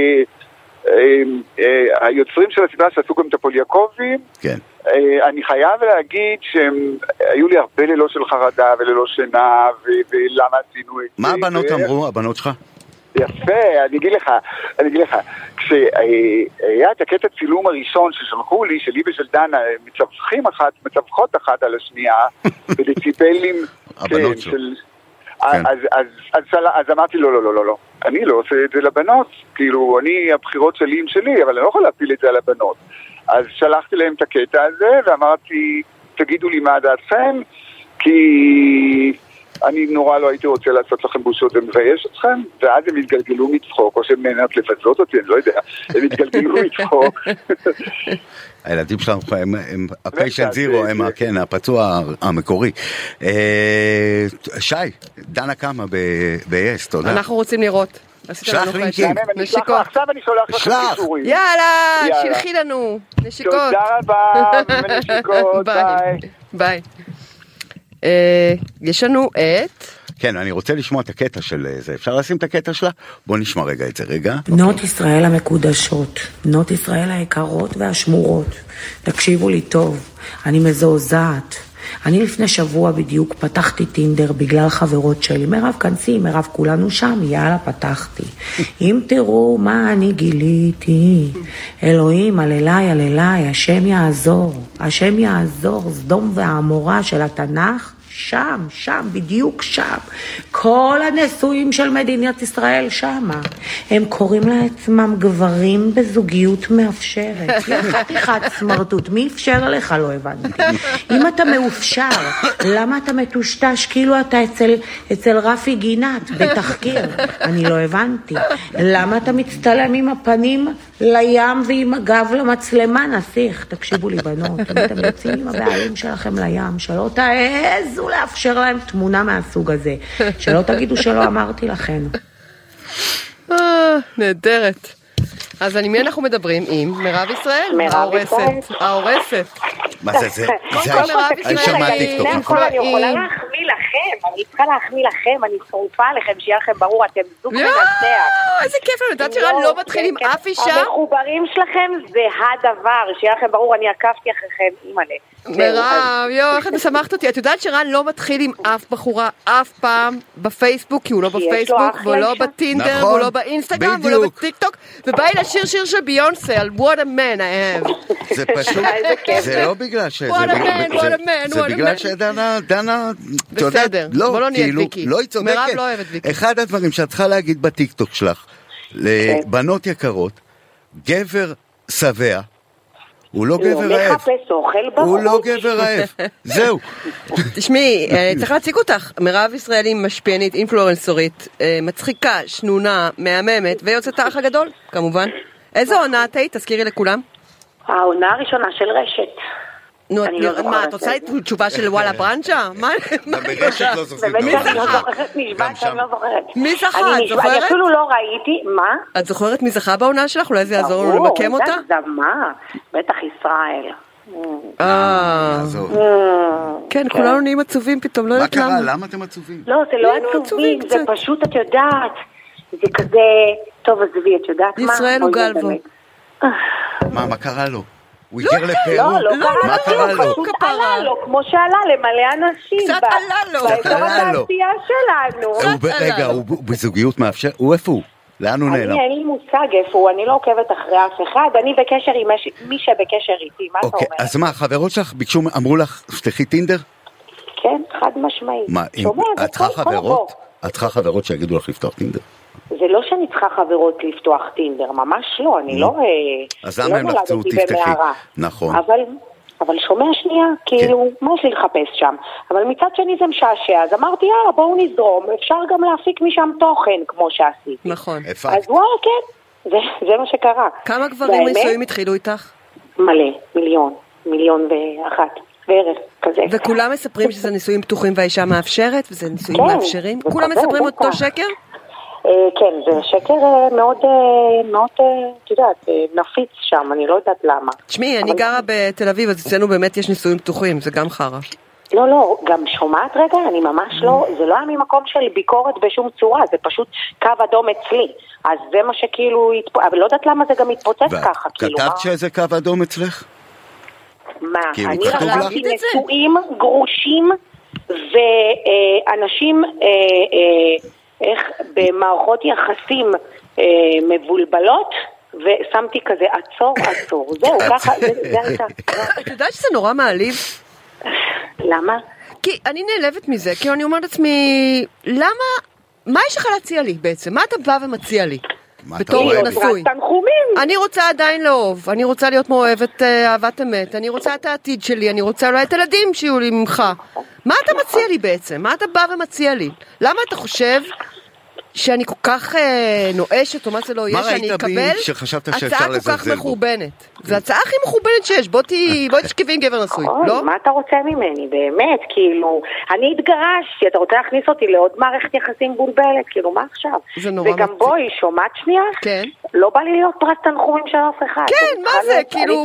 היוצרים של הסדרה שעשו גם את הפוליאקובים, אני חייב להגיד שהם היו לי הרבה לילות של חרדה וללא שינה, ולמה עשינו את זה. מה הבנות אמרו, הבנות שלך? יפה, אני אגיד לך, כשהיה את הקטע צילום הראשון ששלחו לי, שלי ושל דנה, מצווכות אחת על השנייה, בדציבלים, הבנות שלו. אז אמרתי לא, אני לא עושה את זה לבנות, כאילו אני הבחירות שלי עם שלי, אבל אני לא יכול להפיל את זה על הבנות. אז שלחתי להם את הקטע הזה ואמרתי, תגידו לי מה דעתכם, כי אני נורא לא הייתי רוצה לעשות לכם בושות ומבייש אתכם, ואז הם התגלגלו מצחוק, או שהם נהנות לבזות אותי, אני לא יודע, הם התגלגלו מצחוק. הילדים שלנו הם הפיישנט זירו, הם הפצוע המקורי. שי, דנה קמה ב-yes, תודה. אנחנו רוצים לראות. שלח לינקים. עכשיו אני שולח לכם קישורים. יאללה, שלחי לנו. נשיקות. תודה רבה, ונשיקות, ביי. יש לנו את... כן, אני רוצה לשמוע את הקטע של זה. אפשר לשים את הקטע שלה? בוא נשמע רגע את זה, רגע. בנות ישראל המקודשות, בנות ישראל היקרות והשמורות. תקשיבו לי טוב, אני מזועזעת. אני לפני שבוע בדיוק פתחתי טינדר בגלל חברות שלי. מירב כנסי, מירב כולנו שם, יאללה פתחתי. אם תראו מה אני גיליתי, אלוהים, הללי, השם יעזור. השם יעזור, סדום ועמורה של התנ"ך. שם, בדיוק שם. כל הנשואים של מדינת ישראל שמה. הם קוראים לעצמם גברים בזוגיות מאפשרת. חתיכת סמרטוט, מי אפשר לך? לא הבנתי. אם אתה מאופשר, למה אתה מטושטש כאילו אתה אצל רפי גינת בתחקיר? אני לא הבנתי. למה אתה מצטלם עם הפנים לים ועם הגב למצלמה? נסיך, תקשיבו לי בנות, אם אתם יוצאים עם הבעלים שלכם לים, שלא תעזו לאפשר להם תמונה מהסוג הזה. שלא תגידו שלא אמרתי לכם. נהדרת. אז על מי אנחנו מדברים? עם מירב ישראל? ההורסת. מה זה? אני שמע טיקטוק. אני יכולה להחמיא לכם, אני צריכה להחמיא לכם, אני שרופה עליכם, שיהיה לכם ברור, אתם זוג מנצח. איזה כיף לנו, יודעת שרן לא מתחיל עם אף אישה? המחוברים שלכם זה הדבר, שיהיה לכם ברור, אני עקבתי אחריכם, אימא'לה. מירב, איך את משמחת אותי, את יודעת שרן לא מתחיל עם אף בחורה אף פעם בפייסבוק, כי הוא לא בפייסבוק, והוא לא בטינדר, והוא לא באינסטגרם, והוא לא בטיקטוק, ובא לי לשיר שיר של ביונסה על What a Man I Have. זה פשוט, זה לא בגלל ש... זה בגלל שדנה, אתה יודע, בסדר. בוא לא נהיה ויקי. לא, היא צודקת. מירב לא אוהבת ויקי. אחד הדברים שאת צריכה להגיד בטיקטוק שלך, לבנות יקרות, גבר שבע, הוא לא גבר רעב. הוא לא גבר רעב. זהו. תשמעי, צריך להציג אותך. מירב ישראלי משפיענית, אינפלואנסורית, מצחיקה, שנונה, מהממת, ויוצאת האח הגדול, כמובן. איזו עונה את היית? תזכירי לכולם. העונה הראשונה של רשת. נו, מה, את רוצה תשובה של וואלה ברנצ'ה? מה? ברשת לא זוכרת. באמת שאני לא זוכרת נשבעת שאני לא זוכרת. מי זכה? את זוכרת? אני אפילו לא ראיתי, מה? את זוכרת מי זכה בעונה שלך? אולי זה יעזור לנו למקם אותה? מה? בטח ישראל. כן, כולנו נהיים עצובים פתאום, לא יודעת למה. מה קרה? למה אתם עצובים? לא, זה לא עצובים, זה פשוט, את יודעת, זה כזה, טוב, עזבי, את יודעת מה? ישראל הוא גלבו. מה קרה לו? הוא היגר לפרו? מה קרה לו? פשוט עלה לו, כמו שעלה למלא אנשים. קצת עלה לו. באזור התעשייה שלנו. רגע, הוא בזוגיות מאפשר? הוא איפה הוא? לאן הוא נעלם? אין לי מושג איפה הוא, אני לא עוקבת אחרי אף אחד, אני בקשר עם מי שבקשר איתי, מה אתה אומר? אז מה, החברות שלך ביקשו, אמרו לך, שתחי טינדר? כן, חד משמעית. מה, את צריכה חברות? את צריכה חברות שיגידו לך לפתוח טינדר? זה לא שאני צריכה חברות לפתוח טינדר, ממש לא, אני לא אז למה הם לחצו תפתחי? נכון. אבל שומע שנייה, כאילו, מה יש לי לחפש שם? אבל מצד שני זה משעשע, אז אמרתי, יאללה, בואו נזרום, אפשר גם להפיק משם תוכן, כמו שעשיתי. נכון. אז וואלה, כן, זה מה שקרה. כמה גברים נישואים התחילו איתך? מלא, מיליון ואחת, בערך, כזה. וכולם מספרים שזה נישואים פתוחים והאישה מאפשרת, וזה נישואים מאפשרים? כולם מספרים אותו שקר? כן, זה שקר מאוד, את יודעת, נפיץ שם, אני לא יודעת למה. תשמעי, אני גרה בתל אביב, אז אצלנו באמת יש נישואים פתוחים, זה גם חרה. לא, גם שומעת רגע, אני ממש לא, זה לא היה ממקום של ביקורת בשום צורה, זה פשוט קו אדום אצלי. אז זה מה שכאילו, אבל לא יודדת למה זה גם מתפוצץ ככה. כתבת שזה קו אדום אצלך? מה? אני רציתי נשואים, גרושים, ואנשים, איך במערכות יחסים מבולבלות, ושמתי כזה עצור, זהו, ככה, זה הייתה. את יודעת שזה נורא מעליב? למה? כי אני נעלבת מזה, כי אני אומרת לעצמי, למה, מה יש לך להציע לי בעצם? מה אתה בא ומציע לי? בתור נשוי. אני רוצה עדיין לאהוב, אני רוצה להיות מאוהבת אהבת אמת, אני רוצה את העתיד שלי, אני רוצה אולי את הילדים שיהיו לי ממך. מה אתה מציע לי בעצם? מה אתה בא ומציע לי? למה אתה חושב שאני כל כך נואשת או מה זה לא יהיה שאני אקבל הצעה כל כך מחורבנת? זו הצעה הכי מחורבנת שיש, בואי תשכבי עם גבר נשוי, לא? מה אתה רוצה ממני? באמת, כאילו, אני התגרשתי, אתה רוצה להכניס אותי לעוד מערכת יחסים בולבלת, כאילו, מה עכשיו? זה נורא וגם בואי, שומעת שנייה? כן. לא בא לי להיות פרס תנחומים של אף אחד. כן, מה זה? כאילו...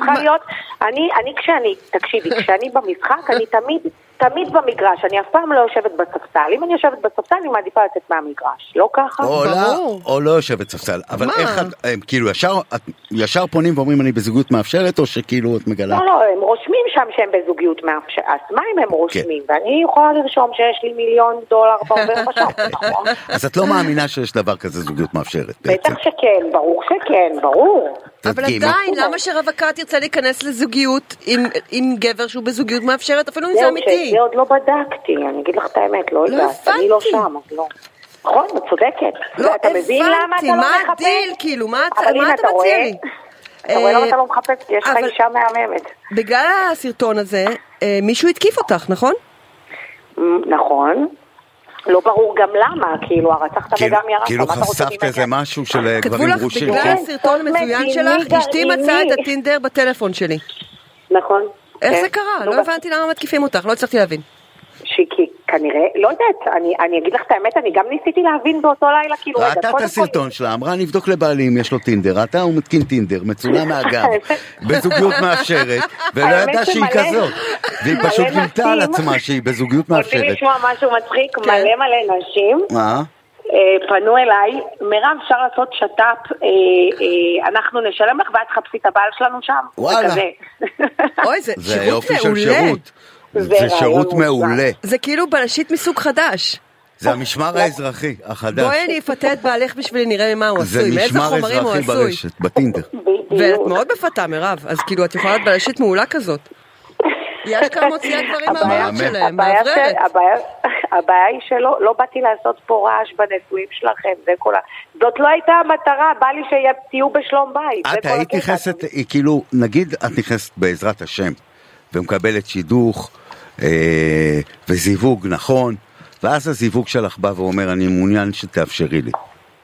תקשיבי, כשאני במשחק, אני תמיד במגרש, אני אף פעם לא יושבת בספסל. אם אני יושבת בספסל, אני מעדיפה לצאת מהמגרש. לא ככה? או לא יושבת בספסל. אבל איך את, כאילו, ישר פונים ואומרים אני בזוגיות מאפשרת, או שכאילו את מגלה? לא, הם רושמים שם שהם בזוגיות מאפשרת. אז מה אם הם רושמים? ואני יכולה לרשום שיש לי $1,000,000 בעובר בשם, נכון? אז את לא מאמינה שיש דבר כזה זוגיות מאפשרת? בטח שכן, ברור. אבל עדיין, למה שרווקה תרצה להיכנס לזוגיות עם גבר שהוא בזוגיות מאפשרת, אפילו אם זה אמיתי? זה עוד לא בדקתי, אני אגיד לך את האמת, לא יודעת, אני לא שם, אז לא. נכון, את צודקת. לא הבנתי, מה הדיל, כאילו, מה אתה מציע לי? אתה רואה למה אתה לא מחפש, יש לך אישה מהממת. בגלל הסרטון הזה, מישהו התקיף אותך, נכון? נכון. לא ברור גם למה, כאילו הרצחת וגם ירשת. כאילו חשפת איזה משהו של גברים גרושים. כתבו לך, בגלל הסרטון המזוין שלך, אשתי מצאה את הטינדר בטלפון שלי. נכון. איך זה קרה? לא הבנתי למה מתקיפים אותך, לא הצלחתי להבין. שיקי, כנראה, לא יודעת, אני אגיד לך את האמת, אני גם ניסיתי להבין באותו לילה, כאילו... ראתה את הסרטון שלה, אמרה נבדוק לבעלים, יש לו טינדר, ראתה הוא מתקין טינדר, מצולם מהגב, בזוגיות מאפשרת, ולא ידעה שהיא כזאת, והיא פשוט גילתה על עצמה שהיא בזוגיות מאפשרת. רוצים לשמוע משהו מצחיק, מלא נשים, פנו אליי, מירב, אפשר לעשות שטאפ, אנחנו נשלם לך ואת חפשי את הבעל שלנו שם. וואלה. אוי, זה יופי של שירות. זה שירות מעולה. זה כאילו בלשית מסוג חדש. זה המשמר האזרחי החדש. בואי אני אפתה את בעלך בשביל נראה ממה הוא עשוי, מאיזה חומרים הוא עשוי. זה משמר אזרחי ברשת, בטינדר. ואת מאוד מפתה, מירב, אז כאילו את יכולה להיות בלשית מעולה כזאת. יש כמה מוציאה דברים מהמעט שלהם, מעבררת. הבעיה היא שלא לא באתי לעשות פה רעש בנישואים שלכם, זאת לא הייתה המטרה, בא לי שתהיו בשלום בית. את היית נכנסת, כאילו, נגיד את נכנסת בעזרת השם, ומקבלת שידוך, וזיווג נכון, ואז הזיווג שלך בא ואומר, אני מעוניין שתאפשרי לי.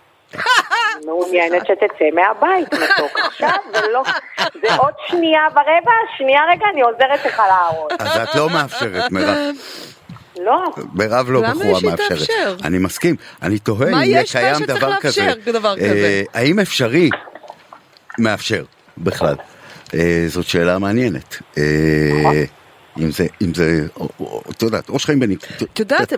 מעוניינת שתצא מהבית, מתוק עכשיו, זה עוד שנייה ורבע, שנייה רגע, אני עוזרת לך להראות. אז את לא מאפשרת, מירב. לא. מירב לא בחורה מאפשרת. אני מסכים, אני תוהה אם יהיה קיים דבר כזה. האם אפשרי מאפשר בכלל? זאת שאלה מעניינת. אם זה, אתה יודעת, ראש חיים בני. אתה יודעת,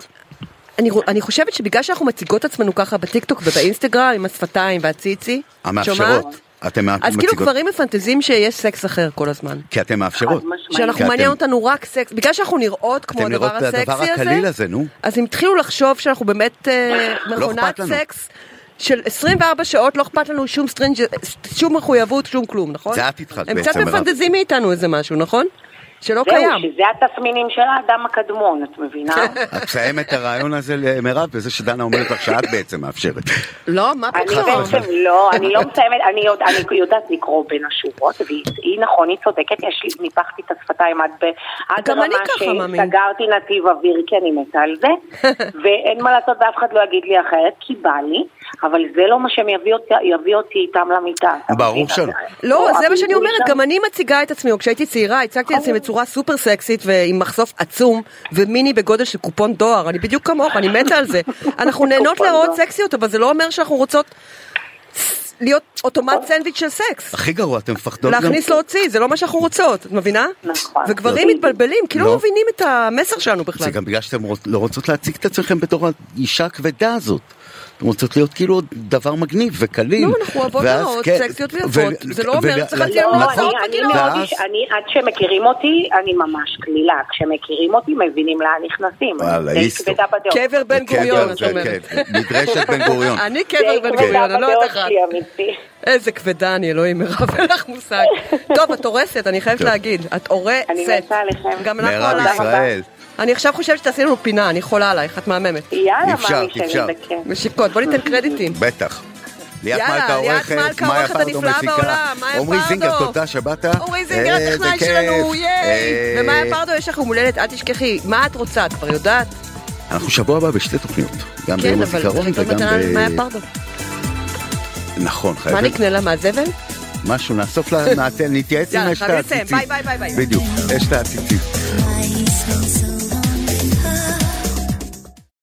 אני חושבת שבגלל שאנחנו מציגות עצמנו ככה בטיקטוק ובאינסטגרם עם השפתיים והציצי, המאפשרות, אתם מציגות. אז כאילו גברים מפנטזים שיש סקס אחר כל הזמן. כי אתם מאפשרות. שאנחנו מעניין אותנו רק סקס, בגלל שאנחנו נראות כמו הדבר הסקסי הזה, אז הם התחילו לחשוב שאנחנו באמת מכונת סקס, של 24 שעות לא אכפת לנו שום מחויבות, שום כלום, נכון? זה את התחלת בעצם. הם קצת מפנטזים מאיתנו איזה משהו, נכון? שלא קיים. זהו, שזה התסמינים של האדם הקדמון, את מבינה? את מסיים את הרעיון הזה למירב, וזה שדנה אומרת לך שאת בעצם מאפשרת. לא, מה פתאום? אני בעצם לא, אני לא מסיימת, אני יודעת לקרוא בין השורות, והיא נכון, היא צודקת, ניפחתי את השפתיים עד הרמה שסגרתי נתיב אוויר, כי אני מתה על זה, ואין מה לעשות, ואף אחד לא יגיד לי אחרת, כי בא לי, אבל זה לא מה שהם יביא אותי איתם למיטה. ברור שלא. לא, זה מה שאני אומרת, גם אני מציגה את עצמי, כשהייתי צעירה, הצגתי את עצמי בצורה סופר סקסית, ועם מחשוף עצום, ומיני בגודל של קופון דואר, אני בדיוק כמוך, אני מתה על זה. אנחנו נהנות להראות סקסיות, אבל זה לא אומר שאנחנו רוצות להיות אוטומט סנדוויץ' של סקס. הכי גרוע, אתם מפחדות להכניס להוציא, זה לא מה שאנחנו רוצות, את מבינה? נכון. וגברים מתבלבלים, כי לא מבינים את המסר שלנו בכלל. זה גם בגלל שאתם לא רוצות להציג את עצמכם בתור האישה הכבדה הזאת. אתם רוצות להיות כאילו דבר מגניב וקליל. לא, אנחנו אוהבות מאוד, סקסיות ויפות. זה לא אומר, צריך להציע לנו לעשות בגינות. עד שמכירים אותי, אני ממש כלילה. כשמכירים אותי, מבינים לאן נכנסים. קבר בן גוריון, את אומרת. מדרשת בן גוריון. אני קבר בן גוריון, אני לא יודעת אחד. איזה כבדה אני, אלוהים, מירב, אין לך מושג. טוב, את הורסת, אני חייבת להגיד. את הורסת. אני מתה עליכם. מירב ישראל. אני עכשיו חושבת שתעשי לנו פינה, אני חולה עלייך, את מהממת. יאללה, מה משנים בכן. משיקות, בוא ניתן קרדיטים. בטח. ליאת מלכה עורכת, מאיה פרדו מפיקה, עומרי זינגר, תודה שבאת. עומרי זינגר הטכנאי שלנו, ייי! ומאיה פרדו, יש לך יום הולדת, אל תשכחי, מה את רוצה, את כבר יודעת? אנחנו שבוע הבא בשתי תוכניות, גם ביום הזיכרון וגם מאיה פרדו. נכון, חייבים. מה נקנה לה, מהזבל? משהו, נאסוף לה, נתייעץ עם אשת העציצים. ביי ביי ביי ביי. בדיוק, אשת העציצים.